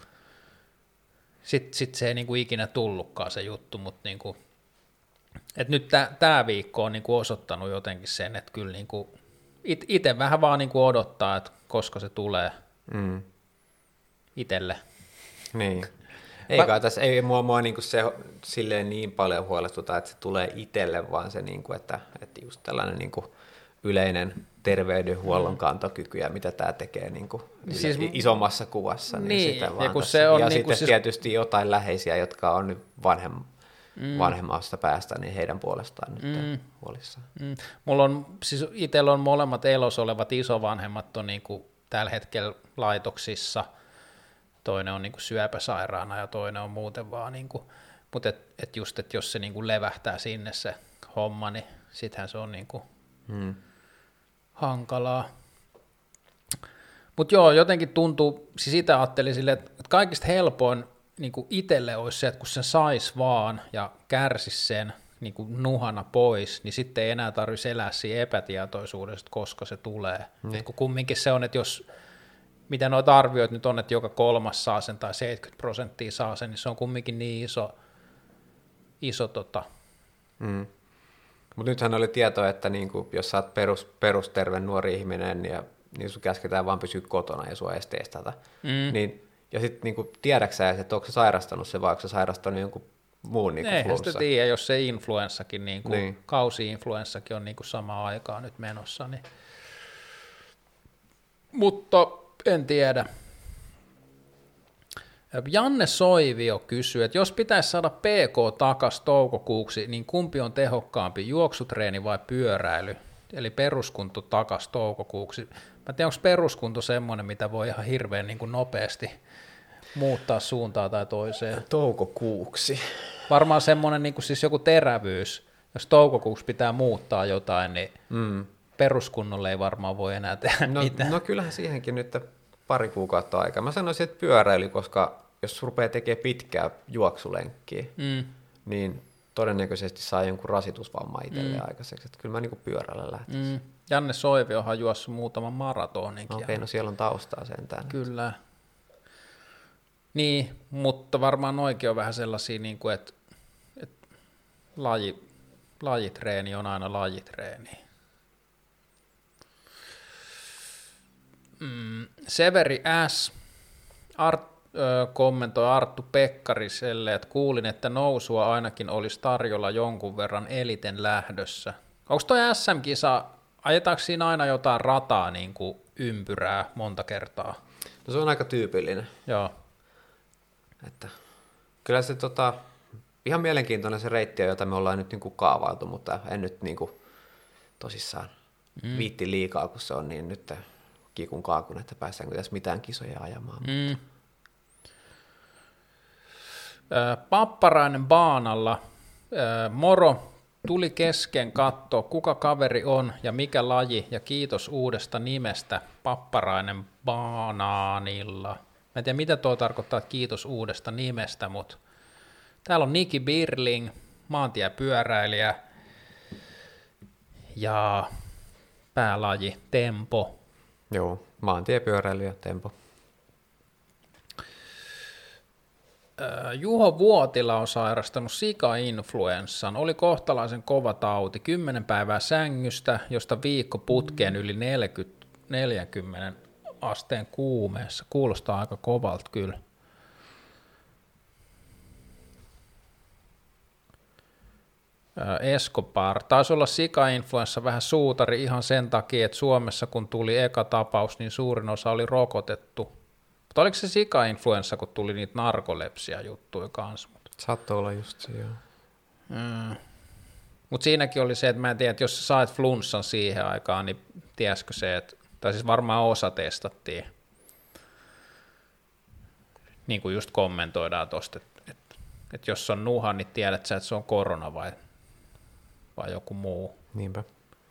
sitten sit se ei niin kuin ikinä tullutkaan se juttu, mutta niin kuin, että nyt tämä viikko on niin kuin osoittanut jotenkin sen, että kyllä niin kuin it, itse vähän vaan niin kuin odottaa, että koska se tulee mm. itselle. Niin. Ei kai tässä, ei mua, mua niinku se silleen niin paljon huolestuta, että se tulee itselle, vaan se, niinku, että, että just tällainen niinku yleinen terveydenhuollon kantokyky ja mitä tämä tekee niinku siis, isommassa kuvassa. Niin, niin sitä vaan ja se on ja niinku sitten siis... tietysti jotain läheisiä, jotka on nyt vanhem, mm. vanhemmasta päästä, niin heidän puolestaan nyt mm. huolissaan. Mm. Mulla on, siis itsellä on molemmat elossa olevat isovanhemmat on niinku tällä hetkellä laitoksissa, toinen on niinku syöpäsairaana ja toinen on muuten vaan, niinku, mutta et, et just, että jos se niinku levähtää sinne se homma, niin sittenhän se on niinku hmm. hankalaa. Mutta joo, jotenkin tuntuu, siis itse ajattelin silleen, että kaikista helpoin niinku itselle olisi se, että kun sen sais vaan ja kärsisi sen niinku nuhana pois, niin sitten ei enää tarvitsisi elää siinä epätietoisuudesta, koska se tulee. Hmm. Kun kumminkin se on, että jos mitä noita arvioit nyt on, että joka kolmas saa sen tai seitsemänkymmentä prosenttia saa sen, niin se on kumminkin niin iso, iso tota. Mm. Mutta nythän oli tietoa, että niinku, jos sä oot perus, perusterve nuori ihminen ja niin sun käsketään vaan pysyä kotona ja sua edes testata, mm. niin, ja sitten niinku, tiedätkö sä, että onko sä sairastanut se vai onko sä sairastanut jonkun muun niinku, eihän flunssa? sitä tiedä, jos se influenssakin, niinku, niin. kausi-influenssakin on niinku samaan aikaan nyt menossa. Niin. Mutta en tiedä. Janne Soivio kysyy, että jos pitäisi saada P K takas toukokuuksi, niin kumpi on tehokkaampi, juoksutreeni vai pyöräily? Eli peruskunto takas toukokuuksi. Mä en tiedä, onko peruskunto semmoinen, mitä voi ihan hirveän niin kuin nopeasti muuttaa suuntaa tai toiseen. Toukokuuksi. Varmaan semmoinen niin kuin siis joku terävyys. Jos toukokuuksi pitää muuttaa jotain, niin mm. peruskunnolle ei varmaan voi enää tehdä no, mitään. No kyllähän siihenkin nyt pari kuukautta aikaa. Mä sanoisin, että pyöräily, koska jos rupeaa tekemään pitkää juoksulenkkiä, mm. niin todennäköisesti saa jonkun rasitusvamma itselleen mm. aikaiseksi. Että kyllä mä niin kuin pyörällä lähtisin. Mm. Janne Soiviohan on juossut muutaman maratoninkin. Okei, okay, no siellä on taustaa sentään. Kyllä. Niin, mutta varmaan oikein on vähän sellaisia, niin kuin, että, että laji, lajitreeni on aina lajitreeni. Mm, Severi S. Art, ö, kommentoi Arttu Pekkariselle, että kuulin, että nousua ainakin olisi tarjolla jonkun verran eliten lähdössä. Onko toi S M-kisa, ajetaanko siinä aina jotain rataa niin kuin ympyrää monta kertaa? No se on aika tyypillinen. Joo. Että, kyllä se tota, ihan mielenkiintoinen se reitti, jota me ollaan nyt niin kuin kaavailtu, mutta en nyt niin kuin tosissaan mm. viitti liikaa, kun se on niin nyt kikun kaakun, että päästäänkö tässä mitään kisoja ajamaan. Mm. Papparainen Baanalla, moro, tuli kesken katsoa, kuka kaveri on ja mikä laji, ja kiitos uudesta nimestä, Papparainen Baananilla. Mä en tiedä, mitä tuo tarkoittaa, että kiitos uudesta nimestä, mutta täällä on Niki Birling, maantiepyöräilijä, ja päälaji tempo. Joo, maantiepyöräilijä, tempo. Juho Vuotila on sairastanut sika-influenssan. Oli kohtalaisen kova tauti, kymmenen päivää sängystä, josta viikko putkeen yli neljäkymmentä, neljäkymmentä asteen kuumeessa. Kuulostaa aika kovalta kyllä. Escobar. Taisi olla sika-influenssa vähän suutari ihan sen takia, että Suomessa kun tuli eka tapaus, niin suurin osa oli rokotettu. Mutta oliko se sika-influenssa, kun tuli niitä narkolepsia juttuja kanssa? Saattoi olla just se, joo. Mm. Mutta siinäkin oli se, että mä en tiedä, että jos sä sait flunssan siihen aikaan, niin tiesikö se, että, tai siis varmaan osa testattiin. Niin kuin just kommentoidaan tuosta, että, että, että jos on nuha, niin tiedät sä, että se on korona vai, vai joku muu. Niinpä.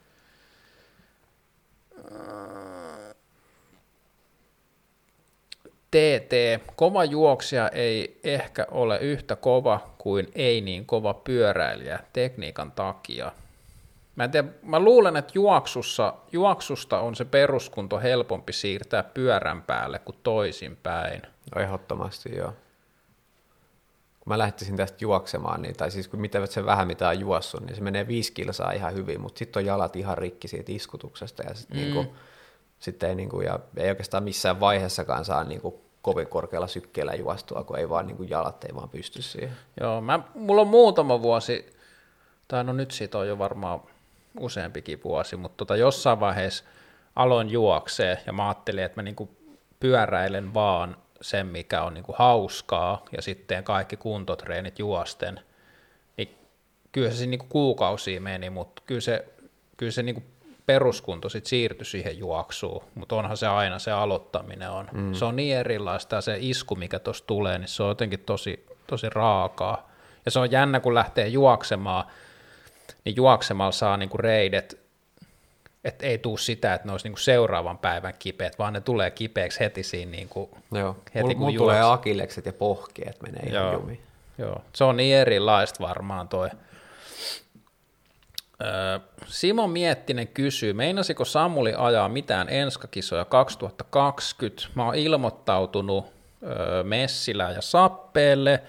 T T, kova juoksija ei ehkä ole yhtä kova kuin ei niin kova pyöräilijä tekniikan takia. Mä, en tiedä, mä luulen, että juoksussa, juoksusta on se peruskunto helpompi siirtää pyörän päälle kuin toisinpäin. No ehdottomasti, joo. Kun mä lähtisin tästä juoksemaan, niin, tai siis kun mitä se vähän mitä on juossut, niin se menee viisi kilsaa ihan hyvin, mutta sitten on jalat ihan rikki siitä iskutuksesta ja sitten mm. niinku, sit ei, niinku, ja ei oikeastaan missään vaiheessakaan saa niinku kovin korkealla sykkeellä juostua, kun ei vaan niinku, jalat ei vaan pysty siihen. Joo, mä, mulla on muutama vuosi, tai no nyt siitä on jo varmaan useampikin vuosi, mutta tota jossain vaiheessa aloin juoksee ja mä ajattelin, että mä niinku pyöräilen vaan sen, mikä on niinku hauskaa ja sitten kaikki kuntotreenit juosten, niin kyllä se niinku kuukausia meni, mutta kyllä se, kyllä se niinku peruskunto sit siirtyi siihen juoksuun, mutta onhan se aina se aloittaminen on. Mm. Se on niin erilaista ja se isku, mikä tuossa tulee, niin se on jotenkin tosi, tosi raakaa. Ja se on jännä, kun lähtee juoksemaan, niin juoksemalla saa niinku reidet, että ei tule sitä, että ne olisi niinku seuraavan päivän kipeät, vaan ne tulee kipeäksi heti siinä. Niinku, Joo, heti kun juokse. Tulee akillekset ja pohkeet menee ihan Joo. jumiin. Joo, se on niin erilaista varmaan toi. Öö, Simo Miettinen kysyy, meinasiko Samuli ajaa mitään enskakisoja kaksituhattakaksikymmentä? Mä oon ilmoittautunut öö, Messilään ja Sappeelle,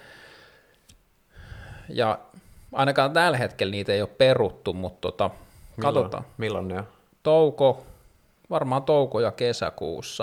ja ainakaan tällä hetkellä niitä ei ole peruttu, mutta tota, milloin, katsotaan. Milloin ne on? Touko, varmaan touko- ja kesäkuussa.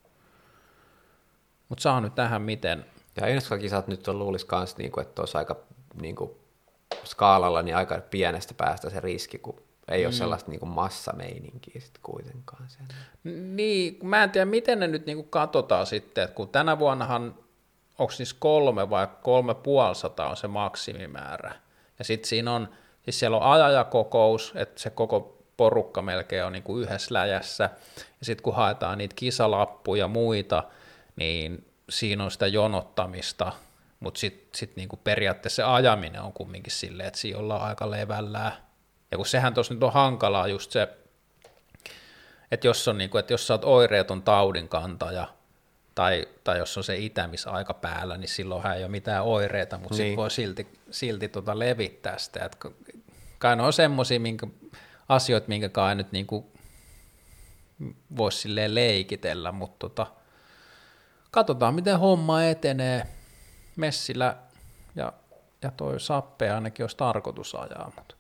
Mutta saa nyt tähän miten. Ja enskakisat nyt on luulisi kans, niinku, että olisi aika niinku, skaalalla niin aika pienestä päästä se riski, kun ei ole mm. sellaista niinku, massameininkiä sit kuitenkaan. Sen. Niin, mä en tiedä, miten ne nyt niinku katsotaan sitten, että kun tänä vuonnahan, onko siis kolme vai kolme puolisataa on se maksimimäärä. Ja sitten siinä on, siis siellä on ajajakokous, että se koko porukka melkein on niinku yhdessä läjässä. Ja sitten kun haetaan niitä kisalappuja ja muita, niin siinä on sitä jonottamista, mutta sitten sit niinku periaatteessa se ajaminen on kumminkin silleen, että siinä ollaan aika levällään. Ja kun sehän tuossa nyt on hankalaa just se, että jos, on niinku, että jos sä oot oireeton taudinkantaja, tai, tai jos on se itämisaika päällä, niin silloinhan ei ole mitään oireita, mutta niin. Sitten voi silti, silti tota levittää sitä. Et kai ne on semmoisia asioita, minkä kai nyt niinku voisi silleen leikitellä, mutta tota, katsotaan, miten homma etenee. Messilä ja, ja toi Sappe ainakin olisi tarkoitus ajaa. Mutta.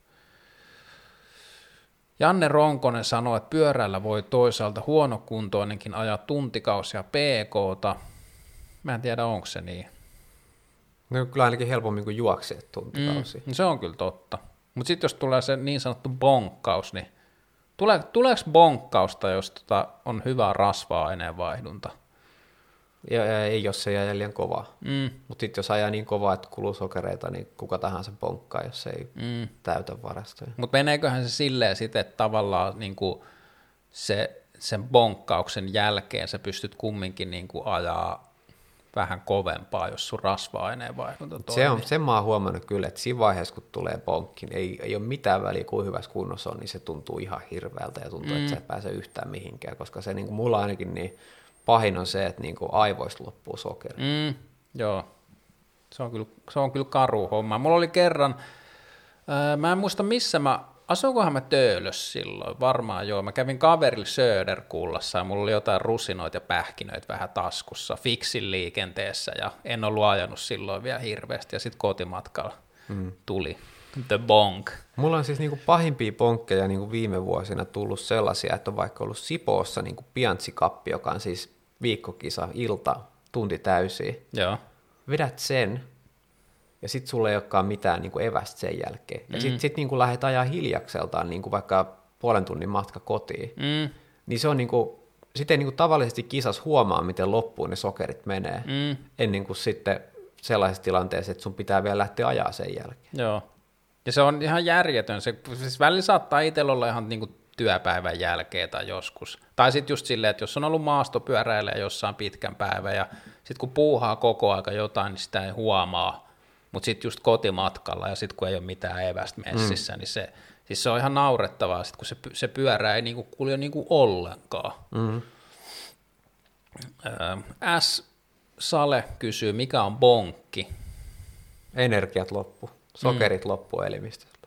Janne Ronkonen sanoi, että pyörällä voi toisaalta huonokuntoinenkin ajaa tuntikausia P K:ta. Mä en tiedä, onko se niin. No kyllä ainakin helpommin kuin juoksee tuntikausia. Mm, se on kyllä totta. Mutta sitten jos tulee se niin sanottu bonkkaus, niin tule, tuleeko bonkkausta, jos tota on hyvä rasva-aineenvaihdunta? Ja, ja ei, jos se jää liian kovaa. Mm. Mutta sitten jos ajaa niin kovaa, että kuluu sokereita, niin kuka tahansa bonkkaa, jos ei mm. täytä varastoja. Mutta meneeköhän se silleen sitten, että tavallaan niinku se, sen bonkkauksen jälkeen sä pystyt kumminkin niinku ajaa vähän kovempaa, jos sun rasva-aineenvaihdunta toimii. Se on, sen mä oon huomannut kyllä, että siinä vaiheessa, kun tulee bonkki, niin ei, ei ole mitään väliä, kuin hyvässä kunnossa on, niin se tuntuu ihan hirveältä ja tuntuu, mm. että sä et pääse yhtään mihinkään, koska se niin kuin mulla ainakin niin pahin on se, että niin kuin aivoista loppuu sokeri. Mm, joo, se on, kyllä, se on kyllä karu homma. Mulla oli kerran, ää, mä en muista missä mä, asuinkohan mä Töölössä silloin, varmaan joo. Mä kävin kaverilla Söderkullassa ja mulla oli jotain rusinoita ja pähkinöitä vähän taskussa fiksin liikenteessä ja en ollut ajanut silloin vielä hirveästi ja sitten kotimatkalla mm. tuli the bonk. Mulla on siis niinku pahimpia bonkkeja niinku viime vuosina tullut sellaisia, että on vaikka ollut Sipoossa niinku Piantsikappi, joka on siis viikkokisa, ilta, tunti täysiä. Joo. Vedät sen ja sitten sulla ei olekaan mitään niin kuin evästä sen jälkeen. Ja mm. sitten sit, niin kuin lähdet ajaa hiljakseltaan niin kuin vaikka puolen tunnin matka kotiin, mm. niin se on niin kuin, sitten niin kuin tavallisesti kisas huomaa, miten loppuun ne sokerit menee, mm. ennen kuin sitten sellaisessa tilanteessa, että sun pitää vielä lähteä ajaa sen jälkeen. Joo, ja se on ihan järjetön. Se, siis välillä saattaa itsellä olla ihan niin kuin työpäivän jälkeen tai joskus. Tai sitten just silleen, että jos on ollut maastopyöräilijä jossain pitkän päivän, ja sitten kun puuhaa koko aika jotain, niin sitä ei huomaa. Mutta sitten just kotimatkalla, ja sitten kun ei ole mitään evästä messissä, mm. niin se, siis se on ihan naurettavaa, sit kun se, se pyörä ei niinku kulje niinku ollenkaan. Mm. S. Sale kysyy, mikä on bonkki? Energiat loppu, sokerit mm. loppu elimistöstä.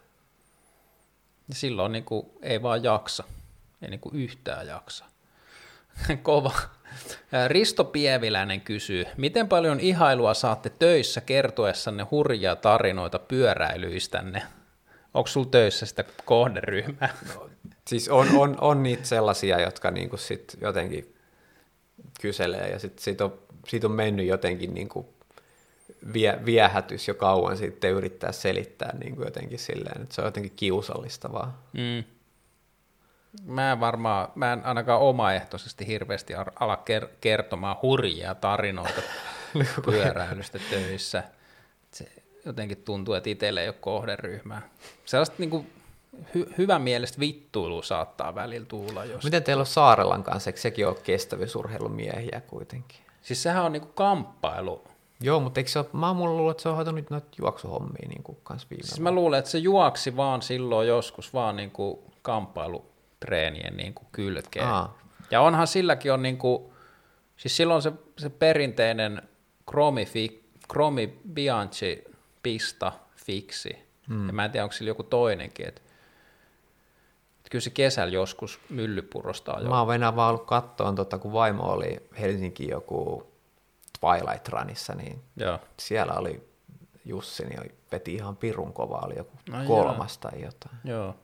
Silloin niinku ei vaan jaksa, ei niinku yhtään jaksa. Kova. Risto Pieviläinen kysyy, miten paljon ihailua saatte töissä kertoessanne hurjia tarinoita pyöräilyistänne? Onko sulla töissä sitä kohderyhmää? No, siis on, on, on niitä sellaisia, jotka niinku sit jotenkin kyselee, ja sit siitä, on, siitä on mennyt jotenkin niinku vie, viehätys jo kauan sitten yrittää selittää niinku jotenkin silleen, että se on jotenkin kiusallistavaa. Mm. Mä en varmaan, mä en ainakaan omaehtoisesti hirveästi ala kertomaan hurjia tarinoita pyöräilystä töissä. Se jotenkin tuntuu, että itselle ei ole kohderyhmää. Sellaista niin kuin hy- hyvän mielestä vittuilua saattaa välillä tulla. Jos... Miten teillä on Saarelan kanssa, eikö sekin ole kestävyysurheilun miehiä kuitenkin? Siis sehän on niin kuin kamppailu. Joo, mutta eikö se ole, mä oon luullut, että se on hoitanut noita juoksuhommia niin kuin kans viime Siis mä luulen, että se juoksi vaan silloin joskus vaan niin kuin kamppailu treenien niin kuin kylkeen. Aa. Ja onhan silläkin on, niin kuin, siis silloin se, se perinteinen Chromi, Chromi Bianchi pista fiksi, hmm. ja mä en tiedä, onko sillä joku toinenkin, että, että kyllä se kesällä joskus myllypurosta ajoi. Mä oon enää vaan ollut kattoon, tota, kun vaimo oli Helsinki joku Twilight Runissa, niin joo. Siellä oli Jussi, niin veti ihan pirun kovaa, oli joku no kolmas joo. tai jotain. Joo.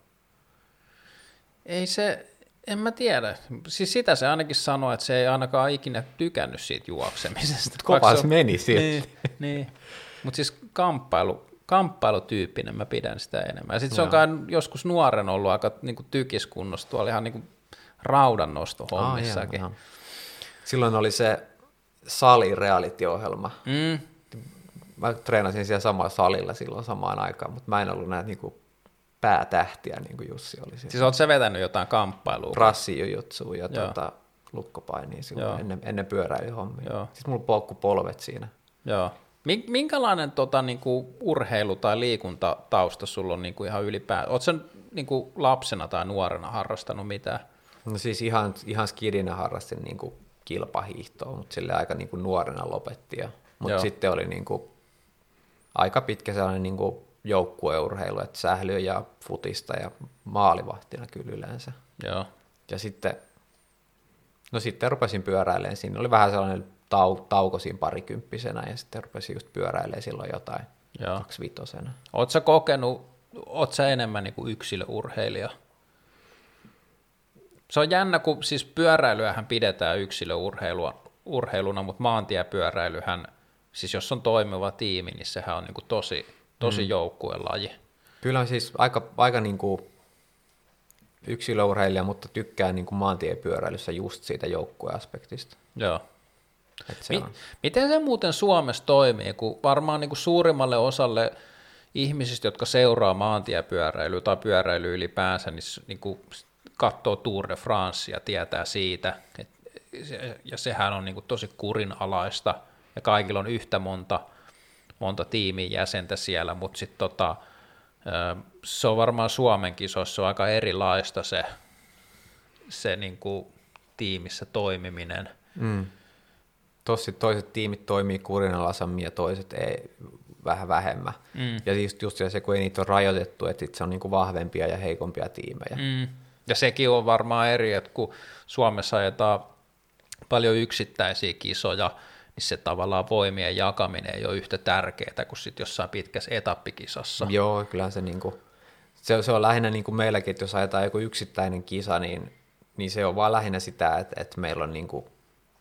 Ei se, en mä tiedä. Siis sitä se ainakin sanoi, että se ei ainakaan ikinä tykännyt siitä juoksemisesta. Kovaa se meni silti. Niin, niin. Mutta siis kamppailu, kamppailutyyppinen mä pidän sitä enemmän. Ja sitten se on kai joskus nuoren ollut aika niinku tykiskunnossa tuolla ihan niinku raudannostohommissakin. Ah, silloin oli se sali reality-ohjelma. Mm. Mä treenasin siellä samalla salilla silloin samaan aikaan, mutta mä en ollut näitä niinku päätähtiä, niin kuin Jussi oli siellä. Siis oletko sä vetänyt jotain kamppailua? Rassijujutsuun ja tuota, lukkopainia silloin ennen, ennen pyöräilyhommia. Joo. Sitten mulla polkku polvet siinä. Joo. Minkälainen tota, niinku, urheilu- tai liikuntatausta sulla on niinku, ihan ylipäätään? Oletko sä niinku, lapsena tai nuorena harrastanut mitään? No siis ihan, ihan skidinä harrastin niinku, kilpahiihtoa, mutta sille aika niinku, nuorena lopetti. Mutta sitten oli niinku, aika pitkä sellainen niinku, joukkueurheilu, että sählyä ja futista ja maalivahtina kyllä yleensä. Joo. Ja sitten, no sitten rupesin pyöräilemään, siinä oli vähän sellainen tau, tauko siinä parikymppisenä ja sitten rupesin just pyöräilemään silloin jotain Joo. kaksivitosena. Oletko sä kokenut, oletko sä enemmän niin kuin yksilöurheilija? Se on jännä, kun siis pyöräilyähän pidetään yksilöurheiluna, mutta maantiepyöräilyhän, siis jos on toimiva tiimi, niin sehän on niin kuin tosi Tosi mm. joukkuelaji. Kyllä on siis aika, aika niin kuin yksilöurheilija, mutta tykkää niin kuin maantiepyöräilyssä just siitä joukkueaspektista. Joo. Se Mi- miten se muuten Suomessa toimii, kun varmaan niin kuin suurimmalle osalle ihmisistä, jotka seuraa maantiepyöräilyä tai pyöräilyä ylipäänsä, niin, niin kuin katsoo Tour de France ja tietää siitä, että se, ja sehän on niin kuin tosi kurinalaista ja kaikilla on yhtä monta monta tiimin jäsentä siellä, mutta sitten tota, se on varmaan Suomen kisoissa aika erilaista se, se niinku tiimissä toimiminen. Mm. Tossa toiset tiimit toimii kurinalaisemmin ja toiset ei, vähän vähemmän. Mm. Ja just, just se, kun ei niitä ole rajoitettu, että se on niinku vahvempia ja heikompia tiimejä. Mm. Ja sekin on varmaan eri, että kun Suomessa ajetaan paljon yksittäisiä kisoja, niin se tavallaan voimien jakaminen ei ole yhtä tärkeää kuin sitten jossain pitkässä etappikisassa. Joo, kyllähän se, niinku, se, se on lähinnä niin kuin meilläkin, että jos ajetaan joku yksittäinen kisa, niin, niin se on vaan lähinnä sitä, että, että meillä on niinku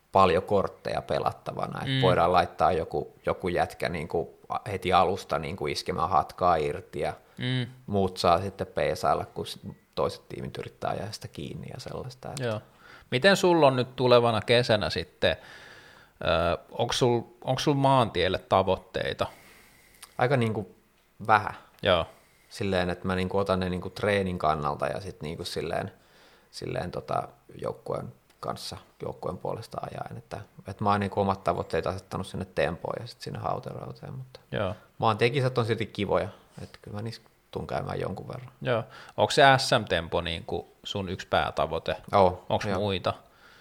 paljon kortteja pelattavana, että mm. voidaan laittaa joku, joku jätkä niin kuin heti alusta niin kuin iskemään hatkaa irti ja mm. muut saa sitten peisailla, kun toiset tiimit yrittää ajaa sitä kiinni ja sellaista. Että... Joo. Miten sulla on nyt tulevana kesänä sitten, äh, onko sulla sul maantielle tavoitteita? Aika niin kuin vähän. Joo. Silleen, että mä niin kuin otan ne niin kuin treenin kannalta ja sitten niin kuin silleen, silleen tota joukkueen kanssa joukkueen puolesta ajaen, että, että mä oon niin kuin omat tavoitteet asettanut sinne tempoon ja sitten sinne hauterauteen, mutta Joo. maantiekisat on silti kivoja, että kyllä mä niissä tuun käymään jonkun verran. Joo. Onko se S M-tempo niin kuin sun yksi päätavoite? Oh, onko muita?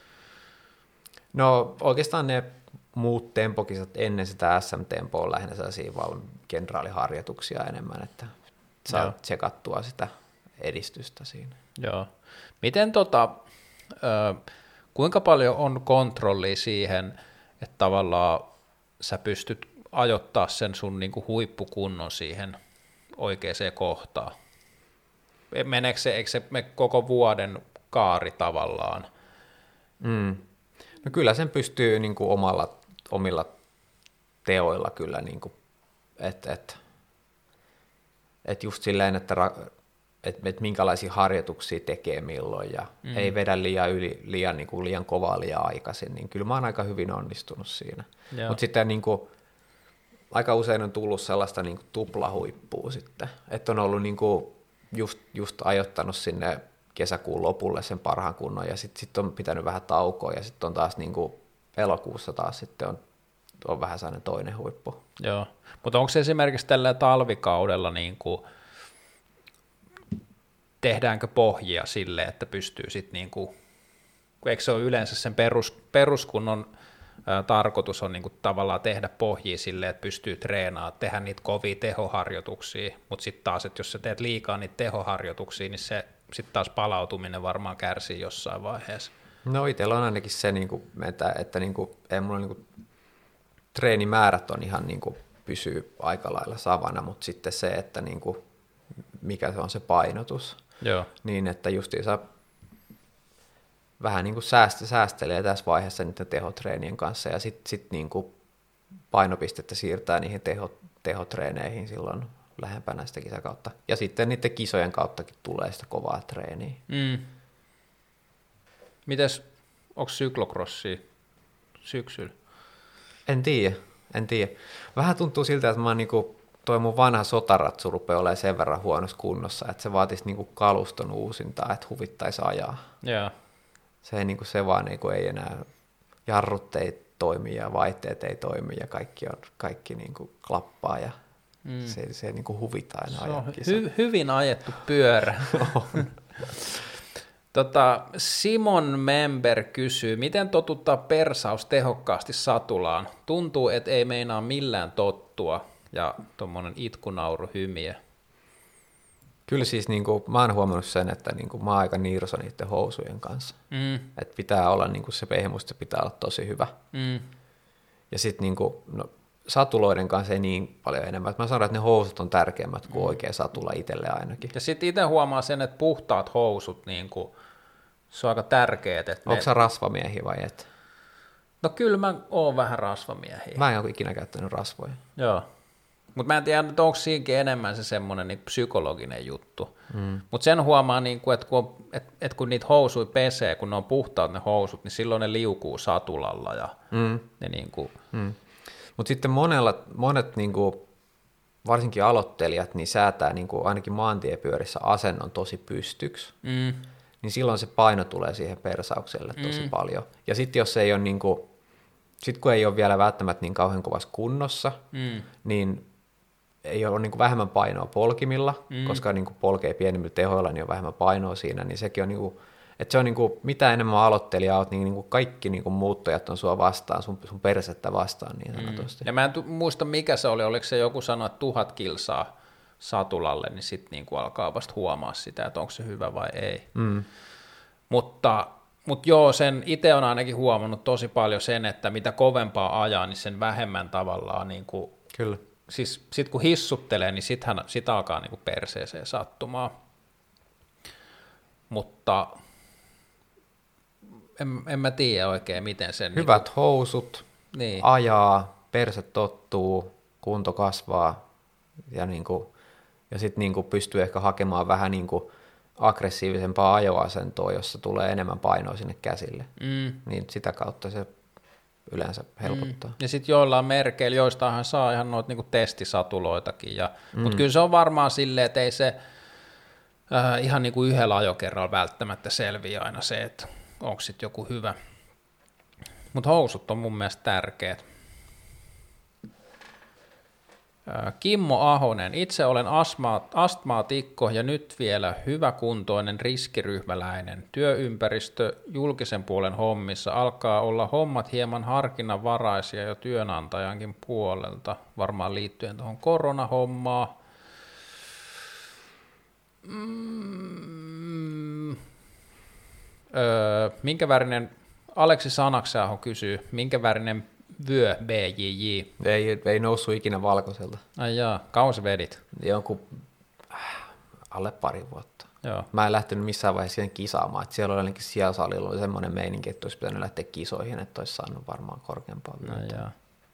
No oikeastaan ne muut tempokisat ennen sitä S M-tempoa on lähinnä sellaisia vaan kenraaliharjoituksia enemmän, että saa Joo. tsekattua sitä edistystä siinä. Joo. Miten tota, ö, kuinka paljon on kontrollia siihen, että tavallaan sä pystyt ajoittaa sen sun niinku huippukunnon siihen oikeaan kohtaan? Meneekö se, eikö se me koko vuoden kaari tavallaan? Mm. No kyllä sen pystyy niinku omalla, omilla teoilla kyllä, niinku, että et, et just silleen, että ra- että et minkälaisia harjoituksia tekee milloin ja mm. ei vedä liian, yli, liian, niin kuin liian kovaa liian aikaisin, niin kyllä mä oon aika hyvin onnistunut siinä. Mutta sitten niin kuin, aika usein on tullut sellaista niin kuin tuplahuippua sitten, että on ollut niin kuin just, just ajoittanut sinne kesäkuun lopulle sen parhaan kunnon ja sitten sit on pitänyt vähän taukoa ja sitten on taas niin kuin elokuussa taas sitten on, on vähän sellainen toinen huippu. Joo, mutta onko se esimerkiksi tällä talvikaudella niin kuin tehdäänkö pohjia sille, että pystyy sitten niinku, eikö se ole yleensä sen perus, peruskunnon ä, tarkoitus on niinku tavallaan tehdä pohjia sille, että pystyy treenaamaan, tehdä niitä kovia tehoharjoituksia, mutta sitten taas, että jos sä teet liikaa niitä tehoharjoituksia, niin se sitten taas palautuminen varmaan kärsii jossain vaiheessa. No itsellä on ainakin se, niinku, että, että niinku, ei mulla niinku, treenimäärät on ihan niinku, pysyy aika lailla savana, mutta sitten se, että niinku, mikä se on se painotus. Joo. Niin, että justiinsa vähän niin kuin säästä, säästelee tässä vaiheessa niiden tehotreenien kanssa ja sitten sit niin kuin painopistettä siirtää niihin teho, tehotreeneihin silloin lähempänä sitä kisakautta. Ja sitten niiden kisojen kauttakin tulee sitä kovaa treeniä. Mm. Mites, onko syklokrossia syksyllä? En tiedä, en tiedä. Vähän tuntuu siltä, että mä oon niinku toi mun vanha sotaratsu rupeaa olemaan sen verran huonossa kunnossa, että se vaatisi niinku kaluston uusintaa, että huvittaisi ajaa. Yeah. Se, ei, niinku, se vaan niinku ei enää, jarrut ei toimi ja vaihteet ei toimi ja kaikki, on, kaikki niinku klappaa ja mm. se, se niinku huvittaa aina ajaa kisa. Hy- hyvin ajettu pyörä. tota, Simon Member kysyy, miten totuttaa persaus tehokkaasti satulaan? Tuntuu, että ei meinaa millään tottua. Ja tuommoinen itkunauru hymiö. Kyllä siis niin kuin, mä oon huomannut sen, että niin kuin, mä oon aika niirso niiden housujen kanssa. Mm. Että pitää olla niin kuin, se pehmusta pitää olla tosi hyvä. Mm. Ja sitten niin kuin, no, satuloiden kanssa ei niin paljon enemmän. Mä sanon, että ne housut on tärkeimmät kuin mm. oikea satula itselle ainakin. Ja sitten itse huomaa sen, että puhtaat housut, niin kuin, se on aika tärkeät. Että onko ne... sä rasvamiehiä vai et? No kyllä mä oon vähän rasvamiehiä. Mä en ole ikinä käyttänyt rasvoja. Joo. Mutta mä en tiedä, että onko siinäkin enemmän se semmoinen niin psykologinen juttu. Mm. Mutta sen huomaa, niin kun, että kun, et, et kun niitä housuja pesee, kun ne on puhtaat ne housut, niin silloin ne liukuu satulalla. Ja mm. ne niin kuin... mm. Mutta sitten monella, monet, niin kuin, varsinkin aloittelijat, niin säätää niin kuin ainakin maantiepyörissä asennon tosi pystyksi. Mm. Niin silloin se paino tulee siihen persaukselle tosi mm. paljon. Ja sitten jos ei ole, niin kuin, sit kun ei ole vielä välttämättä niin kauhean kovassa kunnossa, mm. niin ei ole niin kuin vähemmän painoa polkimilla, mm. koska niin kuin polkee pienimmillä tehoilla, niin on vähemmän painoa siinä, niin sekin on, niin kuin, että se on niin kuin, mitä enemmän aloittelija olet, niin, niin kuin kaikki niin kuin muuttujat on sua vastaan, sun, sun persettä vastaan niin sanotusti. Mm. Ja mä en tu- muista mikä se oli, oliko se joku sanoa, että tuhat kilsaa satulalle, niin sitten niin kuin alkaa vasta huomaa sitä, että onko se hyvä vai ei. Mm. Mutta, mutta joo, sen itse on ainakin huomannut tosi paljon sen, että mitä kovempaa ajaa, niin sen vähemmän tavallaan niin kuin, kyllä. Siis sit kun hissuttelee, niin sittenhän sit alkaa niinku perseeseen sattumaan. Mutta en, en mä tiedä oikein, miten sen... Hyvät niin kuin... housut, niin. ajaa, perse tottuu, kunto kasvaa ja, niin kuin, ja sitten niin kuin pystyy ehkä hakemaan vähän niin kuin aggressiivisempaa ajoasentoa, jossa tulee enemmän painoa sinne käsille. Mm. Niin sitä kautta se yleensä helpottaa. Mm. Ja sitten joillain merkeillä, joistahan saa ihan noita niinku testisatuloitakin. Ja, mm. Mutta kyllä se on varmaan silleen, että ei se äh, ihan niinku yhdellä ajokerralla välttämättä selviä aina se, että onko sitten joku hyvä. Mutta housut on mun mielestä tärkeät. Äh, Kimmo Ahonen, itse olen astma- astmaatikko ja nyt vielä hyväkuntoinen riskiryhmäläinen. Työympäristö julkisen puolen hommissa alkaa olla hommat hieman harkinnanvaraisia jo työnantajankin puolelta, varmaan liittyen tuohon koronahommaan. Mm. Öö, minkä värinen, Aleksi Sanakseaho kysyy, minkä värinen vyö B J J? Ei, ei noussut ikinä valkoiselta. Ai jaa, kauas vedit? Jonkun äh, alle pari vuotta. Joo. Mä en lähtenyt missään vaiheessa siihen kisaamaan. Että siellä oli ainakin sijasalilla oli semmoinen meininki, että olisi pitänyt lähteä kisoihin, että olisi saanut varmaan korkeampaa vyötä. No,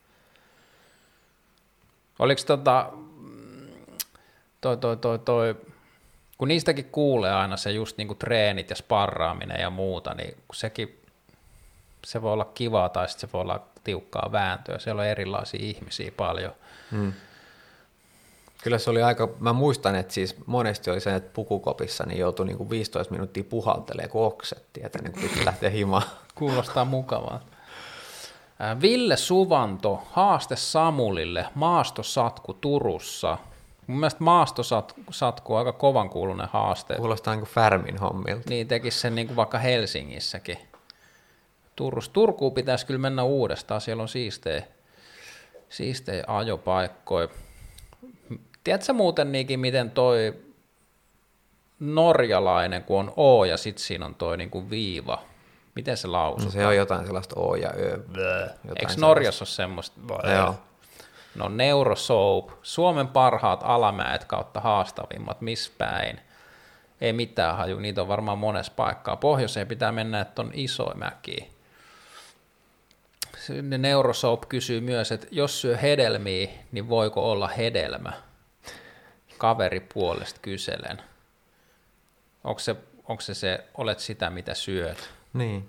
oliko tota, toi, toi, toi, toi, kun niistäkin kuulee aina se just niinku treenit ja sparraaminen ja muuta, niin sekin, se voi olla kivaa tai sitten se voi olla tiukkaa vääntöä. Siellä on erilaisia ihmisiä paljon. Hmm. Kyllä se oli aika, mä muistan, että siis monesti oli se, että pukukopissa niin joutui niinku viisitoista minuuttia puhaltelemaan, kun oksetti, että niin pystyi lähteä himaan. Kuulostaa mukavaa. Ville Suvanto, haaste Samulille, maastosatku Turussa. Mun mielestä maastosatku on aika kovan kuulunen haaste. Kuulostaa niin kuin Färmin hommilta. Niin, tekisi sen niin kuin vaikka Helsingissäkin. Turus. Turkuun pitäisi kyllä mennä uudestaan, siellä on siistejä, siistejä ajopaikkoja. Tiedätkö muuten niinkin, miten toi norjalainen, kun on O ja sitten siinä on toi niin kuin viiva, miten se lausutaan? No se on jotain sellaista O ja Ö. Eikö Norjassa ole semmoista? Joo. No Neurosoap, Suomen parhaat alamäet kautta haastavimmat, missä päin? Ei mitään haju, niitä on varmaan monessa paikkaa. Pohjoiseen pitää mennä, että on isoja mäkiä. Neurosoap kysyy myös, että jos syö hedelmiä, niin voiko olla hedelmä? Kaveri puolesta kyselen. Onko se, onko se se, olet sitä, mitä syöt? Niin.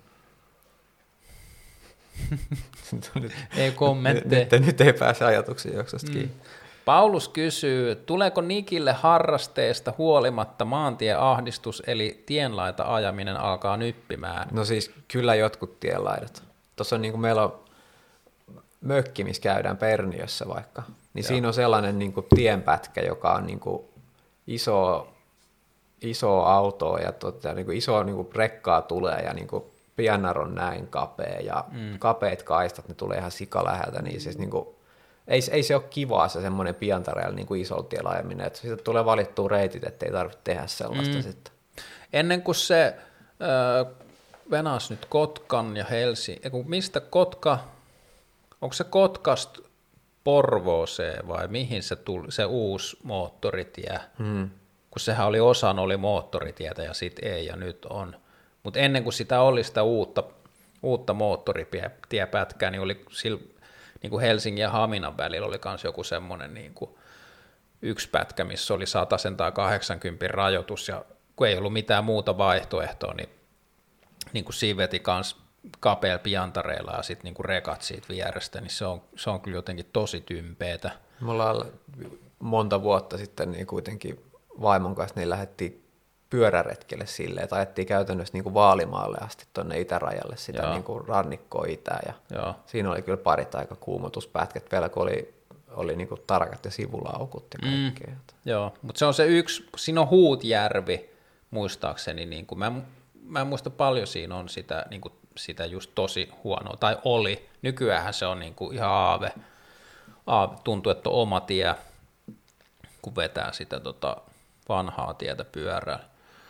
Ei kommentteja. Nyt, nyt, nyt ei pääse ajatuksiin juoksusta kiinni. Mm. Paulus kysyy, tuleeko Nikille harrasteesta huolimatta maantieahdistus, eli tienlaita ajaminen alkaa nyppimään? No siis kyllä jotkut tienlaidat. Tuossa on niin kuin meillä on mökki, missä käydään Perniössä vaikka, niin Joo. Siinä on sellainen niin kuin tienpätkä, joka on niin kuin iso, iso auto ja tota, niin kuin iso niin kuin rekkaa tulee ja niin kuin pianar on näin kapea ja mm. kapeat kaistat, ne tulee ihan sikaläheltä, niin siis niin kuin, ei, ei se ole kivaa se semmoinen piantareella niin kuin isolla tiellä ajaminen, että siitä tulee valittua reitit, ettei tarvitse tehdä sellaista mm. sitten. Ennen kuin se äh, venas nyt Kotkan ja Helsingin, mistä Kotka, onko se Kotkasta Porvooseen vai mihin se tuli, se uusi moottoritie, mm. kun sehän oli osan oli moottoritietä ja sitten ei ja nyt on. Mutta ennen kuin sitä oli sitä uutta, uutta moottoritiepätkää, niin oli sillä, niin kuin Helsingin ja Haminan välillä oli myös joku semmoinen niin kuin yksi pätkä, missä oli satasen tai kahdeksankymmentä rajoitus, ja kun ei ollut mitään muuta vaihtoehtoa, niin, niin kuin siinä veti kanssa kapealla piantareilla ja sitten niin kuin rekat siitä vierestä, niin se on, se on kyllä jotenkin tosi tympeetä. Me ollaan monta vuotta sitten niin kuitenkin vaimon kanssa niin lähdettiin pyöräretkelle silleen, että ajettiin käytännössä niin kuin Vaalimaalle asti tuonne itärajalle sitä niin kuin rannikkoa itään. Ja Joo. Siinä oli kyllä parit aika kuumotuspätkät vielä, kun oli, oli niin kuin tarkat ja sivulaukut ja kaikkea. Mm. Joo, mutta se on se yksi, siinä on Huutjärvi muistaakseni, niin kuin, mä, mä en muista paljon siinä on sitä, niin kuin, sitä just tosi huonoa, tai oli. Nykyäänhän se on niin kuin ihan aave, aave, tuntuu, että on oma tie, kun vetää sitä tota, vanhaa tietä pyörällä.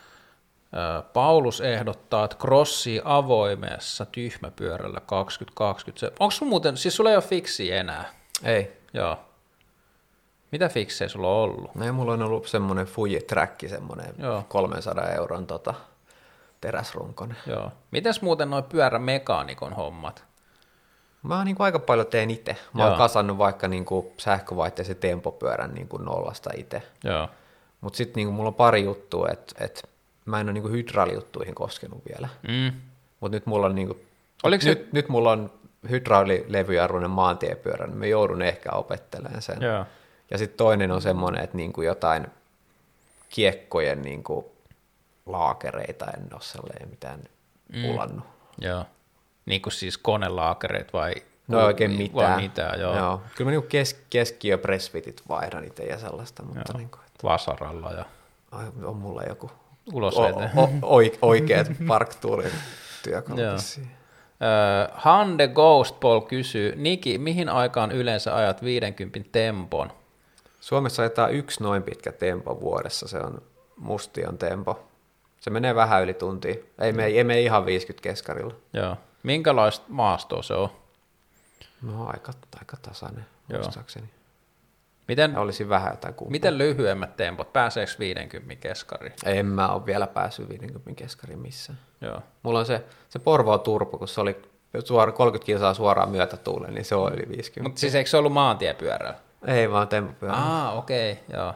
Paulus ehdottaa, että crossi avoimessa tyhmäpyörällä kaksituhattakaksikymmentä. Onko sun muuten, siis sulla ei ole fiksiä enää? Ei. Joo. Mitä fiksejä sulla on ollut? No, mulla on ollut semmoinen Fuji-träkki, semmoinen Joo. kolmensadan euron tota, teräsrunkonen. Joo. Mites muuten noi pyörämekaanikon hommat? Mä niin kuin aika paljon teen itse. Mä Joo. oon kasannut vaikka niin kuin sähkövaihteisen tempopyörän niin kuin nollasta itse. Mutta sitten niin mulla on pari juttua, että et mä en ole niin kuin hydraalijuttuihin koskenut vielä. Mm. Mutta nyt mulla on, niin kuin, nyt, se... nyt, nyt mulla on hydraalilevyjarruinen maantiepyörä, niin mä joudun ehkä opettelemaan sen. Joo. Ja sitten toinen on semmoinen, että niin kuin jotain kiekkojen niin kuin laakereita en ole sellainen mitään mm. pulannut. Joo. Niin kuin siis konelaakereet vai? No oikein mitään. Vai mitään, joo. joo. Kyllä mä niin kes- keskiö pressfitit vaihdan itse ja sellaista. Mutta niin kuin, että... Vasaralla ja... Ai, on mulla joku ulosvete. O- o- o- oikeat parktuurin työkalut. Uh, Hande Ghostball kysyy, Niki, mihin aikaan yleensä ajat viidenkympin tempon? Suomessa ajetaan yksi noin pitkä tempo vuodessa, se on Mustion tempo. Se menee vähän yli tuntia, ei mene, ei mene ihan viisikymmentä keskarilla. Joo. Minkälaista maastoa se on? No aika, aika tasainen, muistaakseni. Miten, olisi vähän jotain kumpaa. Miten lyhyemmät tempot? Pääseekö viidenkymmenen keskariin? En mä ole vielä päässyt viidenkymmenen keskariin missään. Joo. Mulla on se, se Porvoo Turbo, kun se oli suora, kolmekymmentä kilsaa suoraan myötätuuleen, niin se on yli viisikymmentä. Mutta siis eikö se ollut maantiepyörällä? Ei vaan tempopyörällä. Ah, okei, okay, joo.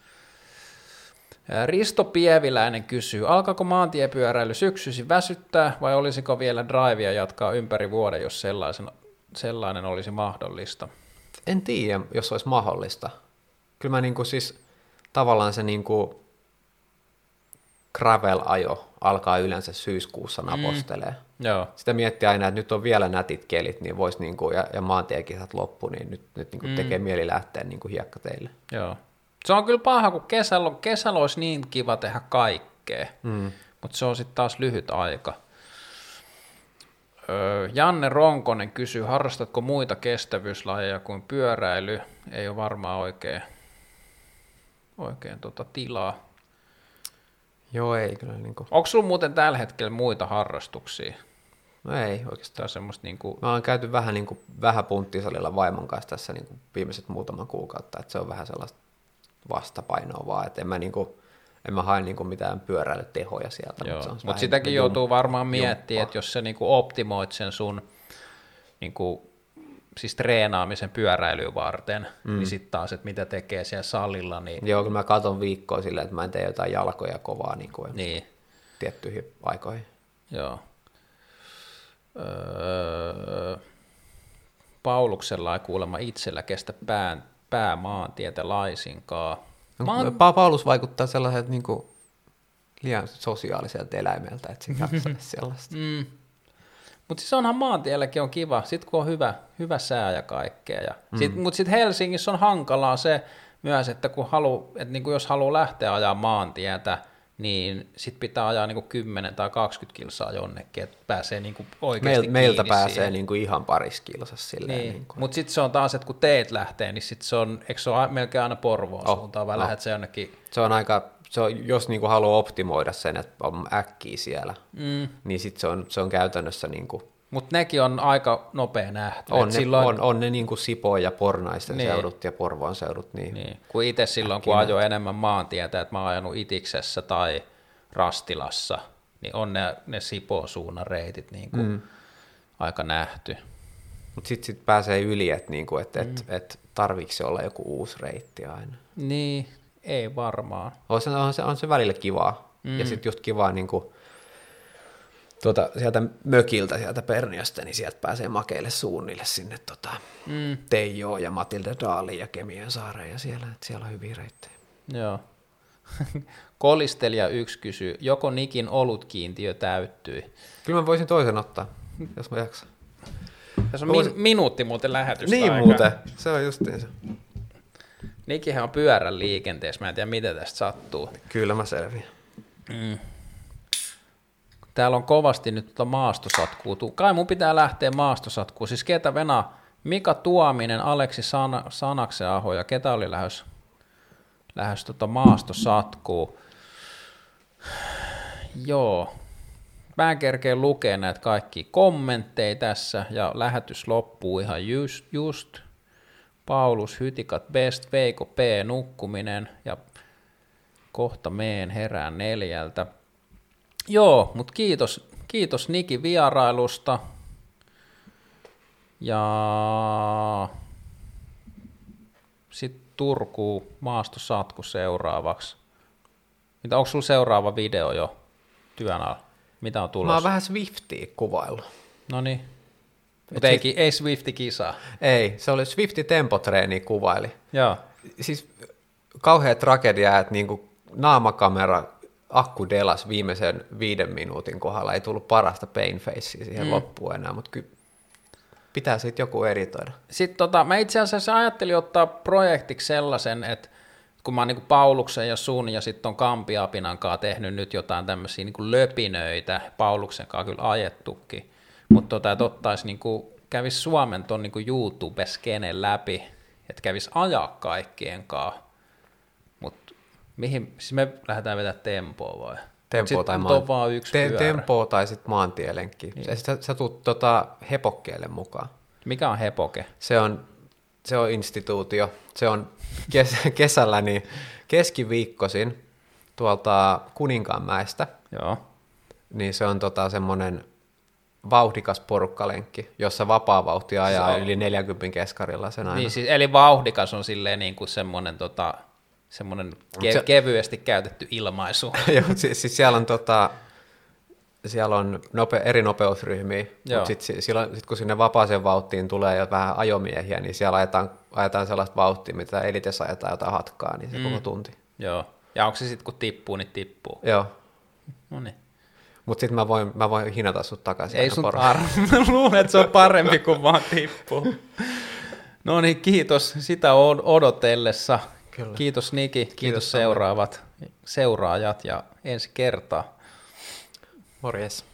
Risto Pieviläinen kysyy, alkaako maantiepyöräily syksysi väsyttää vai olisiko vielä drivea jatkaa ympäri vuoden, jos sellaisen, sellainen olisi mahdollista? En tiedä, jos olisi mahdollista. Kyllä mä niinku siis tavallaan se niinku gravel-ajo alkaa yleensä syyskuussa napostelee. Mm, joo. Sitä miettii aina, että nyt on vielä nätit kelit, niin vois niinku, ja, ja maantiekisat loppu, niin nyt, nyt niinku mm. tekee mieli lähteä niinku hiekkateille. Joo. Se on kyllä paha, kun kesällä, kesällä olisi niin kiva tehdä kaikkea, mm. mutta se on sitten taas lyhyt aika. Öö, Janne Ronkonen kysyy, harrastatko muita kestävyyslajeja kuin pyöräily? Ei ole varmaan oikein, oikein tota tilaa. Joo, ei kyllä. Niin kuin... Onko sulla muuten tällä hetkellä muita harrastuksia? No ei oikeastaan. Semmoista niin kuin... Mä olen käyty vähän, niin kuin, vähän punttisalilla vaimon kanssa tässä niin kuin viimeiset muutaman kuukautta, että se on vähän sellaista vastapainoa vaan, että en mä, niin kuin, en mä hae niin kuin mitään pyöräilytehoja sieltä. Joo, mutta mut sitäkin jum... joutuu varmaan miettimään, että jos sä niin kuin optimoit sen sun niin kuin, siis treenaamisen pyöräilyä varten, mm. niin sitten taas, että mitä tekee siellä salilla. Niin... Joo, kun mä katon viikkoa silleen, että mä en tee jotain jalkoja kovaa niin kuin niin. tiettyihin aikoihin. Joo. Öö... Pauluksella ei kuulemma itsellä kestä pään, päämaantietä laisinkaan. No, oon... Paulus vaikuttaa sellaiselta niin kuin liian sosiaaliselta eläimeltä, että se jaksaisi sellaista. Mm. Mutta siis onhan maantielläkin on kiva, sit kun on hyvä, hyvä sää ja kaikkea. Ja mm. Mutta sitten Helsingissä on hankalaa se myös, että kun halu, että niinku jos haluaa lähteä ajaa maantietä, niin sitten pitää ajaa niinku kymmenen tai kaksikymmentä kilsaa jonnekin, että pääsee niinku oikeasti Meil, Meiltä pääsee niinku ihan parissa kilsassa silleen. Niin. Niinku. Mutta sitten se on taas, että kun teet lähtee, niin sitten se on, eikö se ole melkein aina Porvoon oh, suuntaan, vai oh. lähdet se jonnekin? Se on aika, se on, jos niinku haluaa optimoida sen, että on äkkiä siellä, mm. niin sitten se on, se on käytännössä niinku... Mutta nekin on aika nopea nähty. On ne, silloin... on, on ne niinku Sipoo ja Pornaisten niin. seudut ja Porvoon seudut. Niin. Niin. Kun itse silloin, kun ajoin enemmän maantietä, että mä oon ajanut Itiksessä tai Rastilassa, niin on ne, ne Sipoo-suunnan reitit niinku mm. aika nähty. Mutta sitten sit pääsee yli, että niinku, et, et, mm. et tarviiko se olla joku uusi reitti aina. Niin, ei varmaan. On se, on se, on se välillä kivaa. Mm. Ja sitten just kivaa niinku, tuota, sieltä mökiltä, sieltä Perniöstä, niin sieltä pääsee makeille suunnille sinne tota, mm. Teijoon ja Matilda Daaliin ja Kemien saareen ja siellä, että siellä on hyviä reittejä. Joo. Kolistelija yksi kysyy, joko Nikin olutkiintiö täyttyi? Kyllä mä voisin toisen ottaa, jos mä jaksan. Tässä on min- voisin... minuutti muuten lähetystä Niin aikaa. muuten, se on justiin se. Nikihän on pyörän liikenteessä, mä en tiedä mitä tästä sattuu. Kyllä mä selviän. Mm. Täällä on kovasti nyt tuota maastosatkuun. Kai mun pitää lähteä maastosatkuun. Siis ketä venaa? Mika Tuominen, Aleksi San- Sanakseaho ja ketä oli lähes, lähes tuota maastosatkuun. Joo. Mä en kerkeä lukea näitä kaikkia kommentteja tässä ja lähetys loppuu ihan just. just. Paulus Hytikat Best, Veiko P, nukkuminen ja kohta meen herään neljältä. Joo, mutta kiitos, kiitos Niki vierailusta. Ja sitten Turkuun maastosatku seuraavaksi. Mitä, onko sulla seuraava video jo työn alla? Mitä on tulossa? Mä oon vähän Swiftia kuvaillut. No niin. Mutta ei, siis, ei Swifti-kisaa. Ei, se oli Swifti tempotreeni kuvaili. Joo. Siis kauhea tragedia, että niinku naamakamera akku delas viimeisen viiden minuutin kohdalla. Ei tullut parasta painfacea siihen mm. loppuun enää, mutta kyllä pitää sitten joku editoida. Sitten tota, mä itse asiassa ajattelin ottaa projektiksi sellaisen, että kun mä oon niin Pauluksen ja sun ja sitten on Kampiapinan kanssa tehnyt nyt jotain tämmöisiä niin löpinöitä, Pauluksen kanssa kyllä ajettukin, mutta tota, että ottaisi, niin kuin, kävisi Suomen ton niin YouTube-skenen läpi, että kävisi ajaa kaikkien kanssa, mutta mihin, siis me lähdetään vetämään tempoa vai? Tempoa tai, maan... vaan yksi Te- tempoa tai sitten maantielenkki. Niin. Sä, sä tulet tota hepokkeelle mukaan. Mikä on hepoke? Se on, se on instituutio. Se on kes, kesällä niin keskiviikkoisin tuolta Kuninkaanmäestä. Joo. Niin se on tota semmoinen vauhdikas porukkalenkki, jossa vapaa vauhti ajaa yli neljänkymmenen keskarilla sen aina. Niin, siis, eli vauhdikas on silleen niin kuin semmoinen... Tota... semmoinen ke- se, kevyesti käytetty ilmaisu. Joo, siis, siis siellä on, tota, siellä on nope, eri nopeusryhmiä, mutta sitten sit, kun sinne vapaaseen vauhtiin tulee jo vähän ajomiehiä, niin siellä ajetaan, ajetaan sellaista vauhtia, mitä elites ajetaan jotain hatkaa, niin se mm. koko tunti. Joo, ja onko se sitten kun tippuu, niin tippuu? Joo. No niin. Mutta sitten mä voin, mä voin hinata sut takaisin. Ei sun tarvitse, mä luulen, että se on parempi kuin vaan tippuu. No niin, kiitos sitä odotellessa. Kyllä. Kiitos Niki, kiitos, kiitos seuraavat seuraajat ja ensi kertaa. Morjes.